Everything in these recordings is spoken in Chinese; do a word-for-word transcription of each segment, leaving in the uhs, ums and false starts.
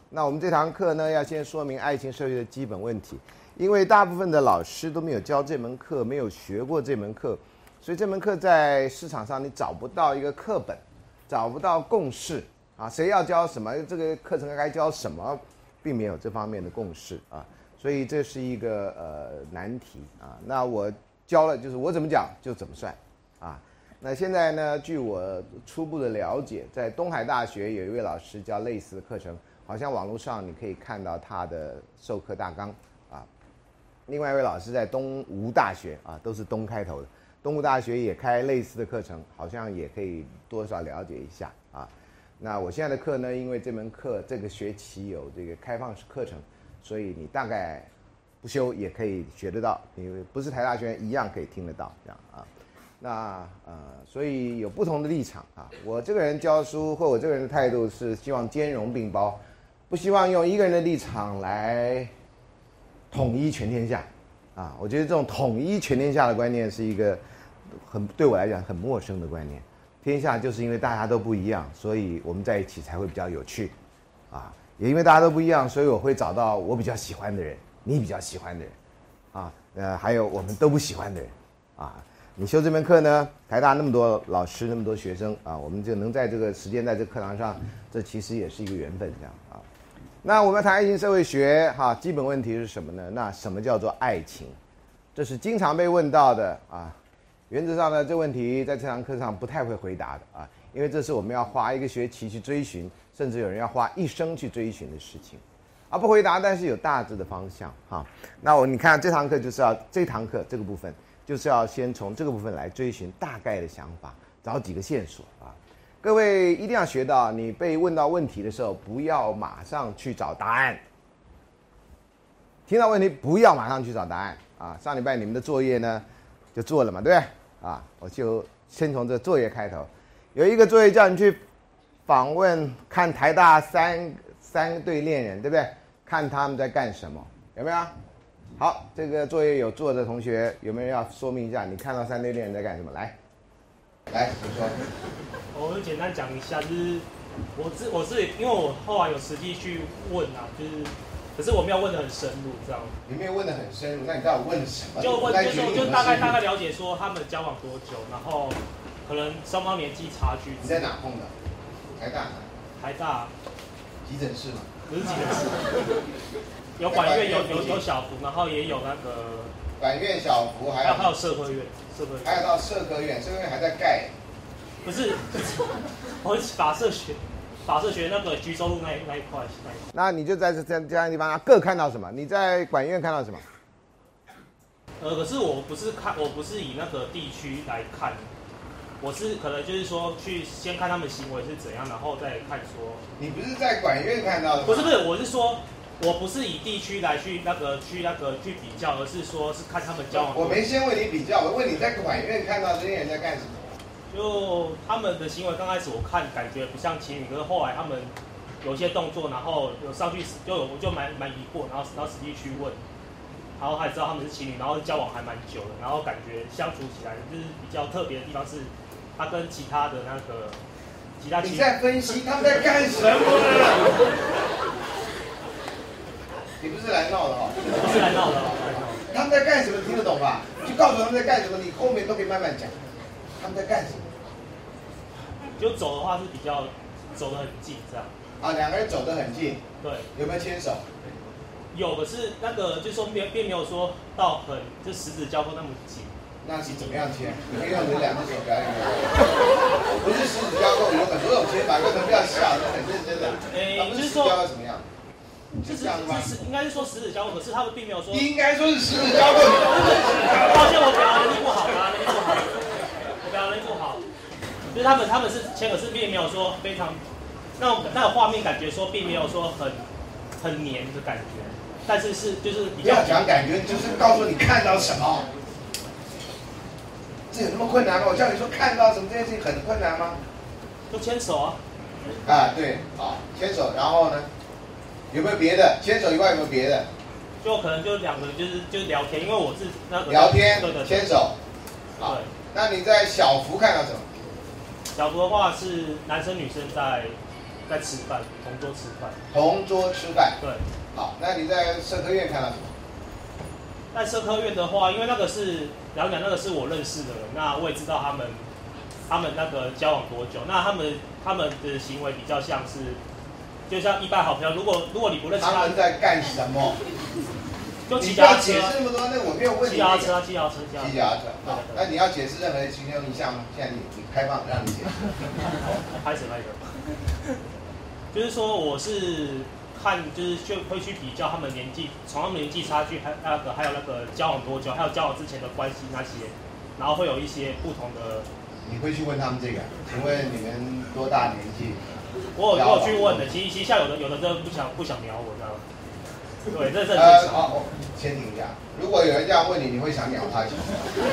那我们这堂课呢，要先说明爱情社会的基本问题，因为大部分的老师都没有教这门课，没有学过这门课，所以这门课在市场上你找不到一个课本，找不到共识啊，谁要教什么，这个课程该教什么，并没有这方面的共识啊，所以这是一个呃难题啊。那我教了，就是我怎么讲就怎么算啊。那现在呢，据我初步的了解，在东海大学有一位老师教类似的课程，好像网络上你可以看到他的授课大纲啊。另外一位老师在东吴大学啊，都是东开头的，东吴大学也开类似的课程，好像也可以多少了解一下啊。那我现在的课呢，因为这门课这个学期有这个开放式课程，所以你大概不修也可以学得到，因为不是台大学员一样可以听得到这样啊。那呃，所以有不同的立场啊。我这个人教书或我这个人的态度是希望兼容并包，不希望用一个人的立场来统一全天下啊。我觉得这种统一全天下的观念是一个很对我来讲很陌生的观念。天下就是因为大家都不一样，所以我们在一起才会比较有趣啊。也因为大家都不一样，所以我会找到我比较喜欢的人，你比较喜欢的人啊，呃，还有我们都不喜欢的人啊。你修这门课呢，台大那么多老师，那么多学生啊，我们就能在这个时间在这个课堂上，这其实也是一个缘分，这样啊。那我们谈爱情社会学哈，基本问题是什么呢？那什么叫做爱情？这是经常被问到的啊。原则上呢，这问题在这堂课上不太会回答的啊，因为这是我们要花一个学期去追寻，甚至有人要花一生去追寻的事情，啊，不回答，但是有大致的方向哈。那我你看这堂课就是要这堂课这个部分。就是要先从这个部分来追寻大概的想法，找几个线索啊。各位一定要学到，你被问到问题的时候，不要马上去找答案。听到问题不要马上去找答案啊。上礼拜你们的作业呢就做了嘛，对不对？啊，我就先从这作业开头。有一个作业叫你去访问看台大三三对恋人，对不对？看他们在干什么，有没有？好，这个作业有做的同学，有没有人要说明一下？你看到三对恋人在干什么？来，来，请说。 我就简单讲一下，就是我自我自己，因为我后来有实际去问啊，就是，可是我没有问得很深入，这样。 你没有问得很深入，那你到底问了什么？ 就问，就就大概大概了解说他们交往多久，然后可能双方年纪差距。 你在哪碰的？台大。 台大。 急诊室吗？ 不是急诊室。有管院，有有有小福，然后也有那个管院、小福，还有还有社科院，社科院， 还有到社科院，社科院还在盖。 不是，我法社学，法社学那个居州路那那一块那一块。 那你就在这这这样的地方各看到什么？你在管院看到什么？ 呃，可是我不是看，我不是以那个地区来看，我是可能就是说去先看他们行为是怎样，然后再看说。 你不是在管院看到的吗？ 不是不是，我是说。我不是以地区来去那个去那个去比较，而是说是看他们交往。 我没先问你比较，我问你在管院看到这些人在干什么？ 就他们的行为，刚开始我看感觉不像情侣，可是后来他们有一些动作，然后有上去就有我就蛮蛮疑惑，然后然后实际去问，然后还知道他们是情侣，然后交往还蛮久的，然后感觉相处起来就是比较特别的地方是，他跟其他的那个其他。 你在分析他们在干什么？你不是来闹的哦， 不是来闹的哦。 他们在干什么？听得懂吧？就告诉他们在干什么，你后面都可以慢慢讲。他们在干什么？ 就走的话是比较走得很近这样。 啊，两个人走得很近。 对。有没有牵手？ 有，可是那个就是说并并没有说到很就十指交扣那么紧。 那是怎么样牵？你可以用你的两只手表演。不是十指交扣，有很多种牵法，为什么不要笑？很认真的。 哎， 就是说交怎么样？ 是是是，应该是说十指交扣，可是他们并没有说。 应该说是十指交扣。 抱歉，我表达能力不好啊，能力不好，我表达能力不好。就是他们他们是牵，可是并没有说非常那种那种画面感觉说并没有说很很黏的感觉，但是是就是比较。 不要讲感觉，就是告诉你看到什么。这有那么困难吗？我叫你说看到什么这件事情很困难吗？ 就牵手啊。 啊，对，好，牵手，然后呢？有没有别的？牵手以外有没有别的？ 就可能就两个人就是就是聊天，因为我是那个聊天， 对对对牵手。好，那你在小福看到什么？ 小福的话是男生女生在在吃饭，同桌吃饭。 同桌吃饭。 对。 好，那你在社科院看到什么？ 在社科院的话，因为那个是了解那个是我认识的人，那我也知道他们他们那个交往多久，那他们他们的行为比较像是，就像一般好朋友，如果如果你不认识他们在干什么？ 就骑脚踏车。 解释那么多，那我没有问你。 骑脚踏车，骑脚踏车， 骑脚踏车。好，那你要解释任何其中一项吗？现在你你开放让你解释。 开始那个，就是说我是。看就是就会去比较他们年纪，从他们年纪差距，还那个还有那个交往多久，还有交往之前的关系那些，然后会有一些不同的。 你会去问他们这个？请问你们多大年纪？ 我有我有去问的，其实其实像有的有的真的不想不想鸟我，知道吗？对，这这呃好，先停一下。如果有人这样问你，你会想鸟他一下？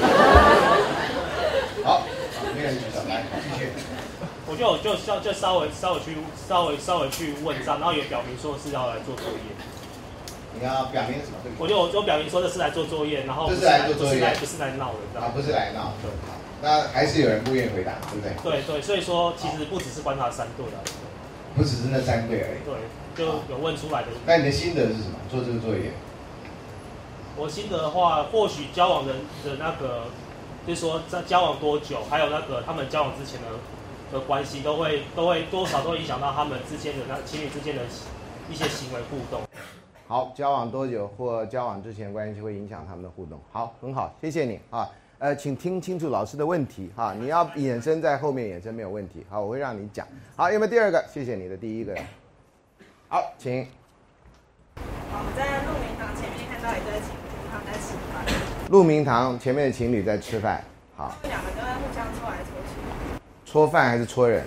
好，没人举手，来继续。 我就就稍就稍微稍微去稍微稍微去问上，然后也表明说是要来做作业。 你要表明什么？ 我就我就表明说这是来做作业，然后这是来做作业， 不是来闹的，知道吗？ 啊，不是来闹。对。那还是有人不愿意回答，对不对？ 对对，所以说其实不只是观察三对的。 不只是那三对而已。 对，就有问出来的。 那你的心得是什么？做这个作业？ 我心得的话，或许交往人的那个，就是说在交往多久，还有那个他们交往之前的。的关系都会都会多少都会影响到他们之间的那情侣之间的一些行为互动。 好，交往多久或交往之前的关系会影响他们的互动。好，很好，谢谢你啊。呃，请听清楚老师的问题哈，你要衍生在后面衍生没有问题。好，我会让你讲。好，有没有第二个？谢谢你的第一个。好，请。 好，我在鹿鸣堂前面看到一对情侣，他们在吃饭。 鹿鸣堂前面的情侣在吃饭。好。 两个都在互相戳来戳去。 戳饭还是戳人？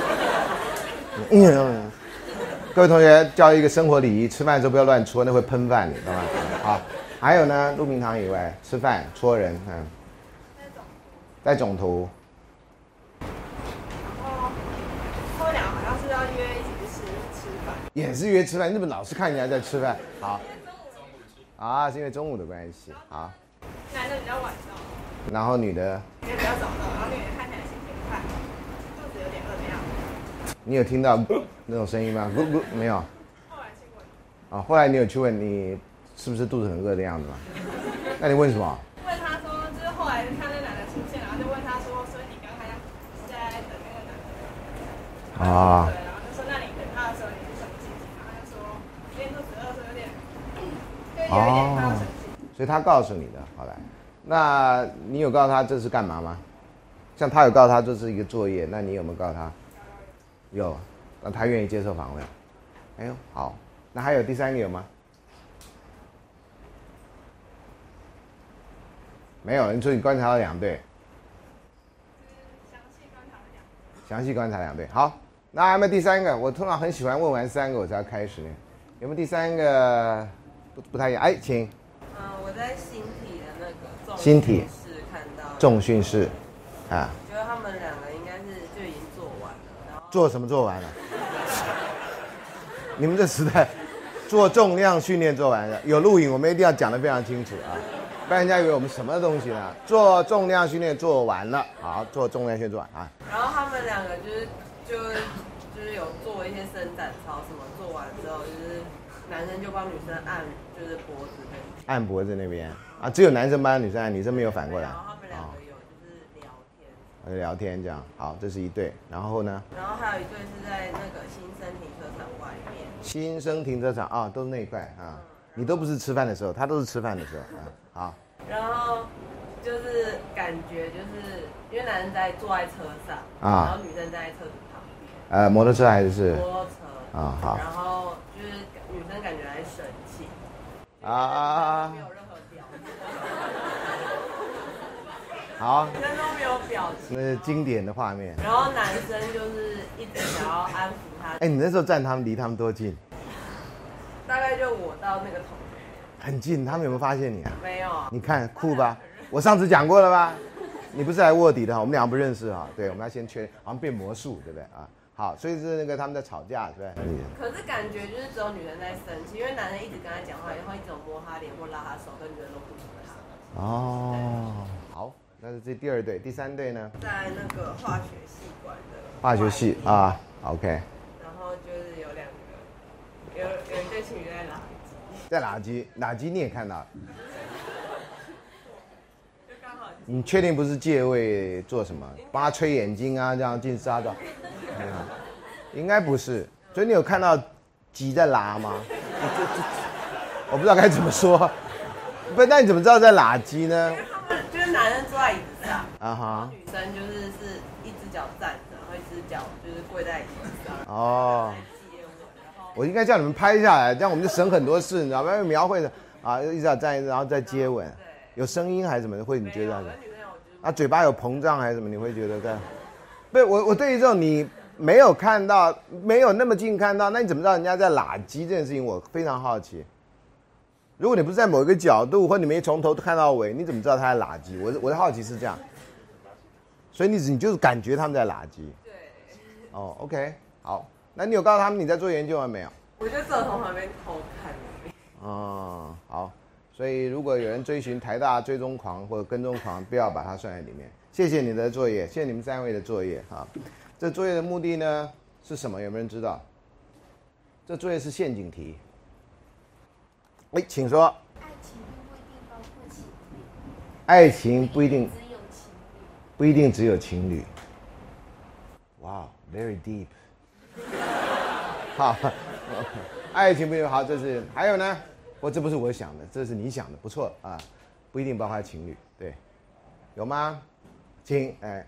嗯，各位同学教一个生活礼仪，吃饭的时候不要乱戳，那会喷饭，你知道吗？好，还有呢，鹿鸣堂以外，吃饭戳人，嗯，在总图。 然后他们俩好像是要约一起去吃吃饭。 也是约吃饭，你怎么老是看人家在吃饭？好。啊，是因为中午的关系。好。 男的比较晚到。 然后女的。 女的比较早到，然后女的看起来心情不太好，肚子有点饿的样子。 你有听到那种声音吗？咕咕没有。 后来去问。 啊，后来你有去问你是不是肚子很饿的样子吗？那你问什么？ 问他说，就是后来看那男的出现，然后就问他说，所以你刚才在等那个男的。啊。对，然后就说那你等他的时候你是什么心情？然后他就说有点肚子饿，说有点，就有一点快要生气。 所以他告诉你的，好来，那你有告诉他这是干嘛吗？像他有告诉他这是一个作业，那你有没有告诉他？有，那他愿意接受访问。哎呦，好，那还有第三个有吗？没有，你说你观察到两对。 详细观察了两对。 详细观察两对，好，那有没有第三个？我通常很喜欢问完三个我才要开始呢。有没有第三个？不不太一样，哎，请。 嗯，我在新体的那个新体室看到重训室，啊。 觉得他们两个应该是就已经做完了，然后做什么做完了？你们这时代，做重量训练做完了，有录影，我们一定要讲得非常清楚啊，不然人家以为我们什么东西呢？做重量训练做完了，好，做重量训练做完啊。 然后他们两个就是就就是有做一些伸展操什么，做完之后就是男生就帮女生按就是脖子那边， 按脖子那边啊，只有男生帮女生按，女生没有反过来。 然后他们两个有就是聊天， 聊天这样，好，这是一对，然后呢？ 然后还有一对是在那个新生停车场外面。 新生停车场啊，都是那一块啊，你都不是吃饭的时候，他都是吃饭的时候啊，好。 然后就是感觉就是因为男生在坐在车上啊， 然后女生在车子旁边。 呃，摩托车还是？ 摩托车啊，好。 然后就是女生感觉在生气。 啊啊啊！ 没有任何表情。 好。 女生都没有表情。 那是经典的画面。 然后男生就是一直想要安抚她。 哎，你那时候站他们离他们多近？ 大概就我到那个同学。 很近，他们有没有发现你啊？ 没有。 你看酷吧？我上次讲过了吧？你不是来卧底的哈？我们俩不认识哈。对，我们要先确认，好像变魔术，对不对啊？好，所以是那个他们在吵架，对不对？ 可是感觉就是只有女人在生气，因为男人一直跟她讲话，然后一直摸她脸或拉她手，跟女人都不理她。 哦，好，那是这第二对，第三对呢？ 在那个化学系馆的。 化学系啊 ，OK。 然后对情侣在垃圾， 在垃圾，垃圾你也看到了。 就刚好。 你确定不是借位做什么？帮他吹眼睛啊，这样进沙的？应该不是。所以你有看到鸡在拉吗？我不知道该怎么说。不，那你怎么知道在拉鸡呢？ 他们就是男人坐在椅子上， 啊哈， 女生就是是一只脚站着，然后一只脚就是跪在椅子上。 哦。 接吻，然后我应该叫你们拍下来，这样我们就省很多事，你知道吗？因为描绘的啊，一只脚站一只，然后再接吻，有声音还是什么的，会你觉得？啊，嘴巴有膨胀还是什么？你会觉得在？不是我，我对于这种你没有看到，没有那么近看到，那你怎么知道人家在拉鸡这件事情？我非常好奇。如果你不是在某一个角度，或你没从头看到尾，你怎么知道他在拉鸡？我我的好奇是这样，所以你你就是感觉他们在拉鸡。 对。 哦 ，OK， 好，那你有告诉他们你在做研究吗？没有。 我就只有从旁边偷看。 哦，好。所以，如果有人追寻台大追踪狂或者跟踪狂，不要把它算在里面。谢谢你的作业，谢谢你们三位的作业哈。这作业的目的呢是什么？有没有人知道？这作业是陷阱题。哎，请说。爱情不一定不一定只有情侣。哇 ，very deep。好，爱情不一定好，这是还有呢。我这不是我想的，这是你想的，不错啊，不一定包括情侣，对，有吗？请，哎，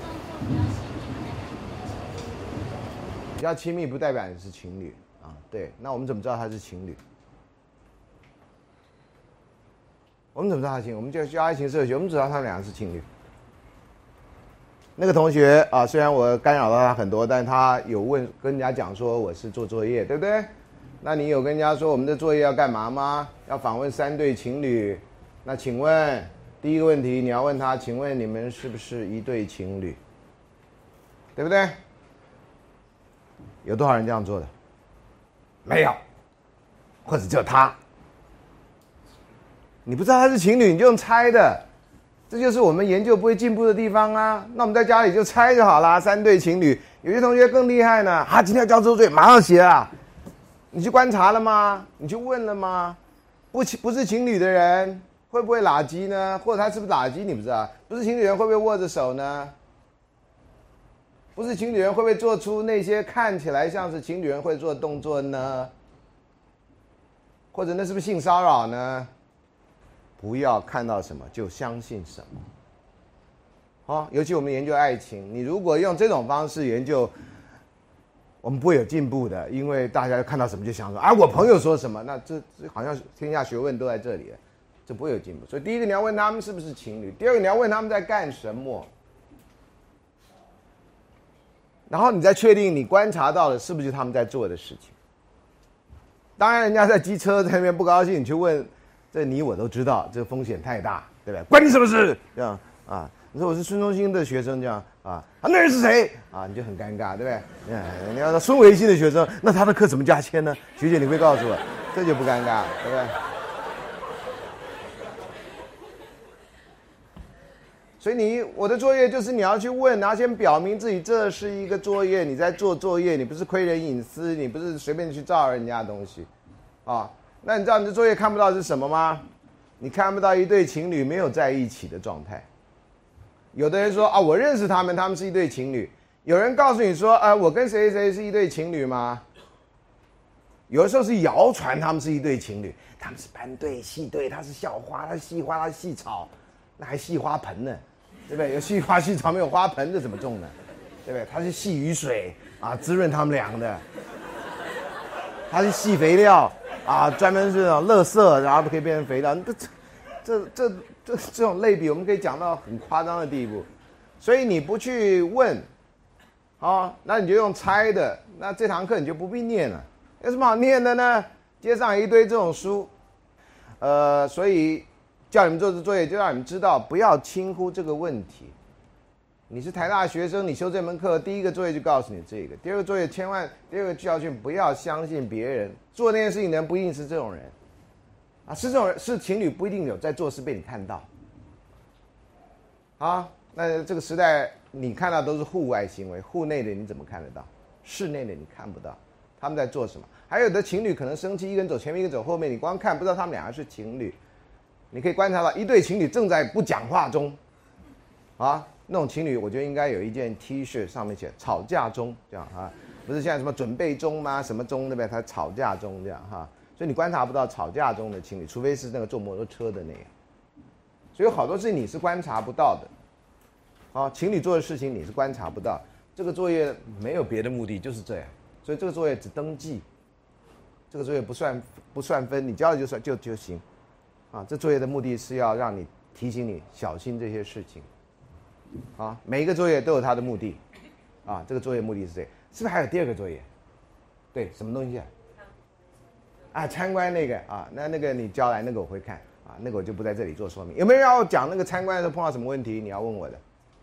比较亲密不代表你是情侣啊，对，那我们怎么知道他是情侣？我们怎么知道他是情侣？我们就教爱情社会学，我们知道他们两个是情侣。那个同学啊，虽然我干扰到他很多，但他有问跟人家讲说我是做作业，对不对？那你有跟人家说我们的作业要干嘛吗？要访问三对情侣。那请问第一个问题你要问他，请问你们是不是一对情侣？对不对？有多少人这样做的？没有，或者只有他。你不知道他是情侣，你就用猜的，这就是我们研究不会进步的地方啊。那我们在家里就猜就好啦，三对情侣。有些同学更厉害呢，啊，今天要交作业，马上写啊。你去观察了吗？你去问了吗？不不是情侣的人会不会拉鸡呢？或者他是不是拉鸡？你不知道。不是情侣人会不会握着手呢？不是情侣人会不会做出那些看起来像是情侣人会做的动作呢？或者那是不是性骚扰呢？不要看到什么就相信什么。好，尤其我们研究爱情，你如果用这种方式研究，我们不会有进步的，因为大家看到什么就想说，啊，我朋友说什么，那这这好像天下学问都在这里了，这不会有进步。所以第一个你要问他们是不是情侣，第二个你要问他们在干什么，然后你再确定你观察到的是不是他们在做的事情。当然，人家在机车在那边不高兴，你去问，这你我都知道，这个风险太大，对不对？关你什么事？这样啊。你说我是孙中兴的学生，这样啊，啊，那人是谁啊？你就很尴尬，对不对？嗯，你要说孙维新的学生，那他的课怎么加签呢？学姐，你会告诉我，这就不尴尬，对不对？所以你我的作业就是你要去问，然后先表明自己这是一个作业，你在做作业，你不是窥人隐私，你不是随便去照人家的东西，啊，那你知道你的作业看不到是什么吗？你看不到一对情侣没有在一起的状态。有的人说啊，我认识他们，他们是一对情侣。有人告诉你说，啊，我跟谁谁是一对情侣吗？有的时候是谣传他们是一对情侣，他们是班对、系对，他是校花，他是系花，他是系草，那还系花盆呢，对不对？有系花系草没有花盆，这怎么种呢？对不对？他是系雨水啊，滋润他们俩的。他是系肥料啊，专门是那种垃圾，然后可以变成肥料。这这这。这这种类比，我们可以讲到很夸张的地步，所以你不去问，哦，那你就用猜的，那这堂课你就不必念了。有什么好念的呢？街上有一堆这种书，呃，所以叫你们做这作业，就让你们知道不要轻忽这个问题。你是台大学生，你修这门课，第一个作业就告诉你这个，第二个作业千万，第二个教训不要相信别人，做那件事情的人不一定是这种人。啊，是这种人，是情侣不一定有在做事被你看到。啊，那这个时代你看到都是户外行为，户内的你怎么看得到？室内的你看不到， 他们在做什么。还有的情侣可能生气，一个人走前面，一个走后面，你光看不知道他们两个是情侣。你可以观察到一对情侣正在不讲话中，啊，那种情侣我觉得应该有一件 T 恤上面写吵架中这样啊，不是现在什么准备中吗？什么中对不对？他吵架中这样哈，所以你观察不到吵架中的情侣，除非是那个坐摩托车的那个。所以有好多事情你是观察不到的，啊，情侣做的事情你是观察不到。这个作业没有别的目的，就是这样，所以这个作业只登记，这个作业不算不算分，你交了就算就就行。啊，这作业的目的是要让你提醒你小心这些事情，啊，每一个作业都有它的目的，啊，这个作业目的是这个，是不是还有第二个作业？对，什么东西啊？啊，参观那个啊，那那个你交来那个我会看啊，那个我就不在这里做说明。有没有人要讲那个参观的时候碰到什么问题？你要问我的。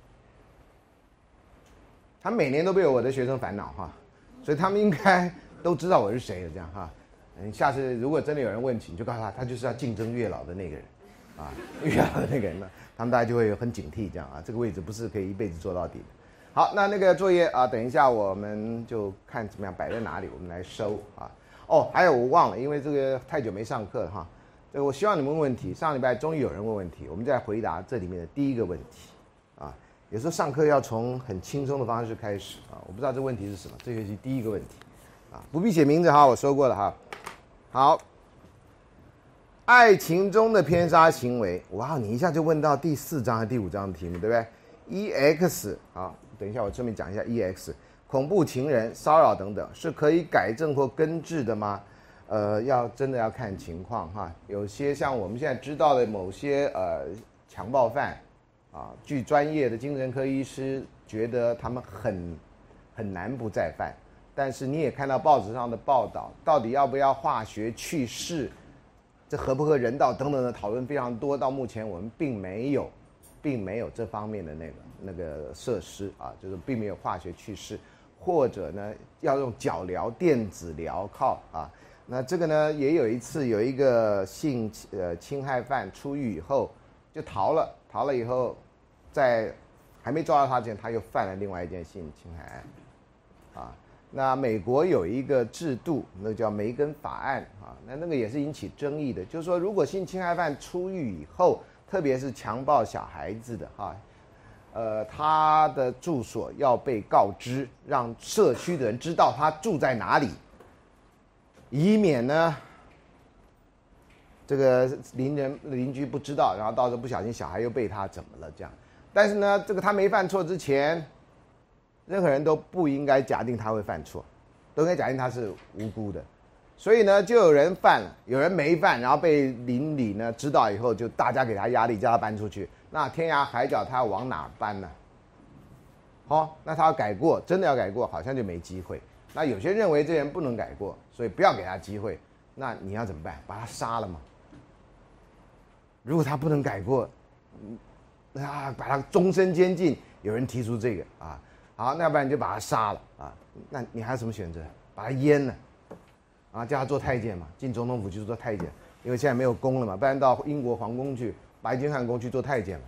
他每年都被我的学生烦恼哈，所以他们应该都知道我是谁的这样哈。你下次如果真的有人问起，你就告诉他，他就是要竞争月老的那个人，啊，月老的那个人呢，他们大家就会很警惕，这样啊，这个位置不是可以一辈子做到底的。好，那那个作业啊，等一下我们就看怎么样摆在哪里，我们来收啊。哦，还有我忘了，因为这个太久没上课了哈，这个我希望你们问问题。上礼拜终于有人问问题，我们再回答这里面的第一个问题啊。有时候上课要从很轻松的方式开始啊，我不知道这问题是什么，这学期第一个问题啊，不必写名字哈，我说过了哈。好，爱情中的偏差行为，哇，你一下就问到第四章和第五章的题目，对不对 ？E X 好，等一下我顺便讲一下 E X， 恐怖情人、骚扰等等，是可以改正或根治的吗？呃，要真的要看情况哈。有些像我们现在知道的某些呃强暴犯啊，据专业的精神科医师觉得他们很很难不再犯。但是你也看到报纸上的报道，到底要不要化学去势，这合不合人道等等的讨论非常多。到目前我们并没有，并没有这方面的那个那个设施啊，就是并没有化学去势，或者呢要用脚镣、电子镣铐啊。那这个呢也有一次有一个性呃侵害犯出狱以后就逃了，逃了以后在还没抓到他之前，他又犯了另外一件性侵害案啊。那美国有一个制度，那叫梅根法案啊，那那个也是引起争议的，就是说，如果性侵害犯出狱以后，特别是强暴小孩子的哈，呃，他的住所要被告知，让社区的人知道他住在哪里，以免呢，这个邻人邻居不知道，然后到时候不小心小孩又被他怎么了这样。但是呢，这个他没犯错之前，任何人都不应该假定他会犯错，都应该假定他是无辜的。所以呢，就有人犯了，有人没犯，然后被邻里呢知道以后，就大家给他压力，叫他搬出去。那天涯海角，他要往哪搬呢？好、哦，那他要改过，真的要改过，好像就没机会。那有些认为这人不能改过，所以不要给他机会。那你要怎么办？把他杀了吗？如果他不能改过，啊，把他终身监禁。有人提出这个啊。好，那要不然你就把他杀了啊？那你还有什么选择？把他阉了，啊，叫他做太监嘛，进总统府去做太监，因为现在没有宫了嘛，不然到英国皇宫去，白金汉宫去做太监嘛。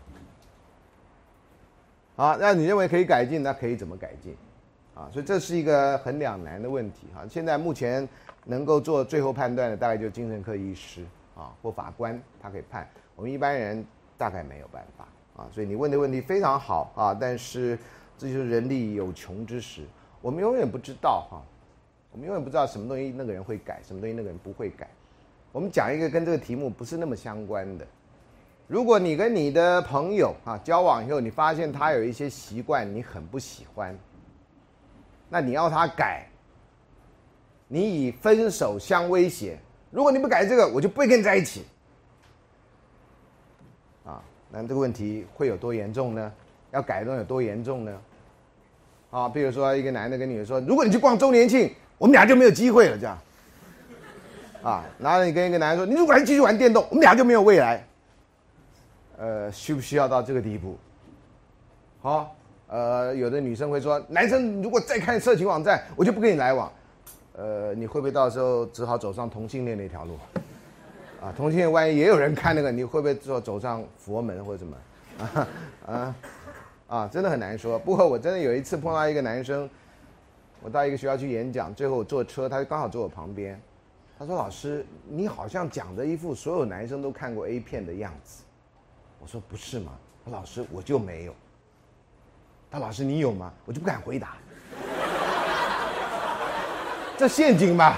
好，那你认为可以改进，那可以怎么改进？啊，所以这是一个很两难的问题哈。现在目前能够做最后判断的，大概就是精神科医师啊或法官，他可以判，我们一般人大概没有办法啊。所以你问的问题非常好啊，但是。这就是人力有穷之时，我们永远不知道哈，我们永远不知道什么东西那个人会改，什么东西那个人不会改。我们讲一个跟这个题目不是那么相关的。如果你跟你的朋友啊交往以后，你发现他有一些习惯你很不喜欢，那你要他改，你以分手相威胁，如果你不改这个，我就不会跟你在一起。啊，那这个问题会有多严重呢？要改动有多严重呢？啊，比如说一个男的跟女的说，如果你去逛周年庆，我们俩就没有机会了，这样。啊，然后你跟一个男人说，你如果还继续玩电动，我们俩就没有未来。呃，需不需要到这个地步？好，呃，有的女生会说，男生如果再看色情网站，我就不跟你来往。呃，你会不会到时候只好走上同性恋那条路？啊，同性恋万一也有人看那个，你会不会走走上佛门或者什么？啊啊！啊，真的很难说。不过我真的有一次碰到一个男生， 我到一个学校去演讲，最后我坐车，他就刚好坐我旁边。他说：“老师，你好像讲的一副所有男生都看过 A 片的样子。”我说：“不是吗？”他说：“老师，我就没有。”他说：“老师，你有吗？”我就不敢回答。这陷阱吧？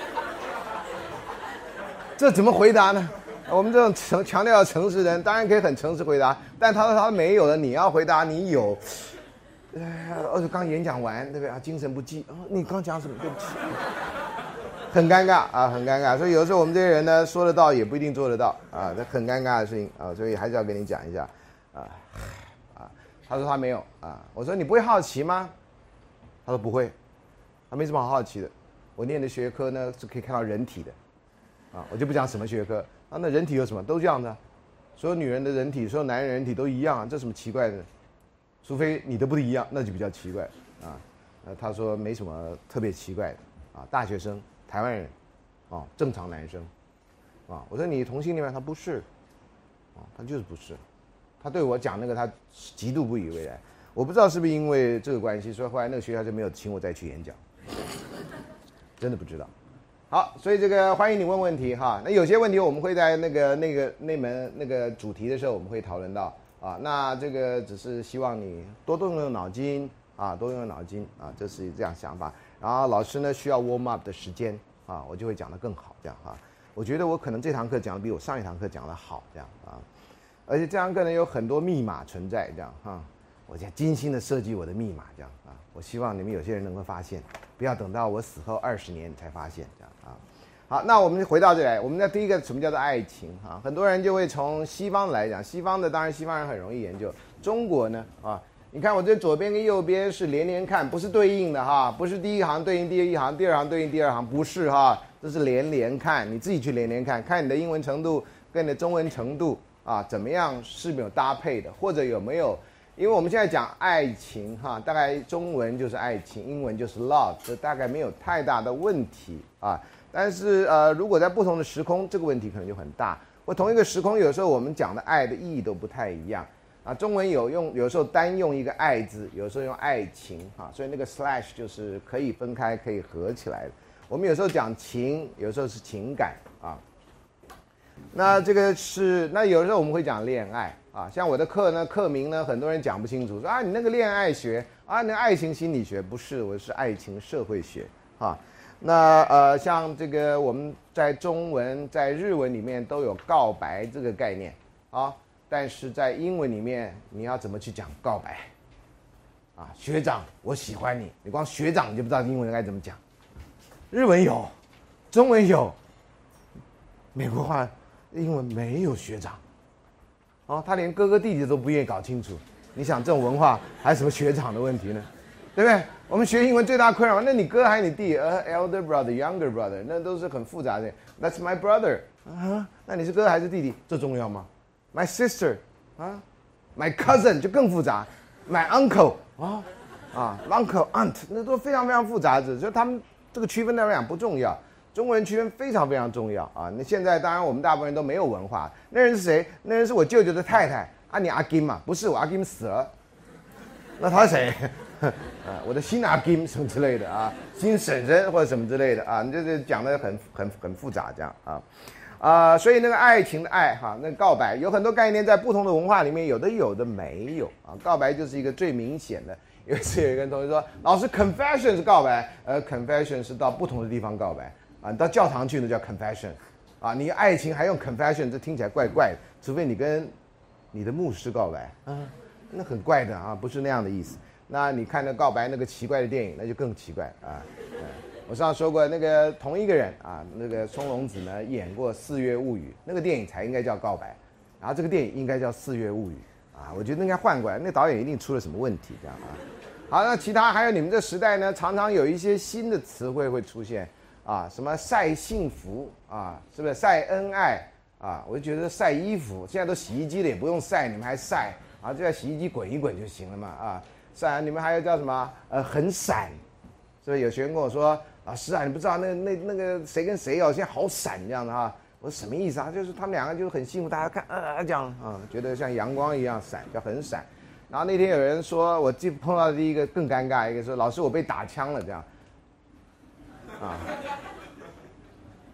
这怎么回答呢？我们这种诚强调诚实的人，当然可以很诚实回答。但他说他没有了，你要回答你有。哎，哦，刚演讲完，对不对啊？精神不济。哦，你刚讲什么？对不起。很尴尬啊，很尴尬。所以有时候我们这些人呢，说得到也不一定做得到啊，这很尴尬的事情啊。所以还是要跟你讲一下啊啊。他说他没有啊，我说你不会好奇吗？他说不会，他没什么好好奇的。我念的学科呢是可以看到人体的，啊，我就不讲什么学科。啊，那人体有什么？都这样的，所有女人的人体，所有男人的人体都一样啊，这什么奇怪的？除非你的不一样，那就比较奇怪啊。呃，他说没什么特别奇怪的啊，大学生，台湾人，啊，正常男生，啊，我说你同性恋吗？他不是，啊，他就是不是。他对我讲那个，他极度不以为然。我不知道是不是因为这个关系，所以后来那个学校就没有请我再去演讲。真的不知道。好，所以这个欢迎你问问题哈。那有些问题我们会在那个那个那门那个主题的时候我们会讨论到啊。那这个只是希望你多动动脑筋啊，多用用脑筋啊，这是这样想法。然后老师呢需要 warm up 的时间啊，我就会讲得更好这样哈。我觉得我可能这堂课讲得比我上一堂课讲得好这样啊。而且这堂课呢有很多密码存在这样哈。我在精心的设计我的密码这样啊。我希望你们有些人能够发现，不要等到我死后二十年你才发现这样啊。好，那我们回到这里来，我们的第一个什么叫做爱情啊？很多人就会从西方来讲，西方的当然西方人很容易研究，中国呢啊，你看我这左边跟右边是连连看，不是对应的哈，不是第一行对应第一行，第二行对应第二行，不是哈，这是连连看，你自己去连连看，看你的英文程度跟你的中文程度啊怎么样是没有搭配的，或者有没有。因为我们现在讲爱情哈，大概中文就是爱情，英文就是 love， 这大概没有太大的问题啊。但是呃，如果在不同的时空，这个问题可能就很大。或同一个时空，有时候我们讲的爱的意义都不太一样啊。中文有用，有时候单用一个爱字，有时候用爱情哈，所以那个 slash 就是可以分开，可以合起来的。我们有时候讲情，有时候是情感啊。那这个是，那有时候我们会讲恋爱啊，像我的课呢，课名呢，很多人讲不清楚，说啊，你那个恋爱学啊，那个爱情心理学不是，我是爱情社会学啊。那呃，像这个我们在中文、在日文里面都有告白这个概念啊，但是在英文里面，你要怎么去讲告白啊？学长，我喜欢你，你光学长你就不知道英文该怎么讲。日文有，中文有，美国话。英文没有学长，哦，他连哥哥弟弟都不愿意搞清楚。你想这种文化还有什么学长的问题呢？对不对？我们学英文最大困扰，那你哥还是你弟？呃 ，elder brother、younger brother， 那都是很复杂的。That's my brother， 啊，那你是哥还是弟弟？这重要吗 ？My sister， 啊 ，my cousin 就更复杂。My uncle， 啊，啊 ，uncle aunt， 那都非常非常复杂的，所以他们这个区分对来讲不重要。中国人区分非常非常重要啊！那现在当然我们大部分人都没有文化。那人是谁？那人是我舅舅的太太啊，你阿金嘛？不是，我阿金死了。那他是谁？啊，我的新阿金什么之类的啊，新婶婶或者什么之类的啊，你这这讲的很很很复杂这样啊啊，所以那个爱情的爱哈，那个告白有很多概念，在不同的文化里面有的有的没有啊。告白就是一个最明显的。有一次有一个同学说，老师 confession 是告白，呃 confession 是到不同的地方告白。啊，你到教堂去那叫 confession， 啊，你爱情还用 confession， 这听起来怪怪的，除非你跟你的牧师告白啊，那很怪的啊，不是那样的意思。那你看那告白那个奇怪的电影，那就更奇怪啊。嗯、我上次说过，那个同一个人啊，那个松隆子呢演过《四月物语》，那个电影才应该叫告白，然后这个电影应该叫《四月物语》啊，我觉得应该换过来，那导演一定出了什么问题这样啊。好，那其他还有你们这时代呢，常常有一些新的词汇会出现。啊，什么晒幸福啊，是不是晒恩爱啊？我就觉得晒衣服，现在都洗衣机了，也不用晒，你们还晒啊？就在洗衣机滚一滚就行了嘛啊！晒，你们还有叫什么？呃，很闪，是不是？有学员跟我说，老师啊，你不知道那那那个谁跟谁哦，现在好闪这样的哈。我说什么意思啊？就是他们两个就很幸福，大家看呃这样啊，觉得像阳光一样闪，叫很闪。然后那天有人说，我碰到的第一个更尴尬，一个说老师我被打枪了这样。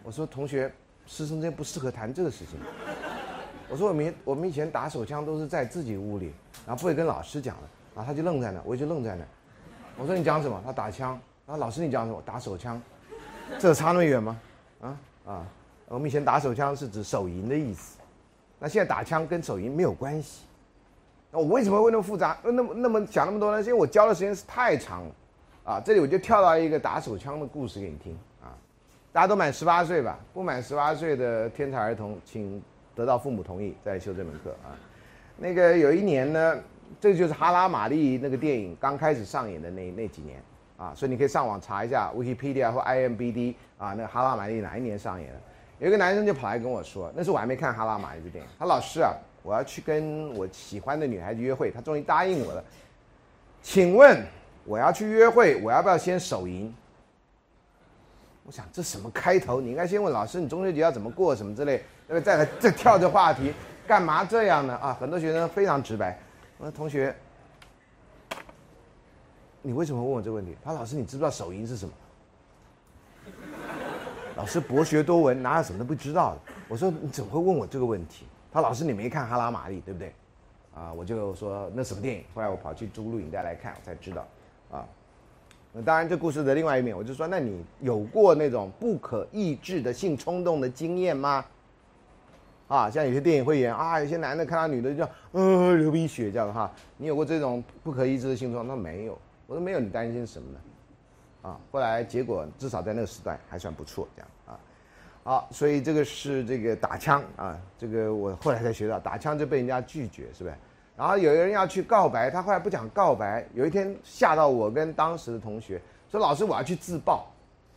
我说同学，师生之间不适合谈这个事情。我说我们我们以前打手枪都是在自己屋里，然后不会跟老师讲的。然后他就愣在那，我就愣在那。我说你讲什么？他打枪。然后老师你讲什么？打手枪。这差那么远吗？啊啊！我们以前打手枪是指手淫的意思，那现在打枪跟手淫没有关系。那我为什么会那么复杂？那么那么讲那么多呢？是因为我教的时间是太长了。啊，这里我就跳到一个打手枪的故事给你听啊。大家都满十八岁吧？不满十八岁的天才儿童，请得到父母同意再修这门课啊。那个有一年呢。这就是哈拉玛丽那个电影刚开始上演的那那几年啊，所以你可以上网查一下 Wikipedia 或 I M D B 啊，那个哈拉玛丽哪一年上演的？有一个男生就跑来跟我说，那时候我还没看哈拉玛丽这电影，他老师啊，我要去跟我喜欢的女孩子约会，他终于答应我了，请问我要去约会，我要不要先手淫？我想这什么开头？你应该先问老师你中秋节要怎么过什么之类，对不对？再来再跳这话题，干嘛这样呢？啊，很多学生非常直白。我说同学，你为什么问我这个问题？他老师，你知不知道手淫是什么？老师博学多闻，哪有什么都不知道的？我说你怎么会问我这个问题？他老师你没看哈拉玛丽对不对？啊，我就说那什么电影？后来我跑去租录影带来看，我才知道。啊，那当然这故事的另外一面，我就说那你有过那种不可抑制的性冲动的经验吗？啊，像有些电影会演啊，有些男的看到女的就叫呃流鼻血这样哈，你有过这种不可抑制的性冲动？他没有，我说没有，你担心什么呢？啊，后来结果至少在那个时代还算不错这样啊。好，所以这个是这个打枪啊，这个我后来才学到，打枪就被人家拒绝，是不是？然后有人要去告白，他后来不讲告白，有一天吓到我跟当时的同学说：“老师，我要去自爆。”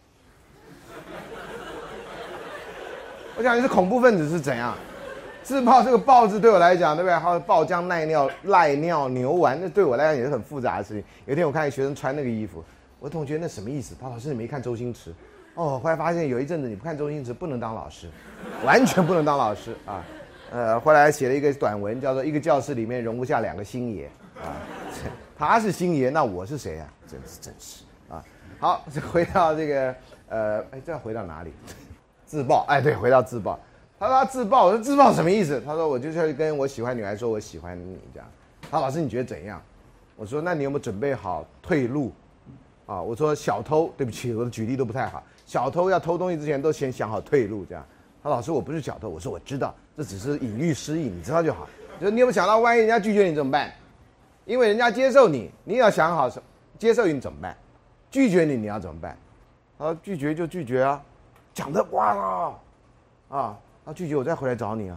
我想你是恐怖分子是怎样？自爆这个爆字对我来讲，对不对？还有爆浆赖尿赖尿牛丸，那对我来讲也是很复杂的事情。有一天我看一学生穿那个衣服，我同学那什么意思？他老师你没看周星驰？哦，后来发现有一阵子你不看周星驰不能当老师，完全不能当老师啊。呃，后来写了一个短文，叫做《一个教室里面容不下两个星爷》啊，他是星爷，那我是谁啊？真是真是啊。好，回到这个呃，哎，这要回到哪里？自爆，哎，对，回到自爆。他说他自爆，我说自爆什么意思？他说我就是跟我喜欢女孩说我喜欢你这样。他老师你觉得怎样？我说那你有没有准备好退路？啊，我说小偷，对不起，我的举例都不太好。小偷要偷东西之前都先想好退路这样。他老师我不是小偷，我说我知道，这只是隐喻失忆，你知道就好。就是你有没有想到万一人家拒绝你怎么办？因为人家接受你，你要想好接受你怎么办？拒绝你你要怎么办？他说拒绝就拒绝啊。讲的哇啦，啊，他拒绝我再回来找你啊。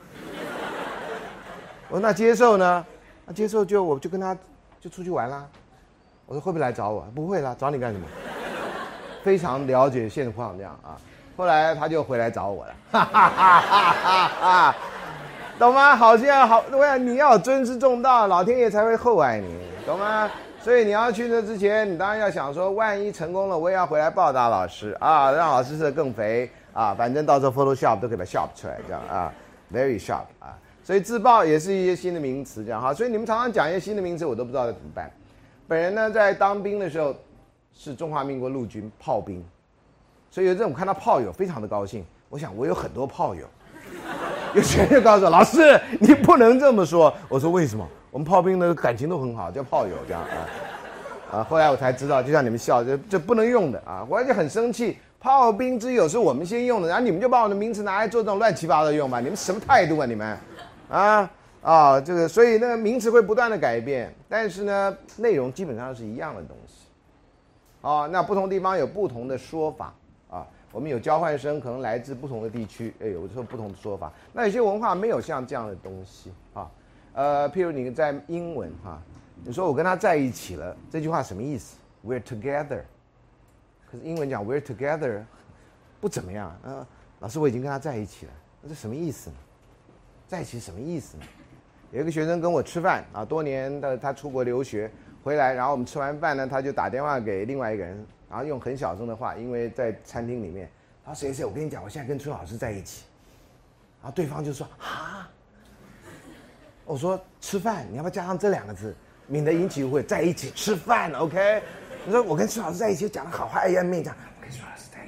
我说那接受呢？那接受就我就跟他就出去玩啦。我说会不会来找我？不会啦，找你干什么？非常了解现况这样啊。后来他就回来找我了，哈哈哈哈哈哈，懂吗？好像好，我想你要尊师重道，老天爷才会厚爱你，懂吗？所以你要去那之前，你当然要想说，万一成功了，我也要回来报答老师啊，让老师吃得更肥啊，反正到时候 Photoshop 都可以把 sharp 出来，这样啊 ，very sharp 啊。所以自爆也是一些新的名词，这样哈。所以你们常常讲一些新的名词，我都不知道该怎么办。本人呢，在当兵的时候是中华民国陆军炮兵，所以有一阵我看到炮友非常的高兴，我想我有很多炮友。有学生告诉我，老师你不能这么说。我说为什么？我们炮兵的感情都很好，叫炮友这样啊。啊，后来我才知道，就像你们笑，这这不能用的啊！我就很生气，炮兵之友是我们先用的，然后你们就把我的名词拿来做这种乱七八糟的用吧？你们什么态度啊？你们啊啊，这个所以那个名词会不断的改变，但是呢，内容基本上是一样的东西。啊，那不同地方有不同的说法啊。我们有交换生，可能来自不同的地区，哎，有时候不同的说法。那有些文化没有像这样的东西啊。呃，譬如你在英文哈、啊，你说我跟他在一起了，这句话什么意思 ？We're together。可是英文讲 We're together， 不怎么样。呃，老师我已经跟他在一起了，那这什么意思呢？在一起什么意思呢？有一个学生跟我吃饭啊，多年的他出国留学回来，然后我们吃完饭呢，他就打电话给另外一个人，然后用很小声的话，因为在餐厅里面，他说谁谁，我跟你讲，我现在跟春老师在一起，然后对方就说啊。我说吃饭，你要不要加上这两个字，免得引起误会？在一起吃饭 ，OK？ 你说我跟孙老师在一起，讲的好话，哎呀，妹讲，我跟孙老师在一起，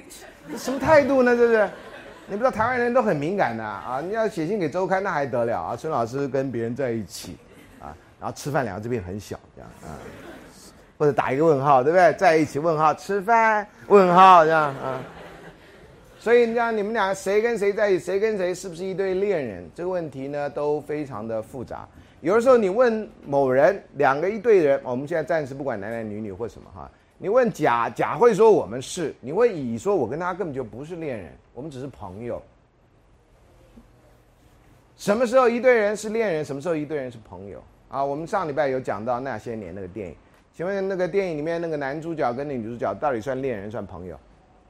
这什么态度呢？这是，你不知道台湾人都很敏感的啊！你要写信给周刊，那还得了啊？孙老师跟别人在一起啊，然后吃饭两个字变很小这样啊，或者打一个问号，对不对？在一起问号，吃饭问号这样啊。所以你讲你们俩谁跟谁在一起，谁跟谁是不是一对恋人，这个问题呢都非常的复杂。有的时候你问某人，两个一对人，我们现在暂时不管男男女女或什么哈。你问甲，甲会说我们是；你问乙，说我跟他根本就不是恋人，我们只是朋友。什么时候一对人是恋人？什么时候一对人是朋友？啊，我们上礼拜有讲到那些年那个电影，请问那个电影里面那个男主角跟那女主角到底算恋人算朋友？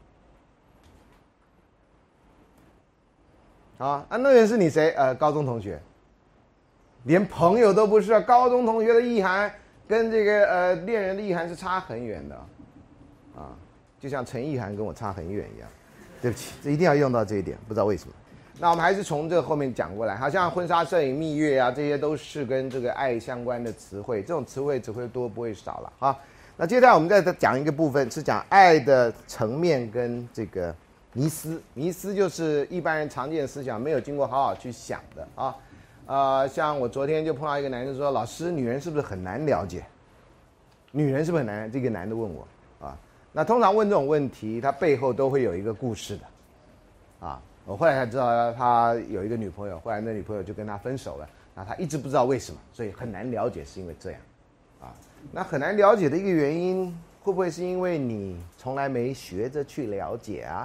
啊，啊，那人是你谁？呃，高中同学，连朋友都不是。高中同学的意涵跟这个呃恋人的意涵是差很远的，啊，就像陈意涵跟我差很远一样。对不起，这一定要用到这一点，不知道为什么。那我们还是从这个后面讲过来，好像婚纱摄影、蜜月啊，这些都是跟这个爱相关的词汇，这种词汇只会多不会少了啊。那接下来我们再讲一个部分，是讲爱的层面跟这个迷思。迷思就是一般人常见的思想，没有经过好好去想的啊。呃，像我昨天就碰到一个男生说，老师，女人是不是很难了解？女人是不是很难？这个男的问我啊。那通常问这种问题，他背后都会有一个故事的啊。我后来才知道他有一个女朋友，后来那女朋友就跟他分手了，那他一直不知道为什么，所以很难了解，是因为这样啊。那很难了解的一个原因，会不会是因为你从来没学着去了解啊？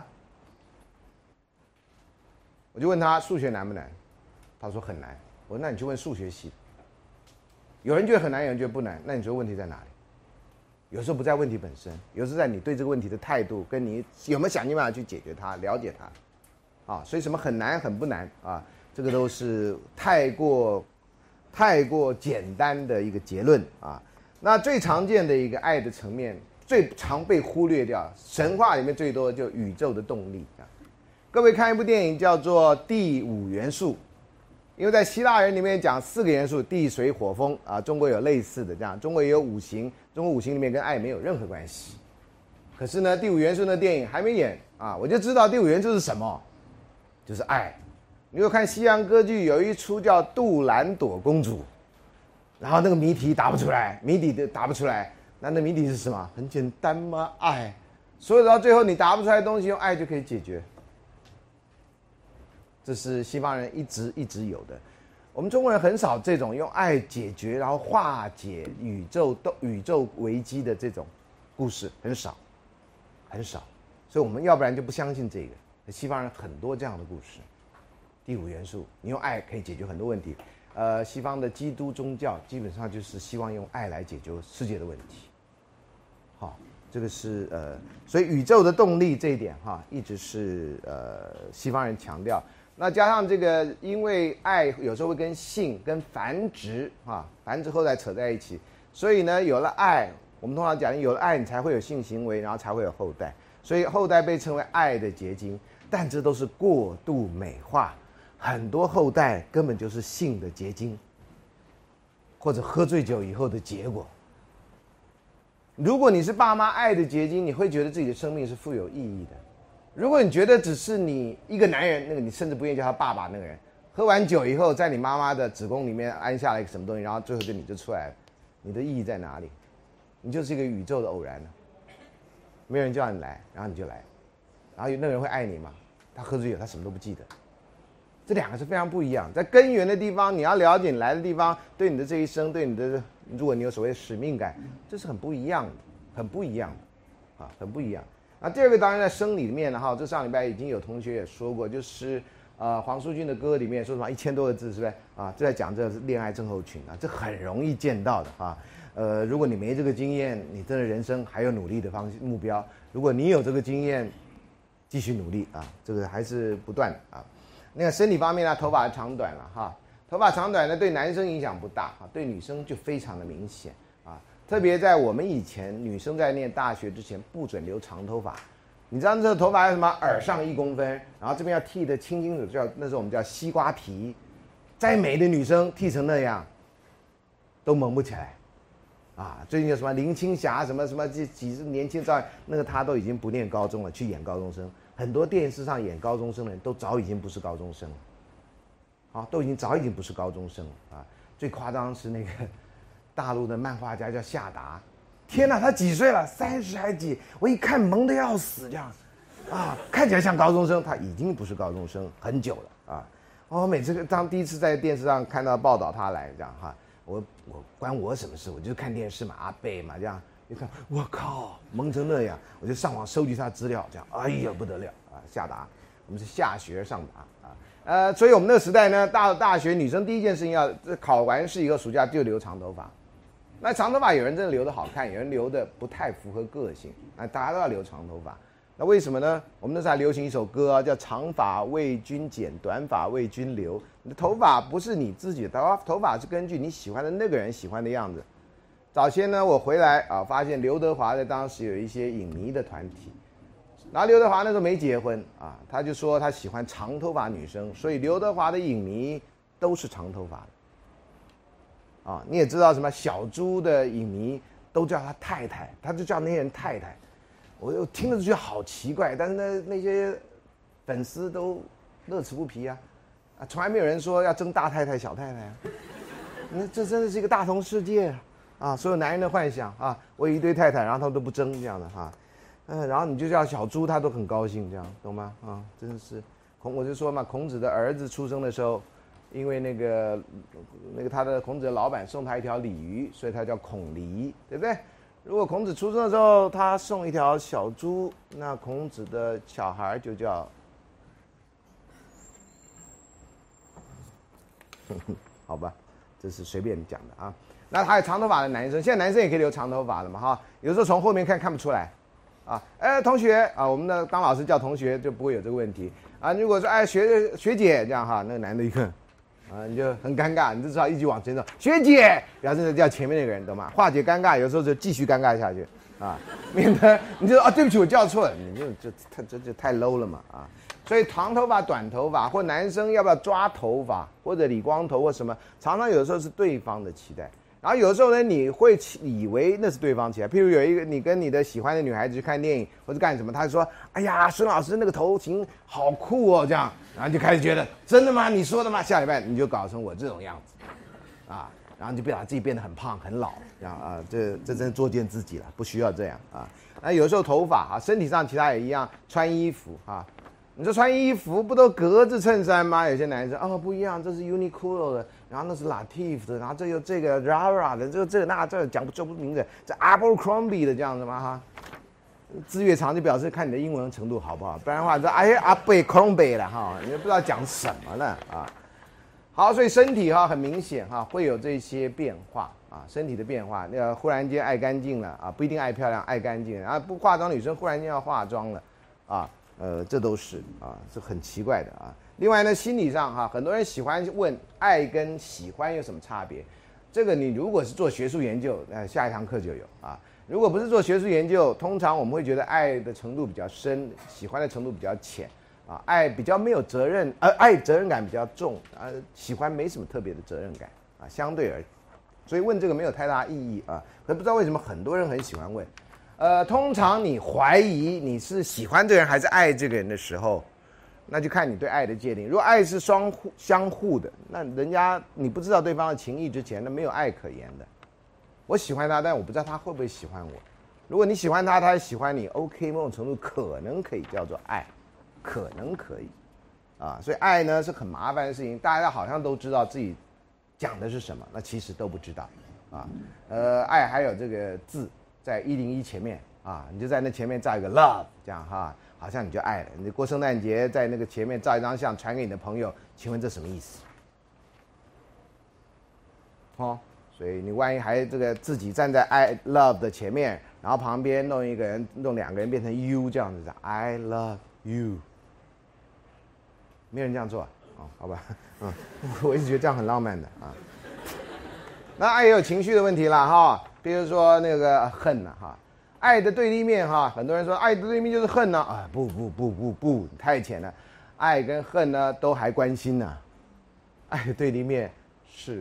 我就问他数学难不难，他说很难。我说那你去问数学系。有人觉得很难，有人觉得不难，那你觉得问题在哪里？有时候不在问题本身，有时候在你对这个问题的态度，跟你有没有想尽办法去解决它、了解它，啊，所以什么很难、很不难啊，这个都是太过、太过简单的一个结论啊。那最常见的一个爱的层面，最常被忽略掉，神话里面最多的就宇宙的动力啊。各位看一部电影叫做《第五元素》。因为在希腊人里面讲四个元素，地水火风啊，中国有类似的这样，中国也有五行，中国五行里面跟爱没有任何关系。可是呢，第五元素的电影还没演啊，我就知道第五元素是什么，就是爱。你有看西洋歌剧，有一出叫《杜兰朵公主》，然后那个谜题答不出来，谜底都答不出来，那那谜底是什么？很简单吗？爱。所以到最后你答不出来的东西，用爱就可以解决。这是西方人一直一直有的，我们中国人很少这种用爱解决，然后化解宇宙宇宙危机的这种故事，很少，很少。所以我们要不然就不相信这个。西方人很多这样的故事。第五元素，你用爱可以解决很多问题。呃，西方的基督宗教基本上就是希望用爱来解决世界的问题。好，这个是呃，所以宇宙的动力这一点哈，一直是呃西方人强调。那加上这个，因为爱有时候会跟性、跟繁殖啊、繁殖后代扯在一起，所以呢，有了爱，我们通常讲，有了爱，你才会有性行为，然后才会有后代，所以后代被称为爱的结晶。但这都是过度美化，很多后代根本就是性的结晶，或者喝醉酒以后的结果。如果你是爸妈爱的结晶，你会觉得自己的生命是富有意义的。如果你觉得只是你一个男人，那个你甚至不愿意叫他爸爸那个人，喝完酒以后，在你妈妈的子宫里面安下了一个什么东西，然后最后就你就出来了，你的意义在哪里？你就是一个宇宙的偶然了，没有人叫你来，然后你就来，然后有那个人会爱你吗？他喝醉酒，他什么都不记得。这两个是非常不一样，在根源的地方，你要了解你来的地方，对你的这一生，对你的，如果你有所谓的使命感，这是很不一样的，很不一样的，啊，很不一样。那第二个当然在生理里面呢，哈，这上礼拜已经有同学也说过，就是呃黄淑君的歌里面说什么一千多个字，是不是啊？就在讲这恋爱症候群啊，这很容易见到的啊。呃，如果你没这个经验，你真的人生还有努力的方目标；如果你有这个经验，继续努力啊，这个还是不断啊。那个身体方面呢，头发长短了哈，头发长短呢对男生影响不大啊，对女生就非常的明显。特别在我们以前，女生在念大学之前不准留长头发，你知道这个头发要什么？耳上一公分，然后这边要剃得清清楚，叫那时候我们叫西瓜皮。再美的女生剃成那样，都蒙不起来， 啊，最近有什么林青霞什么什么几几十年轻照，那个他都已经不念高中了，去演高中生。很多电视上演高中生的人都早已经不是高中生了，啊，都已经早已经不是高中生了啊。最夸张是那个大陆的漫画家叫夏达，天哪，他几岁了？三十还几？我一看萌得要死，这样，啊，看起来像高中生，他已经不是高中生很久了啊。我每次当第一次在电视上看到报道他来这样哈。我我关我什么事？我就看电视嘛，阿贝嘛，这样一看，我靠，萌成那样，我就上网收集他资料，这样，哎呀不得了啊！夏达，我们是下学上达啊，呃，所以我们那个时代呢，大大学女生第一件事情要考完试以后，暑假就留长头发。那长头发有人真的留得好看，有人留的不太符合个性，那大家都要留长头发。那为什么呢？我们那时候还流行一首歌啊，叫“长发为君剪，短发为君留”。你的头发不是你自己的，头发头发是根据你喜欢的那个人喜欢的样子。早先呢，我回来啊，发现刘德华在当时有一些影迷的团体，然后刘德华那时候没结婚啊，他就说他喜欢长头发女生，所以刘德华的影迷都是长头发的。啊，你也知道什么小猪的影迷都叫他太太，他就叫那些人太太。我又听了就觉得好奇怪，但是呢，那些粉丝都乐此不疲啊，啊，从来没有人说要争大太太、小太太啊。那这真的是一个大同世界啊！所有男人的幻想啊，我有一堆太太，然后他们都不争这样的哈，嗯、呃，然后你就叫小猪，他都很高兴这样，懂吗？啊，真的是孔，我就说嘛，孔子的儿子出生的时候，因为那个那个他的孔子的老板送他一条鲤鱼，所以他叫孔鲤，对不对？如果孔子出生的时候，他送一条小猪，那孔子的小孩就叫，好吧，这是随便讲的啊。那还有长头发的男生，现在男生也可以留长头发了嘛哈。有时候从后面看看不出来，啊，哎，同学啊，我们的当老师叫同学就不会有这个问题啊。如果说哎学学姐这样哈，那个男的一看。啊，你就很尴尬，你就知道一直往前走，学姐，表示叫前面那个人，懂吗？化解尴尬，有时候就继续尴尬下去，啊，免得你就啊，对不起，我叫错了，你就就太这就太 low 了嘛，啊，所以长头发、短头发，或男生要不要抓头发，或者理光头或什么，常常有的时候是对方的期待，然后有的时候呢，你会以为那是对方期待，譬如有一个你跟你的喜欢的女孩子去看电影或者干什么，她说，哎呀，孙老师那个头型好酷哦，这样。然后就开始觉得真的吗？你说的吗？下礼拜你就搞成我这种样子，啊，然后就把自己变得很胖很老，这样啊，这这真作践自己了，不需要这样啊。那有时候头发啊，身体上其他也一样，穿衣服啊，你说穿衣服不都格子衬衫吗？有些男生哦不一样，这是 Uniqlo 的，然后那是 Latif 的，然后这又这个 Zara 的，这个这个那这讲不说不明的，这 Abercrombie 的这样子吗？哈。字越长就表示看你的英文程度好不好，不然的话这哎阿贝空贝了哈，你不知道讲什么了啊。好，所以身体哈很明显哈会有这些变化啊，身体的变化，那个忽然间爱干净了啊，不一定爱漂亮，爱干净啊，不化妆女生忽然间要化妆了啊，呃这都是啊，是很奇怪的啊。另外呢，心理上哈，很多人喜欢问爱跟喜欢有什么差别，这个你如果是做学术研究，呃下一堂课就有啊。如果不是做学术研究，通常我们会觉得爱的程度比较深，喜欢的程度比较浅，啊，爱比较没有责任，呃，爱责任感比较重，啊，喜欢没什么特别的责任感，啊，相对而言，所以问这个没有太大意义啊。可不知道为什么很多人很喜欢问，呃，通常你怀疑你是喜欢这个人还是爱这个人的时候，那就看你对爱的界定。如果爱是双互相互的，那人家你不知道对方的情谊之前，那没有爱可言的。我喜欢他，但我不知道他会不会喜欢我。如果你喜欢他，他也喜欢你 ，OK， 某种程度可能可以叫做爱，可能可以，啊，所以爱呢是很麻烦的事情。大家好像都知道自己讲的是什么，那其实都不知道，啊，呃，爱还有这个字在一零一前面啊，你就在那前面造一个 love， 这样哈，好像你就爱了。你过圣诞节在那个前面照一张相，传给你的朋友，请问这什么意思？哦。所以你万一还这个自己站在 I love 的前面，然后旁边弄一个人，弄两个人变成 you 这样子的 ，I love you， 没有人这样做啊，哦，好吧，嗯，我一直觉得这样很浪漫的啊。那爱也有情绪的问题啦哈，比如说那个恨呐哈，爱的对立面哈，很多人说爱的对立面就是恨呐，啊不不不不不，太浅了，爱跟恨呢都还关心呢，爱的对立面是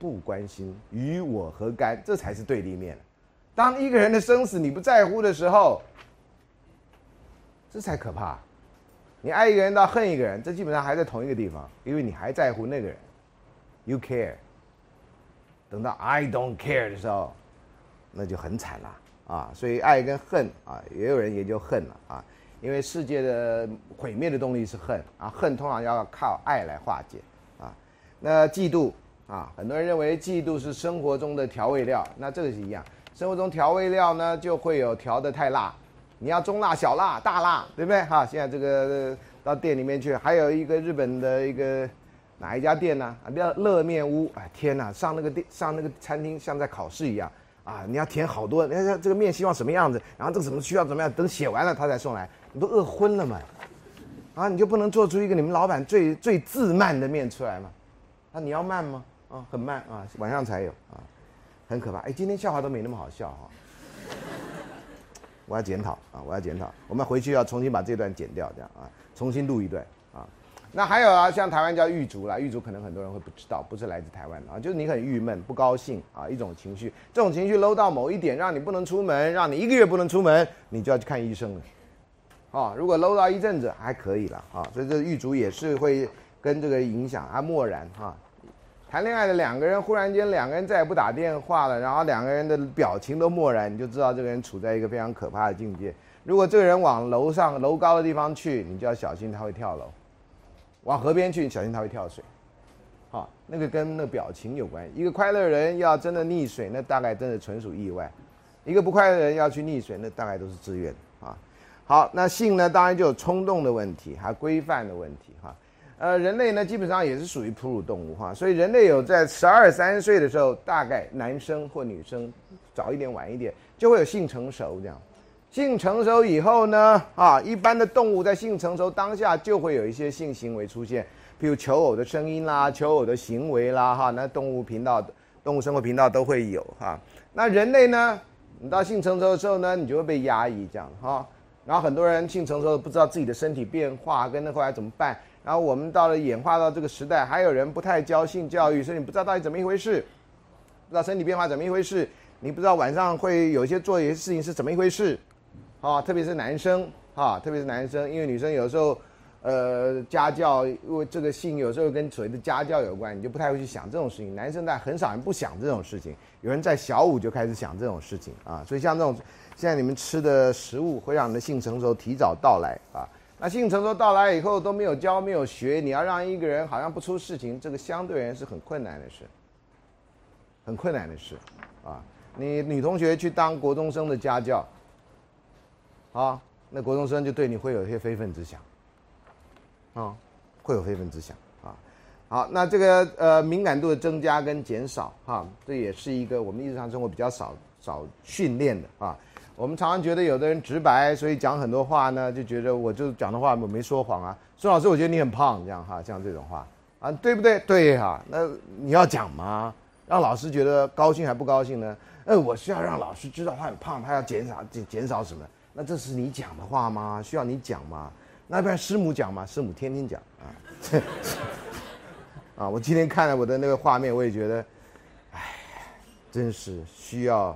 不关心，与我何干？这才是对立面。当一个人的生死你不在乎的时候，这才可怕。你爱一个人到恨一个人，这基本上还在同一个地方，因为你还在乎那个人 ，you care。等到 I don't care 的时候，那就很惨了啊！所以爱跟恨啊，也有人研究恨了啊，因为世界的毁灭的动力是恨啊，恨通常要靠爱来化解啊。那嫉妒啊，很多人认为嫉妒是生活中的调味料，那这个是一样，生活中调味料呢就会有调得太辣，你要中辣、小辣、大辣，对不对？哈，现在这个到店里面去，还有一个日本的一个。哪一家店呢？啊，叫乐面屋。哎，天哪，上那个店，上那个餐厅像在考试一样啊！你要填好多，你看这个面希望什么样子，然后这个什么需要怎么样，等写完了他才送来，你不饿昏了吗？啊，你就不能做出一个你们老板最最自慢的面出来吗？啊，你要慢吗？啊，很慢啊，晚上才有啊，很可怕。哎，今天笑话都没那么好笑哈、啊。我要检讨啊，我要检讨，我们回去要重新把这段剪掉，这样啊，重新录一段啊。那还有啊，像台湾叫郁卒啦，郁卒可能很多人会不知道，不是来自台湾的啊，就是你很郁闷、不高兴啊，一种情绪，这种情绪 low 到某一点，让你不能出门，让你一个月不能出门，你就要去看医生了。啊，如果 low 到一阵子还可以了啊，所以这郁卒也是会跟这个影响啊，漠然哈。谈恋爱的两个人忽然间两个人再也不打电话了，然后两个人的表情都漠然，你就知道这个人处在一个非常可怕的境界。如果这个人往楼上楼高的地方去，你就要小心他会跳楼。往河边去，你小心他会跳水，好，那个跟那个表情有关。一个快乐的人要真的溺水，那大概真的纯属意外；一个不快乐的人要去溺水，那大概都是自愿啊。好，那性呢，当然就有冲动的问题，还有规范的问题哈。呃，人类呢基本上也是属于哺乳动物哈，所以人类有在十二三岁的时候，大概男生或女生早一点晚一点就会有性成熟这样。性成熟以后呢，啊，一般的动物在性成熟当下就会有一些性行为出现，譬如求偶的声音啦、求偶的行为啦，哈，那动物频道、动物生活频道都会有哈。那人类呢，你到性成熟的时候呢，你就会被压抑这样哈。然后很多人性成熟不知道自己的身体变化跟那后来怎么办。然后我们到了演化到这个时代，还有人不太教性教育，所以你不知道到底怎么一回事，不知道身体变化怎么一回事，你不知道晚上会有一些做一些事情是怎么一回事。啊，特别是男生啊，特别是男生，因为女生有时候，呃，家教，因为这个性有时候跟所谓的家教有关，你就不太会去想这种事情。男生但很少人不想这种事情，有人在小五就开始想这种事情啊。所以像这种，现在你们吃的食物会让你的性成熟提早到来啊。那性成熟到来以后都没有教没有学，你要让一个人好像不出事情，这个相对而言是很困难的事，很困难的事啊。你女同学去当国中生的家教。啊，那国中生就对你会有一些非分之想，啊，会有非分之想啊。好，那这个呃敏感度的增加跟减少，哈、啊，这也是一个我们日常生活比较少少训练的啊。我们常常觉得有的人直白，所以讲很多话呢，就觉得我就讲的话我没说谎啊。孙老师，我觉得你很胖，这样哈，像这种话啊，对不对？对哈、啊，那你要讲吗？让老师觉得高兴还不高兴呢？呃，我是要让老师知道他很胖，他要减少减减少什么？那这是你讲的话吗？需要你讲吗？那不然师母讲吗？师母天天讲啊。啊，我今天看了我的那个画面，我也觉得，哎，真是需要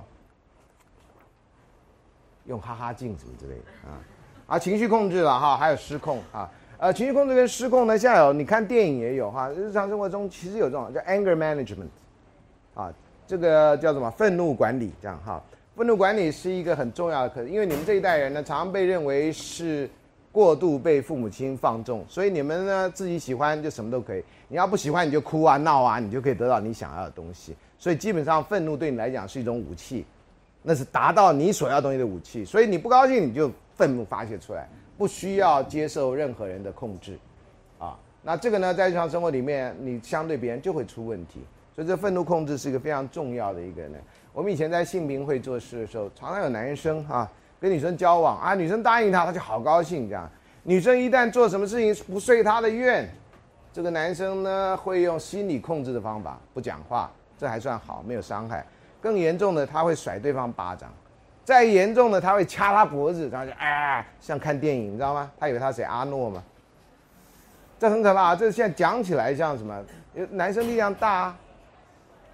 用哈哈镜什么之类的啊。啊，情绪控制了哈，还有失控啊。呃，情绪控制跟失控呢，现在有你看电影也有哈，日常生活中其实有这种叫 anger management， 啊，这个叫什么愤怒管理这样哈。愤怒管理是一个很重要的课，因为你们这一代人呢，常常被认为是过度被父母亲放纵，所以你们呢自己喜欢就什么都可以，你要不喜欢你就哭啊闹啊，你就可以得到你想要的东西。所以基本上愤怒对你来讲是一种武器，那是达到你所要东西的武器。所以你不高兴你就愤怒发泄出来，不需要接受任何人的控制，啊，那这个呢在日常生活里面你相对别人就会出问题。所以这愤怒控制是一个非常重要的一个呢。我们以前在性平会做事的时候，常常有男生啊跟女生交往啊，女生答应他，他就好高兴这样。女生一旦做什么事情不遂他的愿，这个男生呢会用心理控制的方法不讲话，这还算好，没有伤害。更严重的，他会甩对方巴掌；再严重的，他会掐他脖子，然后就啊，像看电影，你知道吗？他以为他谁阿诺吗？这很可怕，这现在讲起来像什么？男生力量大啊。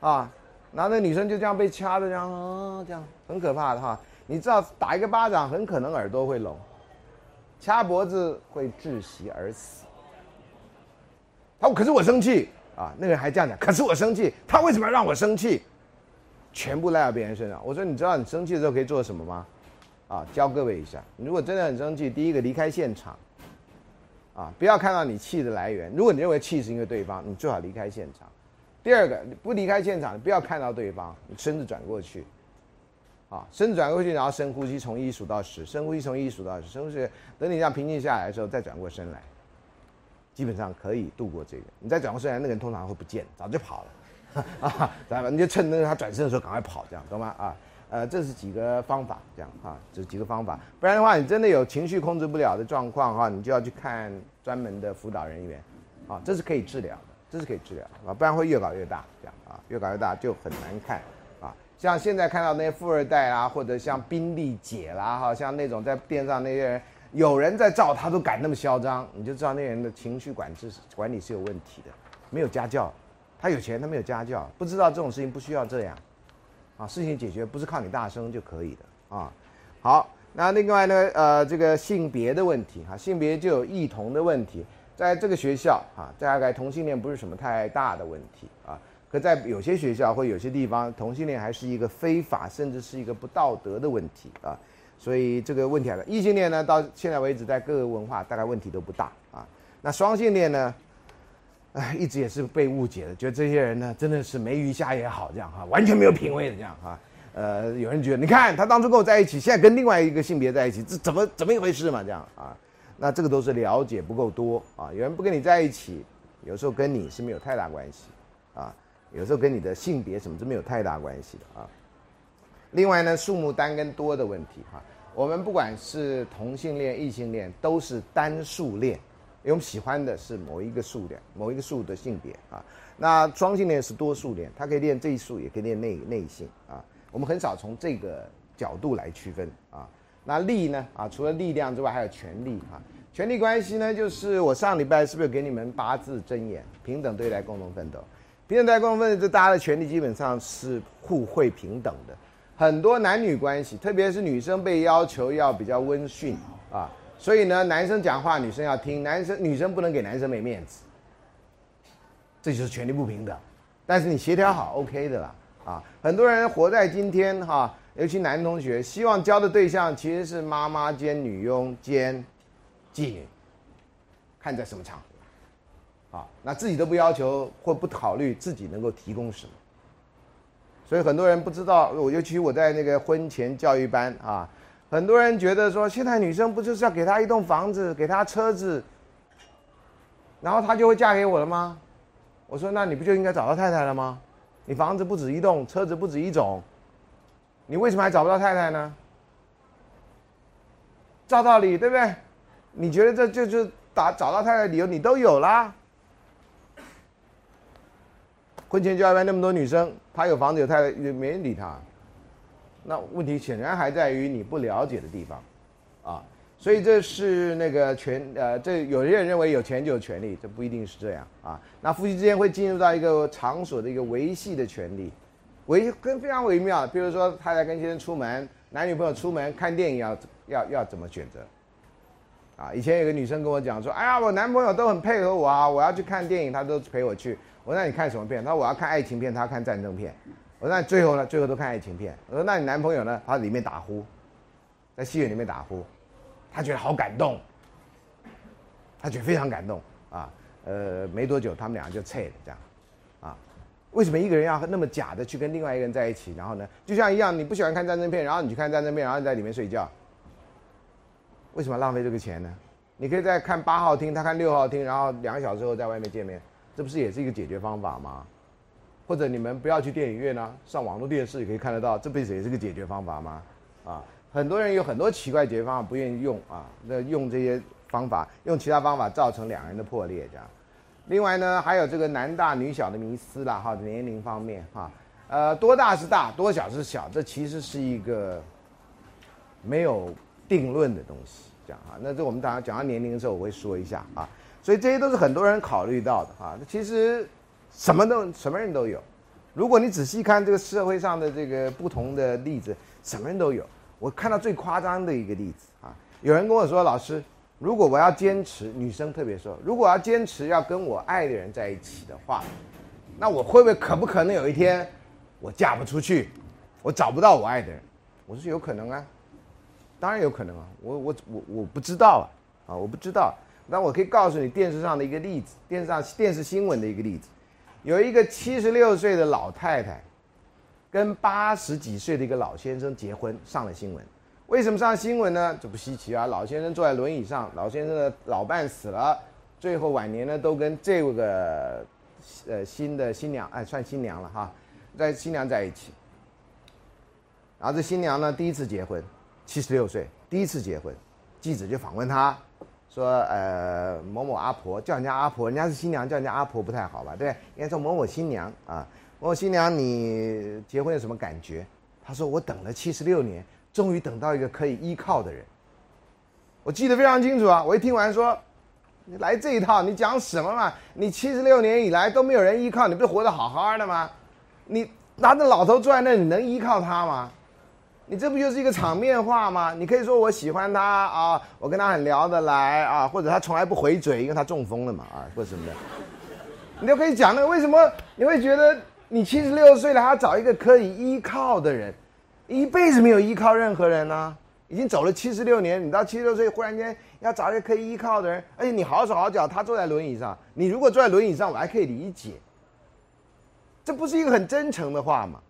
啊，然后那女生就这样被掐的这样啊，这样很可怕的哈。你知道打一个巴掌很可能耳朵会聋，掐脖子会窒息而死。他说可是我生气啊，那个人还这样讲，可是我生气，他为什么要让我生气？全部赖到别人身上。我说你知道你生气的时候可以做什么吗？啊，教各位一下，你如果真的很生气，第一个离开现场，啊，不要看到你气的来源。如果你认为气是因为对方，你最好离开现场。第二个，不离开现场，不要看到对方，你身子转过去，啊，身子转过去，然后深呼吸，从一数到十，深呼吸从一数到十，深呼吸，等你这样平静下来的时候，再转过身来，基本上可以度过这个。你再转过身来，那个人通常会不见，早就跑了，啊，你就趁那个他转身的时候赶快跑，这样懂吗？啊。呃，这是几个方法，这样哈，这是几个方法。不然的话，你真的有情绪控制不了的状况哈，你就要去看专门的辅导人员，啊，这是可以治疗的，这是可以治疗的啊，不然会越搞越大，这样啊，越搞越大就很难看啊。像现在看到那些富二代啦，或者像宾利姐啦，哈，像那种在电视上那些人，有人在照他都敢那么嚣张，你就知道那人的情绪管制管理是有问题的，没有家教，他有钱他没有家教，不知道这种事情不需要这样。啊，事情解决不是靠你大声就可以的啊。好，那另外呢，呃，这个性别的问题哈，性别就有异同的问题，在这个学校啊，大概同性恋不是什么太大的问题啊，可在有些学校或有些地方，同性恋还是一个非法，甚至是一个不道德的问题啊。所以这个问题来了，异性恋呢，到现在为止，在各个文化大概问题都不大啊。那双性恋呢？哎，一直也是被误解的，觉得这些人呢真的是没鱼虾也好这样哈，完全没有品味的这样哈。呃，有人觉得你看他当初跟我在一起，现在跟另外一个性别在一起，这怎么怎么一回事嘛这样啊？那这个都是了解不够多啊。有人不跟你在一起，有时候跟你是没有太大关系啊，有时候跟你的性别什么是没有太大关系的啊。另外呢，数目单跟多的问题哈，我们不管是同性恋、异性恋，都是单数恋。因为我们喜欢的是某一个数量、某一个数的性别啊。那双性恋是多数恋，它可以练这一数，也可以练内内性啊。我们很少从这个角度来区分啊。那力呢啊，除了力量之外，还有权力啊。权力关系呢，就是我上礼拜是不是有给你们八字真言：平等对待，共同奋斗。平等对待，共同奋斗，这大家的权利基本上是互惠平等的。很多男女关系，特别是女生被要求要比较温驯啊。所以呢，男生讲话女生要听，男生女生不能给男生没面子，这就是权力不平等。但是你协调好 ，OK 的啦啊！很多人活在今天哈、啊，尤其男同学希望交的对象其实是妈妈兼女佣兼妓女，看在什么场合啊？那自己都不要求或不考虑自己能够提供什么，所以很多人不知道。我尤其我在那个婚前教育班啊。很多人觉得说，现在女生不就是要给她一栋房子，给她车子，然后她就会嫁给我了吗？我说，那你不就应该找到太太了吗？你房子不止一栋，车子不止一种，你为什么还找不到太太呢？照道理，对不对？你觉得这就就打找到太太的理由你都有啦。婚前教育班那么多女生，她有房子有太太，也没人理她。那问题显然还在于你不了解的地方，啊，所以这是那个权呃，这有些人认为有钱就有权利，这不一定是这样啊。那夫妻之间会进入到一个场所的一个维系的权利，微跟非常微妙。比如说太太跟先生出门，男女朋友出门看电影要要要怎么选择？啊，以前有个女生跟我讲说，哎呀，我男朋友都很配合我啊，我要去看电影，他都陪我去。我说那你看什么片？他说我要看爱情片，他要看战争片。我说那最后呢？最后都看爱情片。我说那你男朋友呢？他里面打呼，在戏院里面打呼，他觉得好感动，他觉得非常感动啊。呃，没多久他们俩就拆了这样，啊，为什么一个人要那么假的去跟另外一个人在一起？然后呢，就像一样，你不喜欢看战争片，然后你去看战争片，然后你在里面睡觉，为什么浪费这个钱呢？你可以在看八号厅，他看六号厅，然后两个小时后在外面见面，这不是也是一个解决方法吗？或者你们不要去电影院啊，上网络电视也可以看得到，这不是也是个解决方法吗？啊，很多人有很多奇怪解决方法不愿意用啊，那用这些方法，用其他方法造成两人的破裂这样。另外呢，还有这个男大女小的迷思啦，哈，年龄方面哈，呃，多大是大，多小是小，这其实是一个没有定论的东西，这样啊。那这我们等下讲到年龄的时候，我会说一下啊。所以这些都是很多人考虑到的啊。其实什么都什么人都有， 如果你仔细看这个社会上的这个不同的例子，什么人都有。我看到最夸张的一个例子啊，有人跟我说，老师，如果我要坚持，女生特别说，如果要坚持要跟我爱的人在一起的话，那我会不会可不可能有一天我嫁不出去，我找不到我爱的人？我说有可能啊，当然有可能啊，我我我我不知道啊，啊我不知道，但我可以告诉你电视上的一个例子，电视上电视新闻的一个例子，有一个七十六岁的老太太跟八十几岁的一个老先生结婚，上了新闻。为什么上新闻呢？这不稀奇啊，老先生坐在轮椅上，老先生的老伴死了，最后晚年呢都跟这个呃新的新娘，哎算新娘了哈，在新娘在一起。然后这新娘呢第一次结婚，七十六岁，第一次结婚，记者就访问她，说呃某某阿婆，叫人家阿婆，人家是新娘，叫人家阿婆不太好吧？对，应该说某某新娘啊，某某新娘，你结婚有什么感觉？她说我等了七十六年，终于等到一个可以依靠的人。我记得非常清楚啊！我一听完说，你来这一套，你讲什么嘛？你七十六年以来都没有人依靠，你不是活得好好的吗？你拿着老头坐在那，你能依靠他吗？你这不就是一个场面话吗？你可以说我喜欢他啊，我跟他很聊得来啊，或者他从来不回嘴，因为他中风了嘛啊，或者什么的，你都可以讲那个为什么你会觉得你七十六岁了还要找一个可以依靠的人，一辈子没有依靠任何人啊，已经走了七十六年，你到七十六岁忽然间要找一个可以依靠的人，而且你好手好脚，他坐在轮椅上，你如果坐在轮椅上，我还可以理解，这不是一个很真诚的话吗？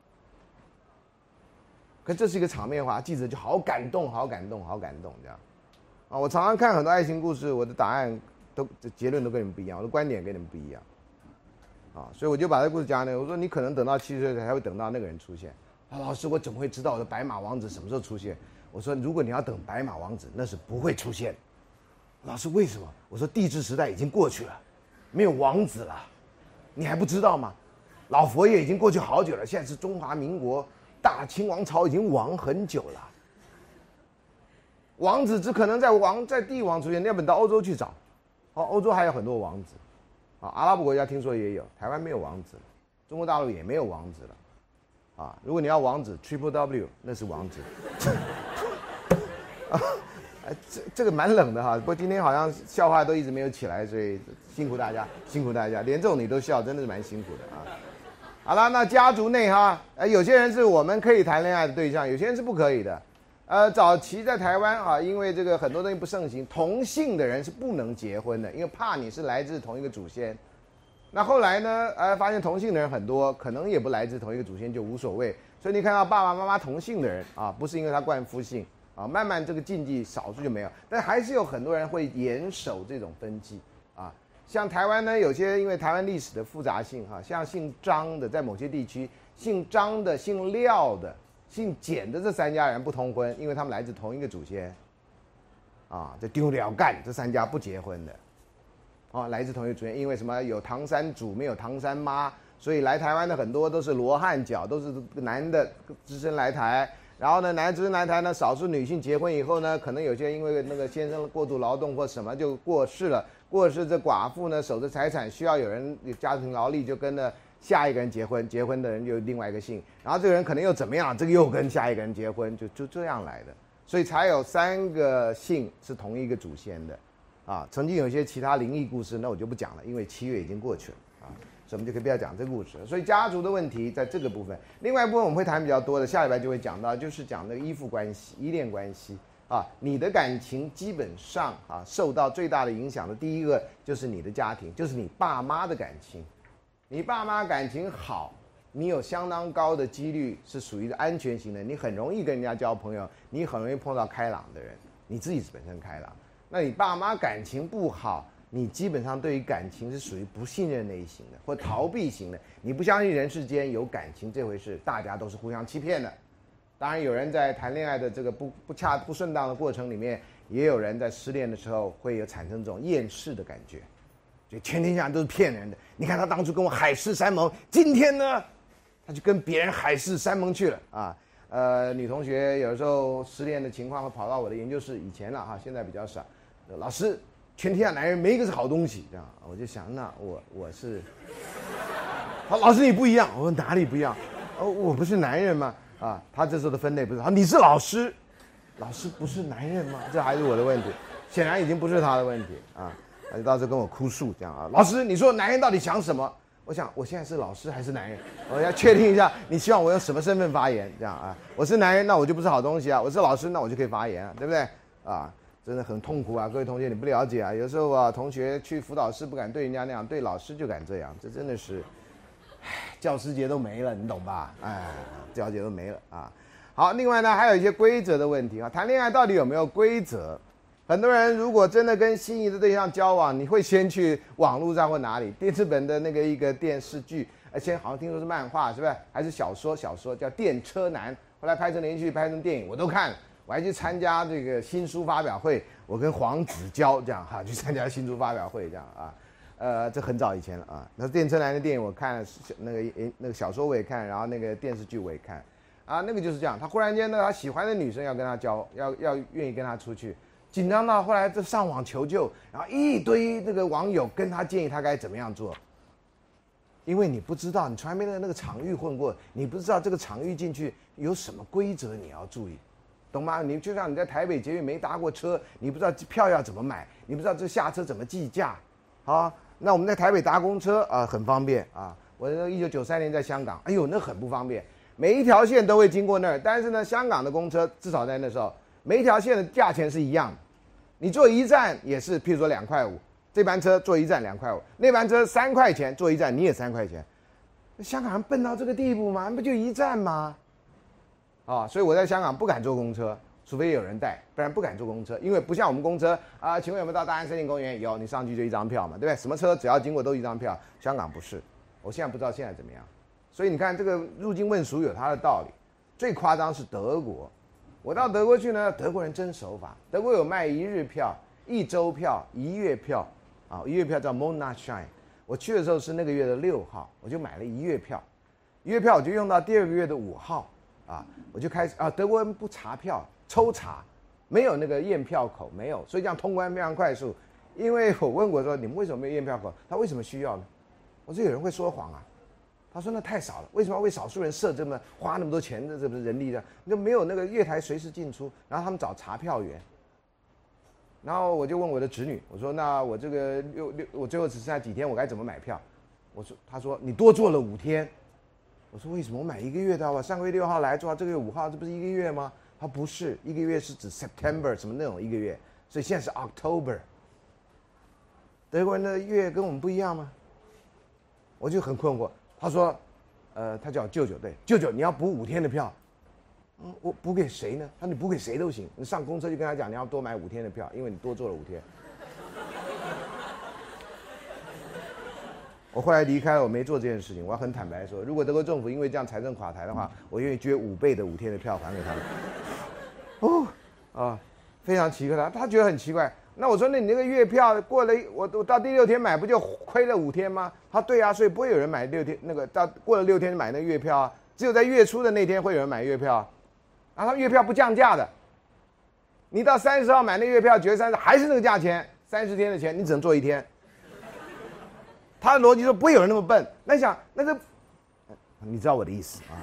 可这是一个场面话，记者就好感动，好感动，好感动，这样，啊，我常常看很多爱情故事，我的答案都结论都跟你们不一样，我的观点跟你们不一样，啊，所以我就把这个故事讲了。我说你可能等到七十岁才会等到那个人出现，啊，老师我怎么会知道我的白马王子什么时候出现？我说如果你要等白马王子，那是不会出现。老师为什么？我说帝制时代已经过去了，没有王子了，你还不知道吗？老佛爷已经过去好久了，现在是中华民国。大清王朝已经亡很久了，王子只可能在王在帝王出现，要不你到欧洲去找，哦，欧洲还有很多王子，啊，阿拉伯国家听说也有，台湾没有王子，中国大陆也没有王子了，啊，如果你要王子 ，Triple W 那是王子，啊，这这个蛮冷的哈，不过今天好像笑话都一直没有起来，所以辛苦大家，辛苦大家，连这种你都笑，真的是蛮辛苦的啊。好了，那家族内哈，呃，有些人是我们可以谈恋爱的对象，有些人是不可以的。呃，早期在台湾啊，因为这个很多东西不盛行，同性的人是不能结婚的，因为怕你是来自同一个祖先。那后来呢，呃，发现同性的人很多，可能也不来自同一个祖先，就无所谓。所以你看到爸爸妈妈同性的人啊，不是因为他冠夫姓啊，慢慢这个禁忌少数就没有，但还是有很多人会严守这种分际啊。像台湾呢，有些因为台湾历史的复杂性哈，像姓张的，在某些地区，姓张的、姓廖的、姓简的这三家人不通婚，因为他们来自同一个祖先，啊，这丢了干这三家不结婚的，啊，来自同一个祖先，因为什么？有唐三祖没有唐三妈，所以来台湾的很多都是罗汉脚，都是男的只身来台。然后呢，男的只身来台呢，少数女性结婚以后呢，可能有些因为那个先生过度劳动或什么就过世了。过世这寡妇呢，守着财产需要有人有家庭劳力，就跟着下一个人结婚，结婚的人就另外一个姓，然后这个人可能又怎么样，这个又跟下一个人结婚，就就这样来的，所以才有三个姓是同一个祖先的，啊，曾经有一些其他灵异故事，那我就不讲了，因为七月已经过去了啊，所以我们就可以不要讲这个故事了。所以家族的问题在这个部分，另外一部分我们会谈比较多的，下礼拜就会讲到，就是讲那个依附关系、依恋关系。啊，你的感情基本上啊受到最大的影响的第一个就是你的家庭，就是你爸妈的感情。你爸妈感情好，你有相当高的几率是属于安全型的，你很容易跟人家交朋友，你很容易碰到开朗的人，你自己本身开朗。那你爸妈感情不好，你基本上对于感情是属于不信任那一型的，或逃避型的，你不相信人世间有感情这回事，大家都是互相欺骗的。当然，有人在谈恋爱的这个不不恰不顺当的过程里面，也有人在失恋的时候会有产生这种厌世的感觉，就全天下都是骗人的。你看他当初跟我海誓山盟，今天呢，他就跟别人海誓山盟去了啊。呃，女同学有时候失恋的情况会跑到我的研究室，以前了哈，现在比较少。老师，全天下男人没一个是好东西，这样我就想，那我我是。 好，老师你不一样。我说哪里不一样？哦，我不是男人吗？啊，他这时候的分类不是，啊，你是老师，老师不是男人吗？这还是我的问题，显然已经不是他的问题啊。他就到时候跟我哭诉这样啊，老师你说男人到底想什么？我想我现在是老师还是男人？我要确定一下，你希望我用什么身份发言？这样啊，我是男人，那我就不是好东西啊；我是老师，那我就可以发言啊，对不对？啊，真的很痛苦啊，各位同学，你不了解啊。有时候啊，同学去辅导室不敢对人家那样，对老师就敢这样，这真的是，唉，教师节都没了，你懂吧？哎，教师节都没了啊。好，另外呢，还有一些规则的问题啊，谈恋爱到底有没有规则？很多人如果真的跟心仪的对象交往，你会先去网络上或哪里电视本的那个一个电视剧，而且好像听说是漫画，是不是？还是小说？小说叫《电车男》，后来拍成连续剧，拍成电影，我都看了。我还去参加这个新书发表会，我跟黄子佼这样哈去参加新书发表会这样啊，呃，这很早以前了啊。那《电车男》的电影我看了，那个那个小说我也看，然后那个电视剧我也看，啊，那个就是这样。他忽然间呢，他喜欢的女生要跟他交，要要愿意跟他出去。紧张到后来就上网求救，然后一堆那个网友跟他建议他该怎么样做。因为你不知道，你从来没在那个场域混过，你不知道这个场域进去有什么规则你要注意，懂吗？你就像你在台北捷运没搭过车，你不知道票要怎么买，你不知道这下车怎么计价，啊，那我们在台北搭公车啊很方便啊。我一九九三年在香港，哎呦那很不方便，每一条线都会经过那儿，但是呢，香港的公车至少在那时候。每一条线的价钱是一样的，你坐一站也是，譬如说两块五，这班车坐一站两块五，那班车三块钱坐一站，你也三块钱。香港人笨到这个地步吗？不就一站吗？啊，所以我在香港不敢坐公车，除非有人带，不然不敢坐公车，因为不像我们公车啊，请问有没有到大安森林公园？有，你上去就一张票嘛，对不对？什么车只要经过都一张票，香港不是。我现在不知道现在怎么样，所以你看这个入境问赎有它的道理。最夸张是德国。我到德国去呢，德国人真守法。德国有卖一日票、一周票、一月票，啊，一月票叫 Monatshine。我去的时候是那个月的六号，我就买了一月票，一月票我就用到第二个月的五号，啊，我就开始啊，德国人不查票，抽查，没有那个验票口，没有，所以这样通关非常快速。因为我问过说你们为什么没有验票口，他为什么需要呢？我说有人会说谎啊。他说那太少了，为什么要为少数人设这么花那么多钱的这不是人力的？就没有那个月台随时进出，然后他们找查票员。然后我就问我的侄女，我说那我这个六六我最后只剩下几天，我该怎么买票？我说他说你多坐了五天。我说为什么我买一个月的啊？上个月六号来坐到这个月五号，这不是一个月吗？他不是，一个月是指 September 什么那种一个月，所以现在是 October。德国人的月跟我们不一样吗？我就很困惑。他说，呃，他叫我舅舅，对，舅舅，你要补五天的票，嗯，我补给谁呢？他说你补给谁都行，你上公车就跟他讲，你要多买五天的票，因为你多坐了五天。我后来离开了，我没做这件事情。我要很坦白说，如果德国政府因为这样财政垮台的话，我愿意捐五倍的五天的票还给他们。哦，啊，非常奇怪，他他觉得很奇怪。那我说，那你那个月票过了，我我到第六天买不就亏了五天吗？他对啊，所以不会有人买六天那个到过了六天买那个月票啊，只有在月初的那天会有人买月票啊，然后他月票不降价的，你到三十号买那月票，九月三十还是那个价钱，三十天的钱你只能坐一天。他的逻辑说不会有人那么笨，那你想那个，你知道我的意思啊？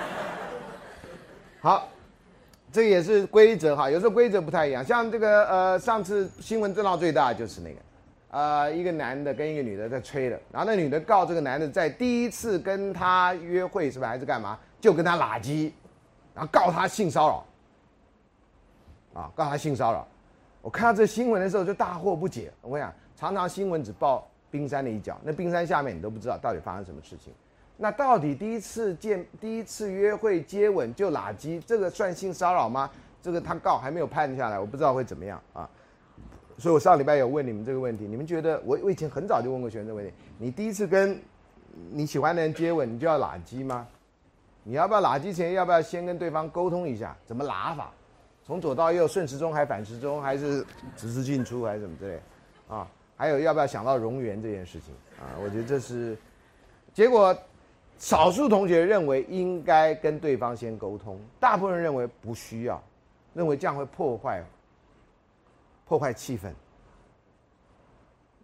好。这也是规则哈，有时候规则不太一样。像这个呃，上次新闻震到最大就是那个，呃，一个男的跟一个女的在吹了，然后那女的告这个男的在第一次跟他约会是吧，还是干嘛，就跟他拉鸡，然后告他性骚扰，啊，告他性骚扰。我看到这新闻的时候就大惑不解。我跟你讲，常常新闻只报冰山的一角，那冰山下面你都不知道到底发生什么事情。那到底第一次见、第一次约会、接吻就拉鸡，这个算性骚扰吗？这个他告还没有判下来，我不知道会怎么样啊。所以我上礼拜有问你们这个问题，你们觉得我我以前很早就问过学生这个问题：你第一次跟你喜欢的人接吻，你就要拉鸡吗？你要不要拉鸡前要不要先跟对方沟通一下，怎么拉法？从左到右，顺时钟还反时钟，还是直直进出，还是什么之类啊？还有要不要想到容颜这件事情啊？我觉得这是结果。少数同学认为应该跟对方先沟通，大部分人认为不需要，认为这样会破坏破坏气氛。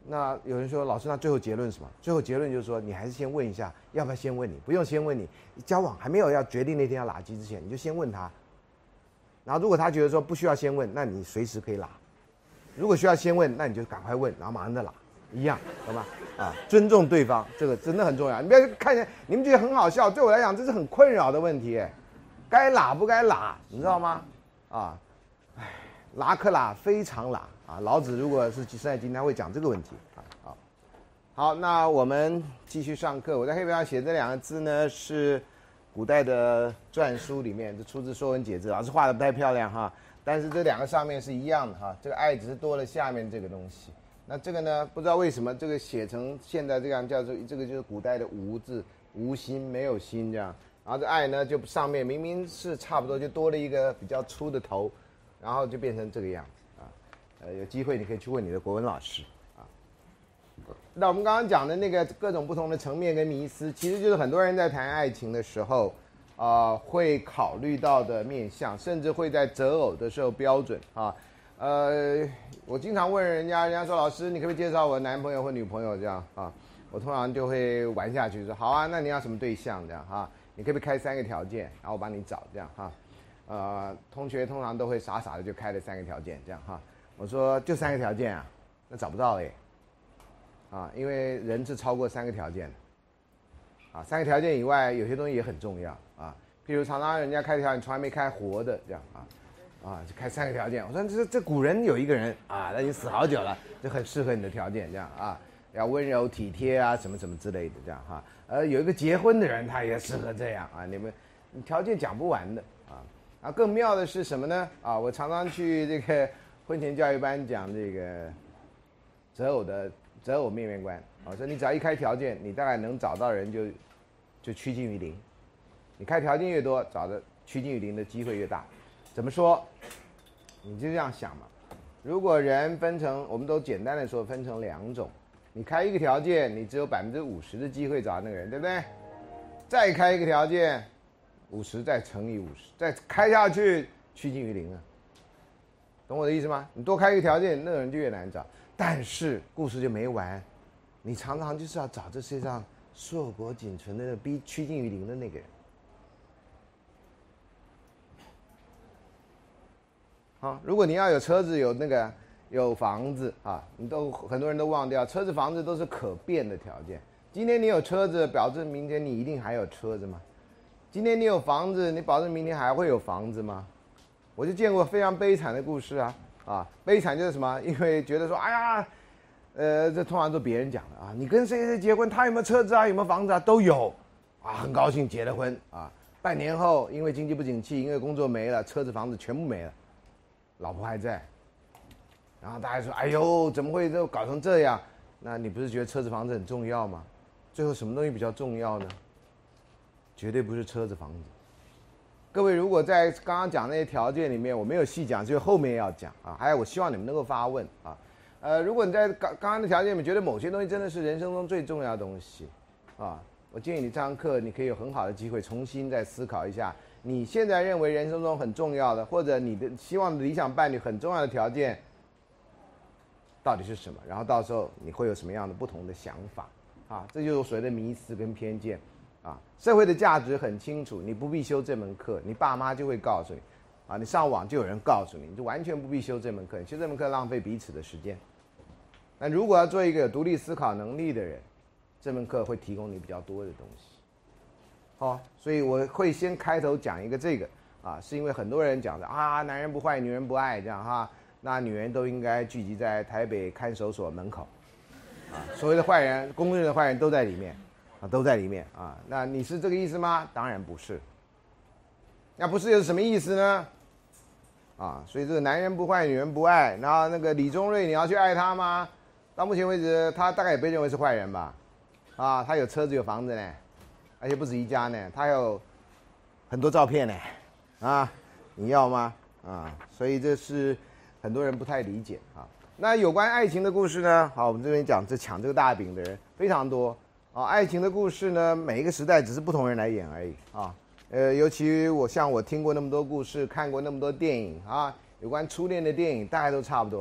那有人说，老师，那最后结论是什么？最后结论就是说，你还是先问一下，要不要先问你？不用先问你，交往还没有要决定那天要拉鸡之前，你就先问他。然后如果他觉得说不需要先问，那你随时可以拉；如果需要先问，那你就赶快问，然后马上再拉，一样，懂吗？啊，尊重对方，这个真的很重要。你不要看见你们觉得很好笑，对我来讲这是很困扰的问题，该拉不该拉，你知道吗？啊，唉，拉可拉非常拉啊！老子如果是生在今天会讲这个问题啊。好，好，那我们继续上课。我在黑板上写这两个字呢，是古代的篆书里面，这出自《说文解字》，老师画的不太漂亮哈，但是这两个上面是一样的哈。这个爱只是多了下面这个东西。那这个呢，不知道为什么这个写成现在这样叫做这个就是古代的无字，无心没有心这样。然后这爱呢，就上面明明是差不多，就多了一个比较粗的头，然后就变成这个样子啊。呃，有机会你可以去问你的国文老师啊。那我们刚刚讲的那个各种不同的层面跟迷思，其实就是很多人在谈爱情的时候，啊、呃，会考虑到的面向，甚至会在择偶的时候标准啊。呃，我经常问人家，人家说老师，你可不可以介绍我男朋友或女朋友这样啊？我通常就会玩下去，说好啊，那你要什么对象这样哈、啊？你可不可以开三个条件，然后我帮你找这样哈、啊？呃，同学通常都会傻傻的就开了三个条件这样哈、啊。我说就三个条件啊，那找不到嘞，啊，因为人是超过三个条件的，啊，三个条件以外有些东西也很重要啊，譬如常常人家开条件从来没开活的这样啊。啊，就开三个条件。我说这这古人有一个人啊，他已经死好久了，就很适合你的条件这样啊，要温柔体贴啊，什么什么之类的这样哈。呃，有一个结婚的人，他也适合这样啊。你们你条件讲不完的啊。啊，更妙的是什么呢？啊，我常常去这个婚前教育班讲这个择偶的择偶面面观。我说你只要一开条件，你大概能找到人就就趋近于零。你开条件越多，找的趋近于零的机会越大。怎么说？你就这样想嘛。如果人分成，我们都简单的说分成两种，你开一个条件，你只有百分之五十的机会找到那个人，对不对？再开一个条件，五十再乘以五十，再开下去，趋近于零啊。懂我的意思吗？你多开一个条件，那个人就越难找。但是故事就没完，你常常就是要找这世界上硕果仅存的逼趋近于零的那个人。啊，如果你要有车子，有那个有房子啊，你都很多人都忘掉，车子房子都是可变的条件。今天你有车子，表示明天你一定还有车子吗？今天你有房子，你保证明天还会有房子吗？我就见过非常悲惨的故事啊啊，悲惨就是什么？因为觉得说，哎呀，呃，这通常都别人讲的啊，你跟谁谁结婚，他有没有车子啊，有没有房子啊，都有啊，很高兴结了婚啊，半年后因为经济不景气，因为工作没了，车子房子全部没了。老婆还在，然后大家说：“哎呦，怎么会都搞成这样？”那你不是觉得车子房子很重要吗？最后什么东西比较重要呢？绝对不是车子房子。各位，如果在刚刚讲那些条件里面，我没有细讲，就后面要讲啊。还有，我希望你们能够发问啊。呃，如果你在刚刚刚的条件里面觉得某些东西真的是人生中最重要的东西啊，我建议你这堂课你可以有很好的机会重新再思考一下。你现在认为人生中很重要的，或者你的希望的理想伴侣很重要的条件，到底是什么？然后到时候你会有什么样的不同的想法？啊，这就是所谓的迷思跟偏见。啊，社会的价值很清楚，你不必修这门课，你爸妈就会告诉你。啊，你上网就有人告诉你，你就完全不必修这门课，你修这门课浪费彼此的时间。那如果要做一个有独立思考能力的人，这门课会提供你比较多的东西。好、哦，所以我会先开头讲一个这个啊，是因为很多人讲的啊，男人不坏，女人不爱这样哈，那女人都应该聚集在台北看守所门口，啊，所谓的坏人，公认的坏人都在里面，啊，都在里面啊，那你是这个意思吗？当然不是，那不是又是什么意思呢？啊，所以这个男人不坏，女人不爱，然后那个李宗瑞你要去爱他吗？到目前为止，他大概也被认为是坏人吧，啊，他有车子有房子呢。而且不止一家呢，他有很多照片呢，啊，你要吗？啊，所以这是很多人不太理解啊。那有关爱情的故事呢？好，我们这边讲这抢这个大饼的人非常多啊。爱情的故事呢，每一个时代只是不同人来演而已啊。呃，尤其我像我听过那么多故事，看过那么多电影啊，有关初恋的电影大概都差不多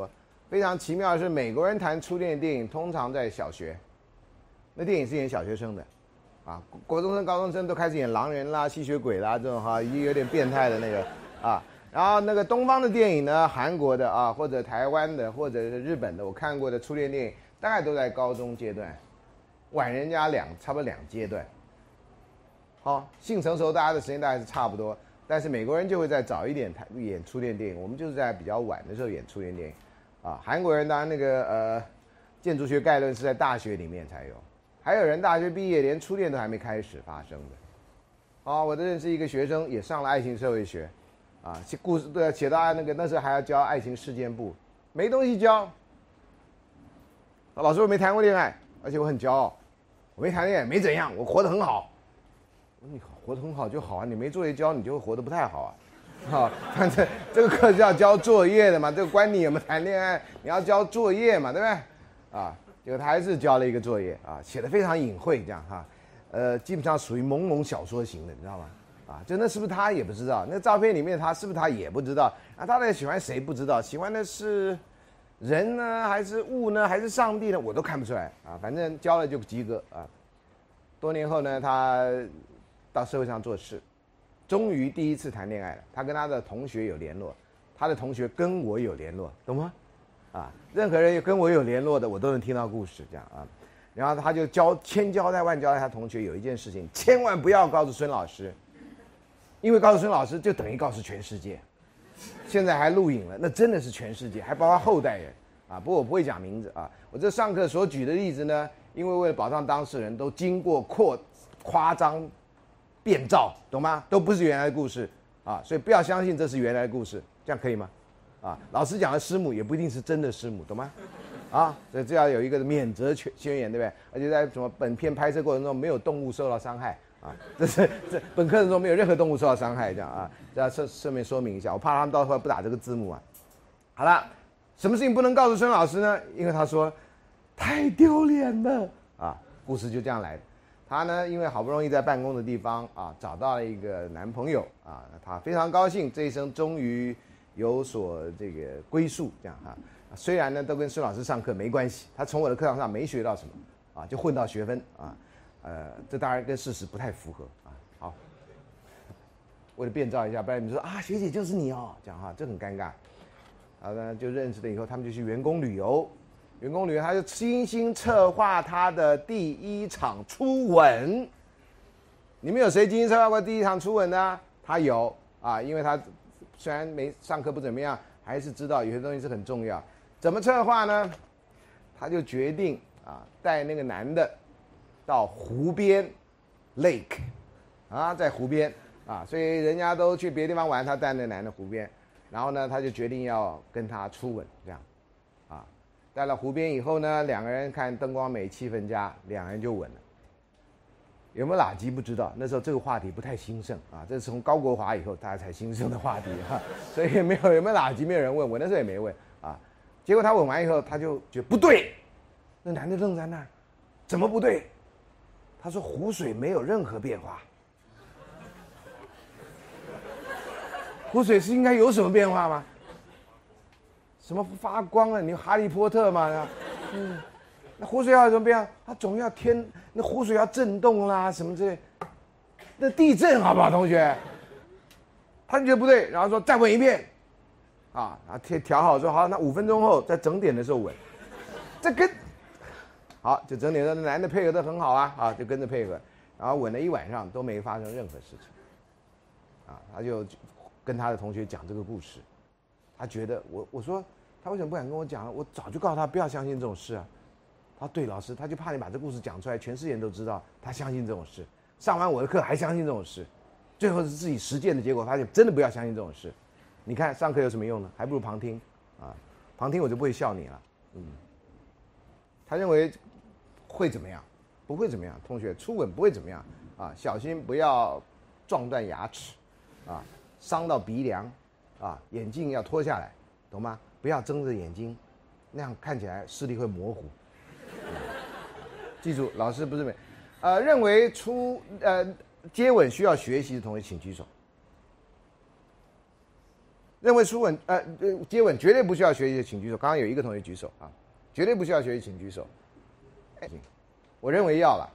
非常奇妙的是，美国人谈初恋电影通常在小学，那电影是演小学生的，啊，国中生、高中生都开始演狼人啦、吸血鬼啦这种哈，已经有点变态的那个啊。然后那个东方的电影呢，韩国的啊，或者台湾的，或者是日本的，我看过的初恋电影大概都在高中阶段，晚人家两差不多两阶段。好、哦，性成熟大家的时间大概是差不多，但是美国人就会再早一点演初恋电影，我们就是在比较晚的时候演初恋电影。啊，韩国人当然那个呃，建筑学概论是在大学里面才有，还有人大学毕业连初恋都还没开始发生的。啊，我的认识一个学生也上了爱情社会学，啊，写故事对写到那个那时候还要教爱情事件簿，没东西教。老师我没谈过恋爱，而且我很骄傲，我没谈恋爱没怎样，我活得很好。你活得很好就好啊，你没作业交你就会活得不太好啊。好，反正这个课是要交作业的嘛，这个关你有没有谈恋爱，你要交作业嘛，对不对？啊，结果他还是交了一个作业啊，写得非常隐晦，这样哈，呃，基本上属于朦胧小说型的，你知道吗？啊，就那是不是他也不知道，那照片里面他是不是他也不知道，啊，他到底喜欢谁不知道，喜欢的是人呢，还是物呢，还是上帝呢，我都看不出来啊，反正交了就及格啊。多年后呢，他到社会上做事。终于第一次谈恋爱了，他跟他的同学有联络，他的同学跟我有联络，懂吗？啊，任何人跟我有联络的，我都能听到故事，这样啊。然后他就交千交代万交代他同学有一件事情，千万不要告诉孙老师，因为告诉孙老师就等于告诉全世界。现在还录影了，那真的是全世界，还包括后代人啊。不过我不会讲名字啊。我这上课所举的例子呢，因为为了保障当事人，都经过扩夸张。变造，懂吗？都不是原来的故事啊，所以不要相信这是原来的故事，这样可以吗？啊，老师讲的师母也不一定是真的师母，懂吗？啊，所以这要有一个免责宣言，对不对？而且在什么本片拍摄过程中没有动物受到伤害啊，这是这本课程中没有任何动物受到伤害，这样啊，这要顺顺便说明一下，我怕他们到时候不打这个字幕啊。好了，什么事情不能告诉孙老师呢？因为他说太丢脸了啊，故事就这样来的。她呢，因为好不容易在办公的地方啊找到了一个男朋友啊，她非常高兴，这一生终于有所这个归宿，这样哈、啊。虽然呢都跟孙老师上课没关系，她从我的课堂上没学到什么啊，就混到学分啊，呃，这当然跟事实不太符合啊。好，为了变造一下，不然你说啊学姐就是你哦，这样哈，这很尴尬。好呢，就认识了以后，他们就去员工旅游。员工旅游，他就精心策划他的第一场初吻。你们有谁精心策划过第一场初吻呢？他有啊，因为他虽然没上课不怎么样，还是知道有些东西是很重要。怎么策划呢？他就决定啊，带那个男的到湖边 ，lake， 啊，在湖边啊，所以人家都去别的地方玩，他带那个男的湖边，然后呢，他就决定要跟他初吻，这样。到了湖边以后呢，两个人看灯光美，气氛佳，两个人就吻了。有没有垃圾不知道，那时候这个话题不太兴盛啊，这是从高国华以后大家才兴盛的话题哈、啊，所以没有有没有垃圾，没有人问，我那时候也没问啊。结果他吻完以后，他就觉得不对，那男的愣在那儿，怎么不对？他说湖水没有任何变化，湖水是应该有什么变化吗？什么发光了？你哈利波特嘛？嗯，那湖水要有什么变化？它总要天，那湖水要震动啦，什么之类。那地震好不好，同学？他就觉得不对，然后说再吻一遍，啊，然后调调好说好，那五分钟后在整点的时候吻，这跟好就整点的时候，男的配合的很好啊，啊，就跟着配合，然后吻了一晚上都没发生任何事情，啊，他就跟他的同学讲这个故事，他觉得我我说。他为什么不敢跟我讲？我早就告诉他不要相信这种事啊。他说对老师，他就怕你把这故事讲出来，全世界人都知道他相信这种事。上完我的课还相信这种事，最后是自己实践的结果，发现真的不要相信这种事。你看上课有什么用呢？还不如旁听啊！旁听我就不会笑你了。嗯，他认为会怎么样？不会怎么样。同学初吻不会怎么样啊，小心不要撞断牙齿，啊，伤到鼻梁，啊，眼镜要脱下来，懂吗？不要睁着眼睛，那样看起来视力会模糊。记住，老师不是没，呃，认为初呃接吻需要学习的同学请举手。认认为初吻呃呃接吻绝对不需要学习的请举手。刚刚有一个同学举手啊，绝对不需要学习请举手。哎，我认为要了，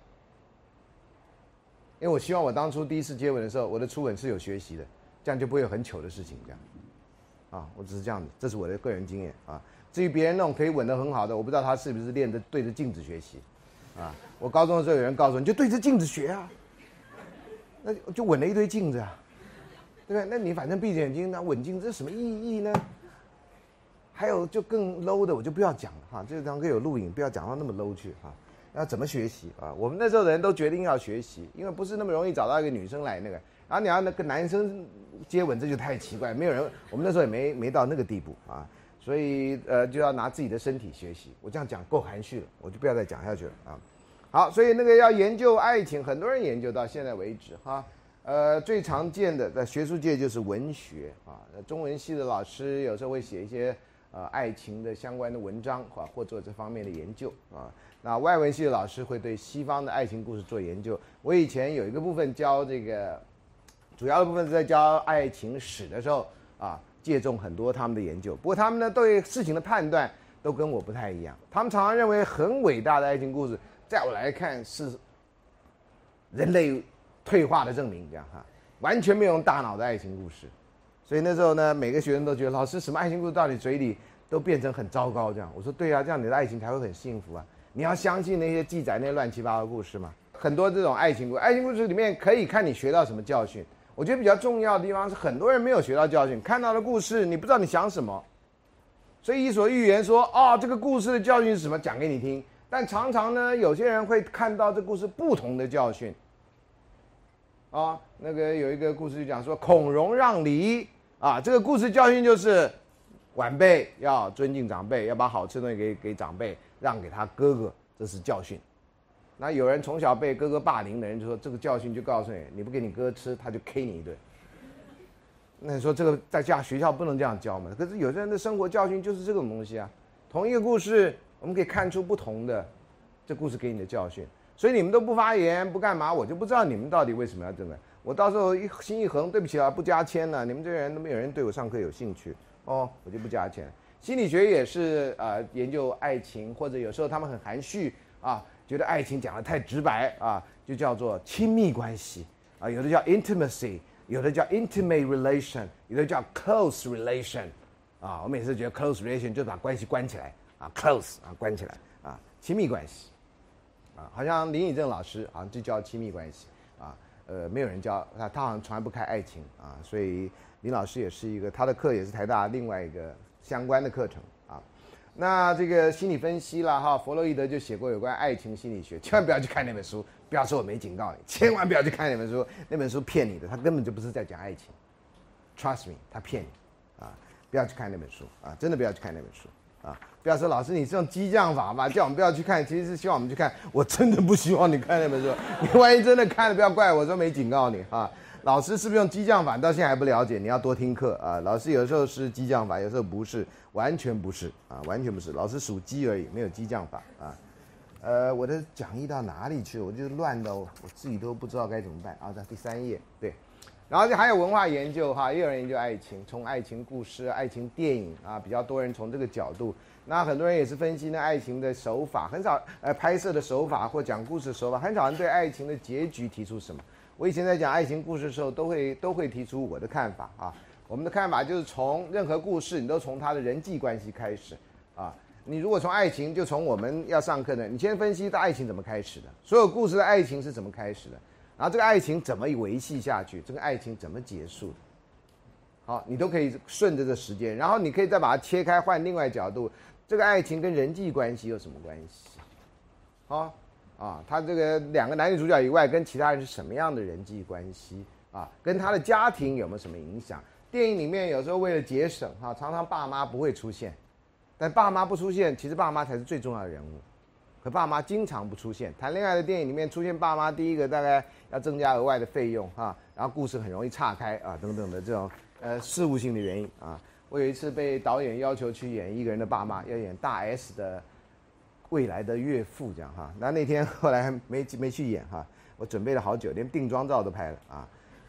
因为我希望我当初第一次接吻的时候，我的初吻是有学习的，这样就不会有很糗的事情这样。啊，我只是这样子，这是我的个人经验啊。至于别人那种可以吻得很好的，我不知道他是不是练的对着镜子学习。啊，我高中的时候有人告诉我，你就对着镜子学啊，那就吻了一堆镜子啊。对不对？那你反正闭着眼睛，那吻镜这什么意义呢？还有就更 low 的，我就不要讲了哈。这个堂课有录影，不要讲到那么 low 去哈。要怎么学习啊？我们那时候的人都决定要学习，因为不是那么容易找到一个女生来那个。然后你要那个男生接吻，这就太奇怪，没有人。我们那时候也没没到那个地步啊，所以呃就要拿自己的身体学习。我这样讲够含蓄了，我就不要再讲下去了啊。好，所以那个要研究爱情，很多人研究到现在为止哈。呃，最常见的在学术界就是文学啊，中文系的老师有时候会写一些呃爱情的相关的文章啊，或做这方面的研究啊。那外文系的老师会对西方的爱情故事做研究。我以前有一个部分教这个，主要的部分是在教爱情史的时候啊，借重很多他们的研究。不过他们呢对事情的判断都跟我不太一样，他们常常认为很伟大的爱情故事，在我来看是人类退化的证明，这样哈，完全没有用大脑的爱情故事。所以那时候呢，每个学生都觉得老师什么爱情故事到你嘴里都变成很糟糕这样。我说对啊，这样你的爱情才会很幸福啊。你要相信那些记载那些乱七八糟的故事嘛。很多这种爱情故事，爱情故事里面可以看你学到什么教训。我觉得比较重要的地方是，很多人没有学到教训，看到的故事你不知道你想什么。所以伊索寓言说哦，这个故事的教训是什么，讲给你听。但常常呢，有些人会看到这故事不同的教训。啊，那个有一个故事就讲说孔融让梨啊，这个故事教训就是晚辈要尊敬长辈，要把好吃的东西给给长辈，让给他哥哥，这是教训。那有人从小被哥哥霸凌的人就说，这个教训就告诉你，你不给你哥吃，他就 K 你一顿。那你说这个在家学校不能这样教吗？可是有些人的生活教训就是这种东西啊。同一个故事，我们可以看出不同的这故事给你的教训。所以你们都不发言不干嘛，我就不知道你们到底为什么要这么。我到时候一心一横，对不起啊，不加签了。你们这些人都没有人对我上课有兴趣哦，我就不加签。心理学也是呃研究爱情，或者有时候他们很含蓄啊，觉得爱情讲得太直白啊，就叫做亲密关系啊，有的叫 intimacy， 有的叫 intimate relation， 有的叫 close relation 啊。我每次觉得 close relation 就把关系关起来啊 ，close 啊关起来啊，亲密关系。啊，好像林以正老师好像就教亲密关系啊，呃，没有人教他，他好像从来不开爱情啊，所以林老师也是一个，他的课也是台大另外一个相关的课程啊。那这个心理分析啦哈，弗洛伊德就写过有关爱情心理学，千万不要去看那本书，不要说我没警告你，千万不要去看那本书，那本书骗你的，他根本就不是在讲爱情 ，trust me， 他骗你啊，不要去看那本书啊，真的不要去看那本书。啊，不要说老师你是用激将法吧，叫我们不要去看，其实是希望我们去看。我真的不希望你看那本书，你万一真的看了，不要怪我说没警告你啊。老师是不是用激将法，到现在还不了解，你要多听课啊。老师有时候是激将法，有时候不是，完全不是啊，完全不是。老师属鸡而已，没有激将法啊。呃，我的讲义到哪里去了？我就乱到我自己都不知道该怎么办啊。在第三页，对。然后还有文化研究哈，也有人研究爱情，从爱情故事、爱情电影啊，比较多人从这个角度。那很多人也是分析那爱情的手法，很少呃拍摄的手法或讲故事的手法，很少人对爱情的结局提出什么。我以前在讲爱情故事的时候，都会都会提出我的看法啊。我们的看法就是从任何故事，你都从他的人际关系开始啊。你如果从爱情，就从我们要上课的，你先分析的爱情怎么开始的，所有故事的爱情是怎么开始的。然后这个爱情怎么维系下去？这个爱情怎么结束的？好，你都可以顺着这时间，然后你可以再把它切开，换另外角度，这个爱情跟人际关系有什么关系？好啊，他这个两个男女主角以外，跟其他人是什么样的人际关系啊？跟他的家庭有没有什么影响？电影里面有时候为了节省哈、啊，常常爸妈不会出现，但爸妈不出现，其实爸妈才是最重要的人物。可爸妈经常不出现，谈恋爱的电影里面出现爸妈，第一个大概要增加额外的费用啊，然后故事很容易岔开啊，等等的这种呃事务性的原因啊。我有一次被导演要求去演一个人的爸妈，要演大 S 的未来的岳父这样哈。那那天后来没没去演哈，我准备了好久，连定妆照都拍了啊。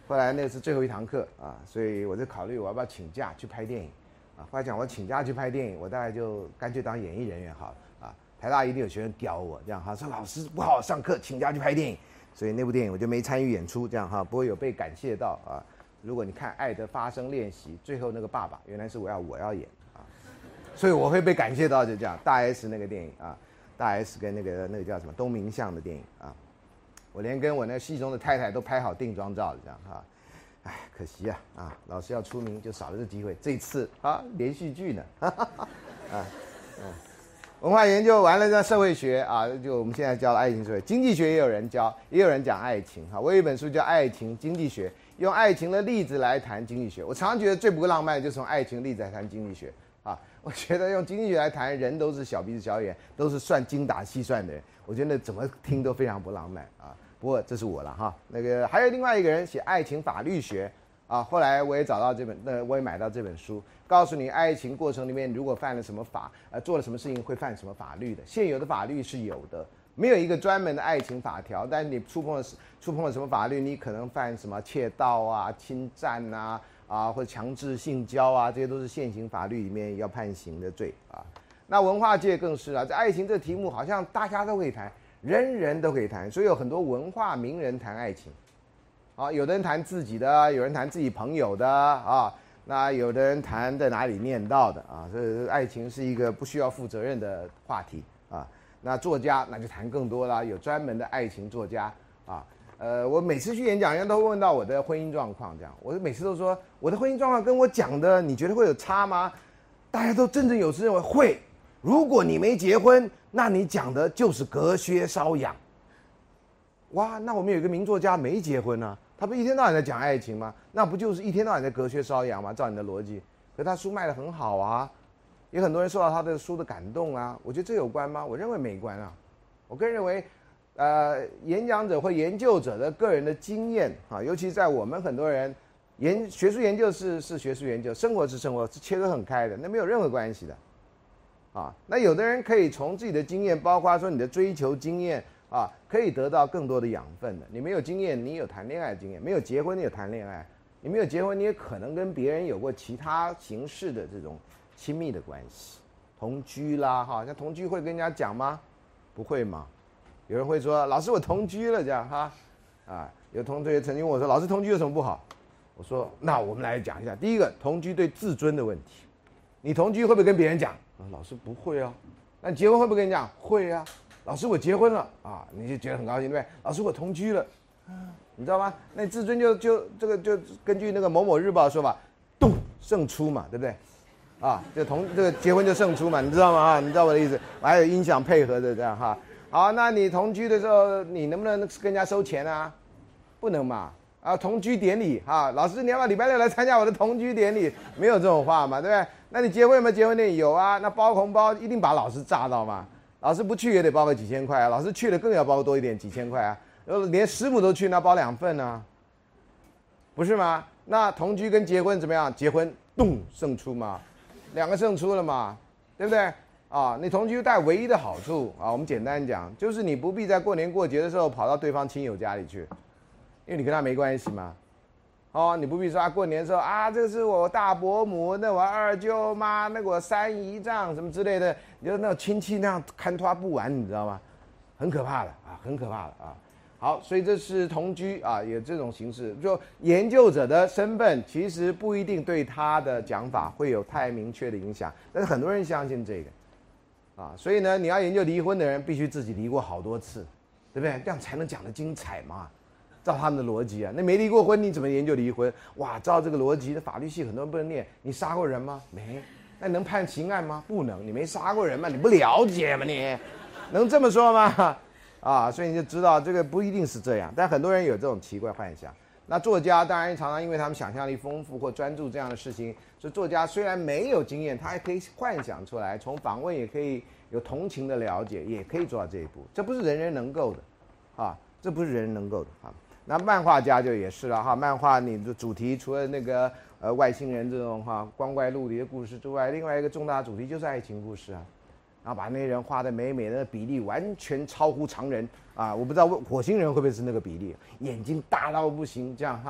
后来那是最后一堂课啊，所以我就考虑我要不要请假去拍电影啊。后来讲我请假去拍电影，我大概就干脆当演艺人员好了啊。台大一定有学生屌我这样哈，说老师不好好上课，请假去拍电影，所以那部电影我就没参与演出这样哈。不过有被感谢到啊。如果你看《爱的发声练习》，最后那个爸爸原来是我要我要演啊，所以我会被感谢到，就这样。大 S 那个电影啊，大 S 跟那个那个叫什么东明相的电影啊，我连跟我那戏中的太太都拍好定妆照了，这样哈。哎，可惜啊啊，老师要出名就少了这机会。这次啊，连续剧呢，哈哈哈啊嗯，文化研究完了，在社会学啊，就我们现在教的爱情社会，经济学也有人教，也有人讲爱情哈。我有一本书叫《爱情经济学》。用爱情的例子来谈经济学，我常常觉得最不浪漫的就是从爱情的例子来谈经济学啊。我觉得用经济学来谈人都是小鼻子小眼，都是算精打细算的人，我觉得怎么听都非常不浪漫啊。不过这是我了哈。那个还有另外一个人写爱情法律学啊，后来我也找到这本，那我也买到这本书，告诉你爱情过程里面如果犯了什么法，呃，做了什么事情会犯什么法律的。现有的法律是有的。没有一个专门的爱情法条，但是你触碰了触碰了什么法律，你可能犯什么窃盗啊、侵占啊、啊或者强制性交啊，这些都是现行法律里面要判刑的罪啊。那文化界更是啊，这爱情这题目好像大家都可以谈，人人都可以谈，所以有很多文化名人谈爱情，啊，有的人谈自己的，有人谈自己朋友的啊，那有的人谈在哪里念到的啊，所以爱情是一个不需要负责任的话题啊。那作家那就谈更多啦，有专门的爱情作家啊。呃，我每次去演讲，人家都会问到我的婚姻状况，这样，我每次都说我的婚姻状况跟我讲的，你觉得会有差吗？大家都振振有词认为会。如果你没结婚，那你讲的就是隔靴搔痒。哇，那我们有一个名作家没结婚啊，他不一天到晚在讲爱情吗？那不就是一天到晚在隔靴搔痒吗？照你的逻辑，可他书卖得很好啊。也很多人受到他的书的感动啊，我觉得这有关吗？我认为没关啊。我个人认为，呃，演讲者或研究者的个人的经验啊，尤其在我们很多人研学术研究是是学术研究，生活是生活，是切割很开的，那没有任何关系的。啊，那有的人可以从自己的经验，包括说你的追求经验啊，可以得到更多的养分的。你没有经验，你有谈恋爱的经验；没有结婚，你有谈恋爱；你没有结婚，你也可能跟别人有过其他形式的这种亲密的关系，同居啦，哈，那同居会跟人家讲吗？不会嘛？有人会说，老师我同居了这样哈，啊，有同学曾经问我说，老师同居有什么不好？我说，那我们来讲一下，第一个，同居对自尊的问题，你同居会不会跟别人讲？啊，老师不会啊。那你结婚会不会跟你讲？会啊。老师我结婚了啊，你就觉得很高兴对不对？老师我同居了，你知道吗？那自尊就就这个就根据那个某某日报说法，咚胜出嘛，对不对？啊，就同这个结婚就胜出嘛，你知道吗？啊，你知道我的意思？我还有音响配合的这样哈。好，那你同居的时候，你能不能跟人家收钱啊？不能嘛。啊，同居典礼啊，老师你要不要礼拜六来参加我的同居典礼？没有这种话嘛，对不对？那你结婚有没有结婚典礼？有啊。那包红包一定把老师炸到嘛？老师不去也得包个几千块啊，老师去了更要包多一点，几千块啊。连师母都去，那包两份啊，不是吗？那同居跟结婚怎么样？结婚咚胜出嘛。两个胜出了嘛，对不对啊？你同居带唯一的好处啊，我们简单讲，就是你不必在过年过节的时候跑到对方亲友家里去，因为你跟他没关系嘛。哦，你不必说啊，过年的时候啊，这是我大伯母，那我二舅妈，那个我三姨丈什么之类的，你就那种亲戚那样看拖不完，你知道吗？很可怕的啊，很可怕的啊。好，所以这是同居啊，有这种形式。就研究者的身份，其实不一定对他的讲法会有太明确的影响，但是很多人相信这个，啊，所以呢，你要研究离婚的人，必须自己离过好多次，对不对？这样才能讲得精彩嘛。照他们的逻辑啊，那没离过婚，你怎么研究离婚？哇，照这个逻辑，法律系很多人不能念。你杀过人吗？没。那你能判刑案吗？不能。你没杀过人吗？你不了解吗？你能这么说吗？啊，所以你就知道这个不一定是这样，但很多人有这种奇怪幻想。那作家当然常常因为他们想象力丰富或专注这样的事情，所以作家虽然没有经验，他还可以幻想出来，从访问也可以有同情的了解，也可以做到这一步。这不是人人能够的，啊，这不是人人能够的啊。那漫画家就也是了哈，漫画你的主题除了那个呃外星人这种哈光怪陆离的故事之外，另外一个重大主题就是爱情故事啊。然后把那些人画得美美的，比例完全超乎常人啊！我不知道火星人会不会是那个比例，眼睛大到不行，这样哈，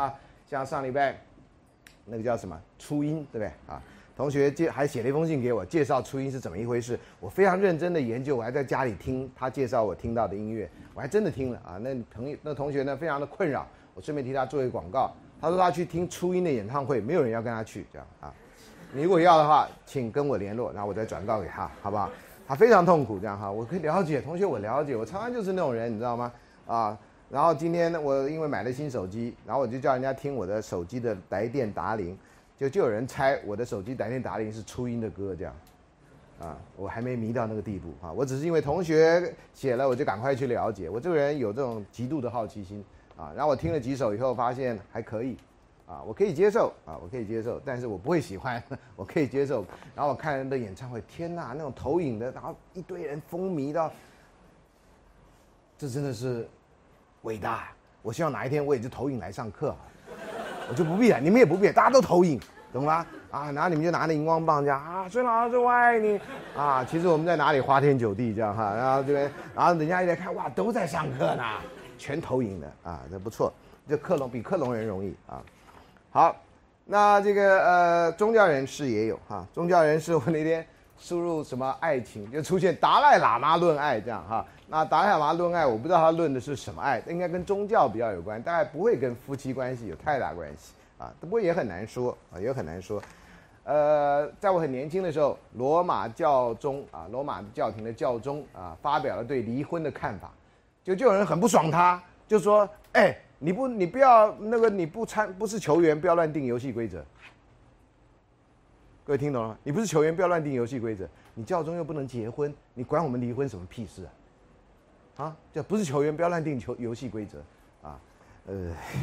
像上礼拜那个叫什么初音，对不对啊？同学介还写了一封信给我，介绍初音是怎么一回事。我非常认真的研究，我还在家里听他介绍我听到的音乐，我还真的听了啊。那朋那同学呢非常的困扰，我顺便替他做一个广告。他说他去听初音的演唱会，没有人要跟他去，这样啊。你如果要的话，请跟我联络，然后我再转告给他，好不好？他非常痛苦，这样哈，我可以了解，同学我了解，我常常就是那种人，你知道吗？啊，然后今天呢，我因为买了新手机，然后我就叫人家听我的手机的来电答铃。就就有人猜我的手机来电答铃是初音的歌，这样，啊，我还没迷到那个地步啊，我只是因为同学写了，我就赶快去了解。我这个人有这种极度的好奇心啊，然后我听了几首以后发现还可以，啊，我可以接受啊，我可以接受，但是我不会喜欢，我可以接受。然后我看人的演唱会，天哪，那种投影的，然后一堆人风靡到，这真的是伟大。我希望哪一天我也就投影来上课啊。我就不必了，你们也不必，大家都投影，懂吗？啊，然后你们就拿着荧光棒这样啊，孙老师我爱你啊。其实我们在哪里花天酒地这样哈，然后这边，然后人家一来看，哇，都在上课呢，全投影的啊，这不错，这克隆比克隆人容易啊。好，那这个呃宗教人士也有哈，宗教人士我那天输入什么爱情，就出现达赖喇嘛论爱这样哈。那达赖喇嘛论爱，我不知道他论的是什么爱，应该跟宗教比较有关，大概不会跟夫妻关系有太大关系啊。不过也很难说啊，也很难说。呃，在我很年轻的时候，罗马教宗啊，罗马教廷的教宗啊，发表了对离婚的看法，就就有人很不爽他，就说：“哎，你不你不要那个你不参不是球员，不要乱定游戏规则。”各位听懂了吗？你不是球员，不要乱定游戏规则。你教宗又不能结婚，你管我们离婚什么屁事啊？啊，这不是球员，不要乱定球游戏规则啊！呃，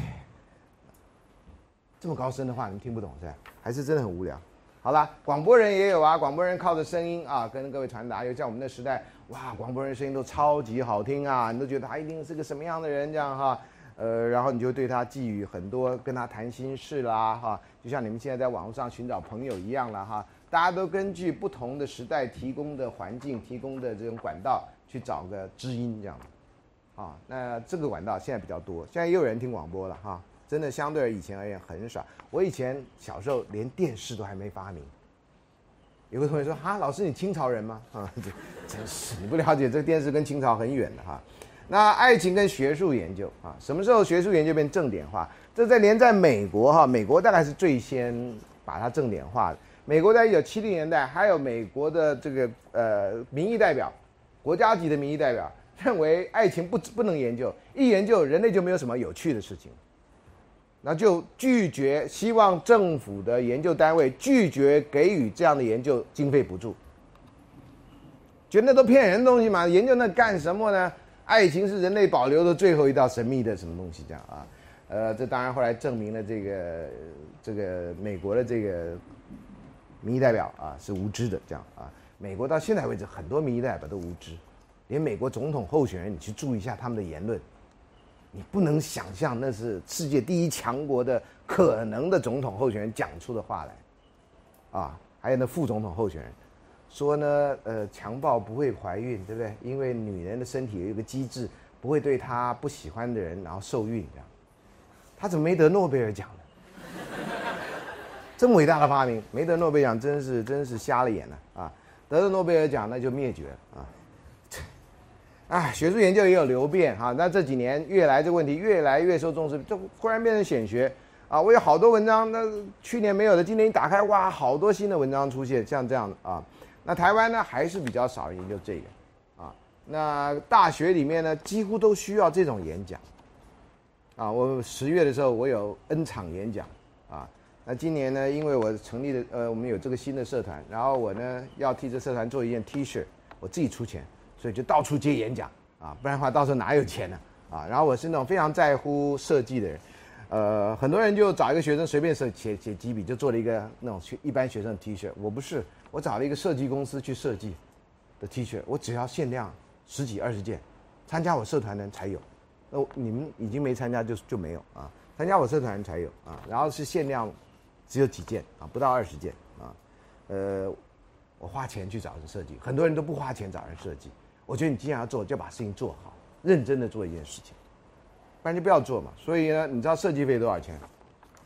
这么高深的话，你们听不懂是吧？还是真的很无聊。好啦，广播人也有啊，广播人靠着声音啊，跟各位传达。又像我们那时代，哇，广播人声音都超级好听啊，你都觉得他一定是个什么样的人这样哈。呃，然后你就对他寄予很多，跟他谈心事啦哈，就像你们现在在网络上寻找朋友一样了哈。大家都根据不同的时代提供的环境、提供的这种管道去找个知音这样的，啊，那这个管道现在比较多，现在也有人听广播了哈，真的相对以前而言很少。我以前小时候连电视都还没发明，有个同学说：“哈，老师你清朝人吗？”啊，真是你不了解，这个电视跟清朝很远的哈。那爱情跟学术研究啊，什么时候学术研究变正点化？这在连在美国哈，美国大概是最先把它正点化的。美国在一九七零年代，还有美国的这个呃民意代表，国家级的民意代表认为爱情不不能研究，一研究人类就没有什么有趣的事情，那就拒绝，希望政府的研究单位拒绝给予这样的研究经费补助，觉得那都骗人的东西嘛，研究那干什么呢？爱情是人类保留的最后一道神秘的什么东西这样啊？呃，这当然后来证明了这个这个美国的这个民意代表啊是无知的，这样啊，美国到现在为止很多民意代表都无知，连美国总统候选人你去注意一下他们的言论，你不能想象那是世界第一强国的可能的总统候选人讲出的话来，啊，还有那副总统候选人说呢，呃，强暴不会怀孕，对不对？因为女人的身体有一个机制，不会对她不喜欢的人然后受孕这样，他怎么没得诺贝尔奖呢？这么伟大的发明，没得诺贝尔奖，真是真是瞎了眼了啊！得了诺贝尔奖，那就灭绝了啊！哎，学术研究也有流变哈、啊，那这几年越来这个问题越来越受重视，就忽然变成显学啊！我有好多文章，那去年没有的，今年一打开，哇，好多新的文章出现，像这样啊。那台湾呢，还是比较少人研究这个啊。那大学里面呢，几乎都需要这种演讲啊。我十月的时候，我有 N 场演讲啊。那今年呢，因为我成立的呃，我们有这个新的社团，然后我呢要替这社团做一件 T 恤，我自己出钱，所以就到处接演讲啊，不然的话到时候哪有钱呢啊？然后我是那种非常在乎设计的人，呃，很多人就找一个学生随便写写写几笔就做了一个那种一般学生的 T 恤，我不是，我找了一个设计公司去设计的 T 恤，我只要限量十几二十件，参加我社团的人才有，那你们已经没参加就就没有啊，参加我社团人才有啊，然后是限量。只有几件啊，不到二十件啊，呃，我花钱去找人设计，很多人都不花钱找人设计。我觉得你既然要做，就把事情做好，认真的做一件事情，不然就不要做嘛。所以呢，你知道设计费多少钱？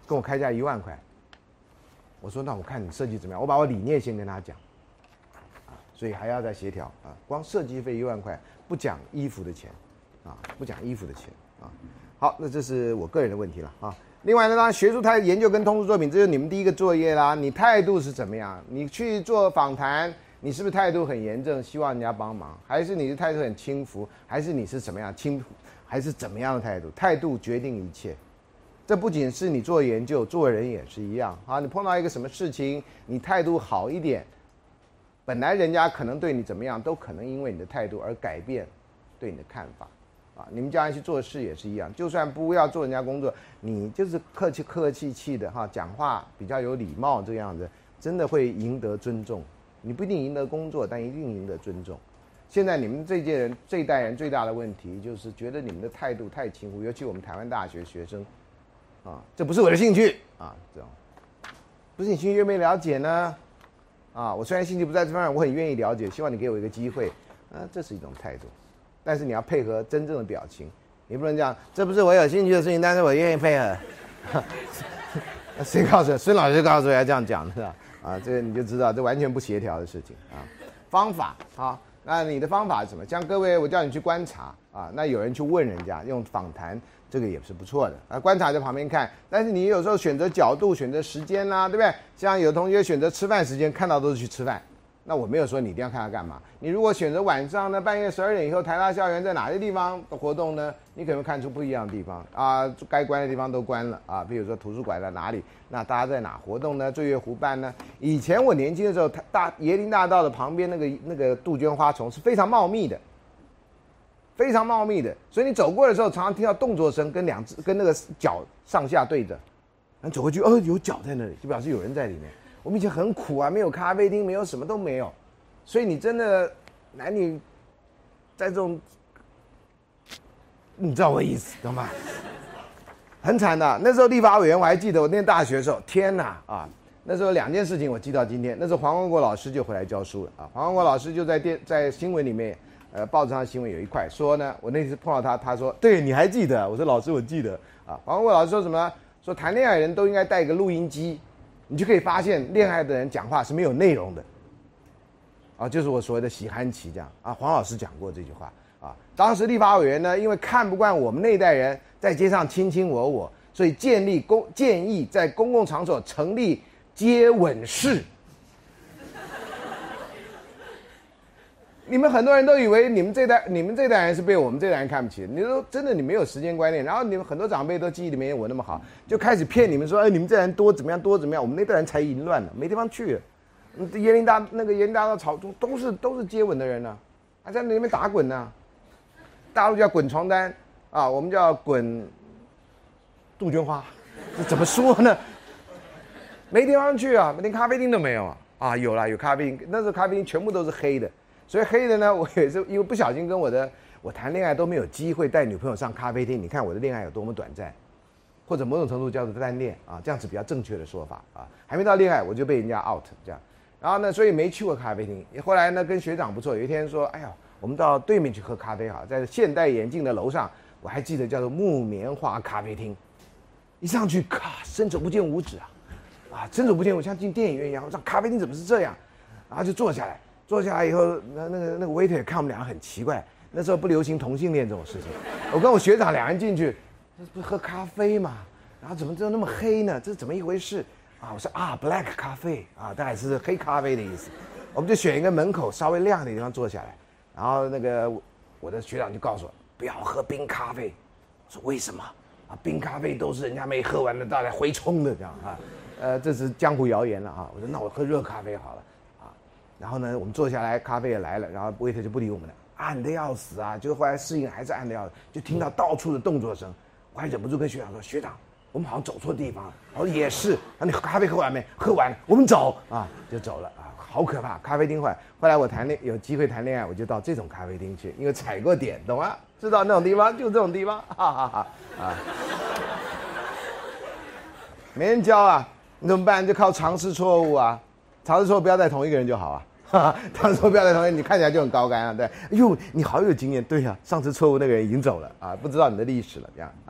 跟我开价一万块。我说那我看你设计怎么样，我把我理念先跟他讲，啊，所以还要再协调啊。光设计费一万块，不讲衣服的钱，啊，不讲衣服的钱啊。好，那这是我个人的问题了啊。另外呢，当然学术态度研究跟通识作品，这就是你们第一个作业啦。你态度是怎么样？你去做访谈，你是不是态度很严正，希望人家帮忙，还是你的态度很轻浮，还是你是怎么样轻，还是怎么样的态度？态度决定一切。这不仅是你做研究，做人也是一样啊。你碰到一个什么事情，你态度好一点，本来人家可能对你怎么样，都可能因为你的态度而改变对你的看法啊。你们将来去做事也是一样，就算不要做人家工作，你就是客气客气气的哈，讲话比较有礼貌，这个样子真的会赢得尊重。你不一定赢得工作，但一定赢得尊重。现在你们这届人这一代人最大的问题就是觉得你们的态度太轻浮，尤其我们台湾大学学生。啊，这不是我的兴趣啊，这种不是你兴趣，愿不愿意了解呢？啊，我虽然兴趣不在这方面，我很愿意了解，希望你给我一个机会，啊，这是一种态度，但是你要配合真正的表情，你不能这样，这不是我有兴趣的事情，但是我愿意配合。谁告诉我？孙老师告诉我要这样讲是吧？啊，这个你就知道，这完全不协调的事情啊。方法啊，那你的方法是什么？像各位，我叫你去观察啊，那有人去问人家，用访谈。这个也是不错的啊，观察在旁边看，但是你有时候选择角度、选择时间啦、啊，对不对？像有同学选择吃饭时间，看到都是去吃饭，那我没有说你一定要看他干嘛。你如果选择晚上呢，半夜十二点以后，台大校园在哪些地方的活动呢？你可能看出不一样的地方啊，该关的地方都关了啊，比如说图书馆在哪里，那大家在哪活动呢？醉月湖畔呢？以前我年轻的时候，大椰林大道的旁边那个那个杜鹃花丛是非常茂密的。非常茂密的，所以你走过的时候，常常听到动作声，跟两只跟那个脚上下对着，然后走过去，哦，有脚在那里，就表示有人在里面。我们以前很苦啊，没有咖啡厅，没有什么都没有，所以你真的男女在这种，你知道我意思，懂吗？很惨的。那时候立法委员我还记得，我念大学的时候，天哪啊！那时候两件事情我记到今天。那时候黄光国老师就回来教书了啊，黄光国老师就在电在新闻里面。呃，报纸上的新闻有一块说呢，我那次碰到他，他说：“对，你还记得？”我说：“老师，我记得。”啊，黄光国老师说什么？说谈恋爱的人都应该带一个录音机，你就可以发现恋爱的人讲话是没有内容的。啊，就是我所谓的喜憨期这样啊。黄老师讲过这句话啊。当时立法委员呢，因为看不惯我们那一代人在街上卿卿我我，所以建立公建议在公共场所成立接吻室。你们很多人都以为你们这代你们这代人是被我们这代人看不起的，你说真的，你没有时间观念，然后你们很多长辈都记忆力没有我那么好，就开始骗你们说，哎，你们这代人多怎么样多怎么样，我们那代人才淫乱呢，没地方去了。椰林大那个椰林大道草中都是都是接吻的人呢、啊，还在那边打滚呢、啊。大陆叫滚床单啊，我们叫滚杜鹃花，这怎么说呢？没地方去啊，连咖啡厅都没有啊。啊，有啦，有咖啡厅，那时候咖啡厅全部都是黑的。所以黑的呢，我也是因为不小心跟我的我谈恋爱都没有机会带女朋友上咖啡厅，你看我的恋爱有多么短暂，或者某种程度叫做单恋啊，这样是比较正确的说法啊。还没到恋爱我就被人家 out 这样，然后呢，所以没去过咖啡厅。后来呢，跟学长不错，有一天说，哎呀，我们到对面去喝咖啡哈，在现代眼镜的楼上，我还记得叫做木棉花咖啡厅，一上去咔，伸手不见五指啊，啊，伸手不见五指，像进电影院一样。我说咖啡厅怎么是这样？然后就坐下来。坐下来以后，那那个那个 waiter 看我们两个很奇怪，那时候不流行同性恋这种事情。我跟我学长两人进去，这不是喝咖啡嘛？然后怎么就那么黑呢？这是怎么一回事啊？我说啊 ，black 咖啡啊，大概是黑咖啡的意思。我们就选一个门口稍微亮的地方坐下来，然后那个我的学长就告诉我不要喝冰咖啡。我说为什么？啊，冰咖啡都是人家没喝完的倒来回冲的这样啊，呃，这是江湖谣言了啊。我说那我喝热咖啡好了。然后呢，我们坐下来，咖啡也来了，然后waiter就不理我们了，暗的要死啊！就后来适应还是暗的要死，就听到到处的动作声，我还忍不住跟学长说：“学长，我们好像走错地方了。”我说：“也是。”啊，你咖啡喝完没？喝完了，我们走啊，就走了啊，好可怕！咖啡厅坏。后来我谈恋有机会谈恋爱，我就到这种咖啡厅去，因为踩过点，懂吗？知道那种地方就这种地方，哈哈哈啊！没人教啊，你怎么办？就靠尝试错误啊，尝试错误不要带同一个人就好啊。他说不要再同意，你看起来就很高干啊，对，哎呦，你好有经验，对呀、啊，上次错误那个人已经走了啊，不知道你的历史了，这样啊，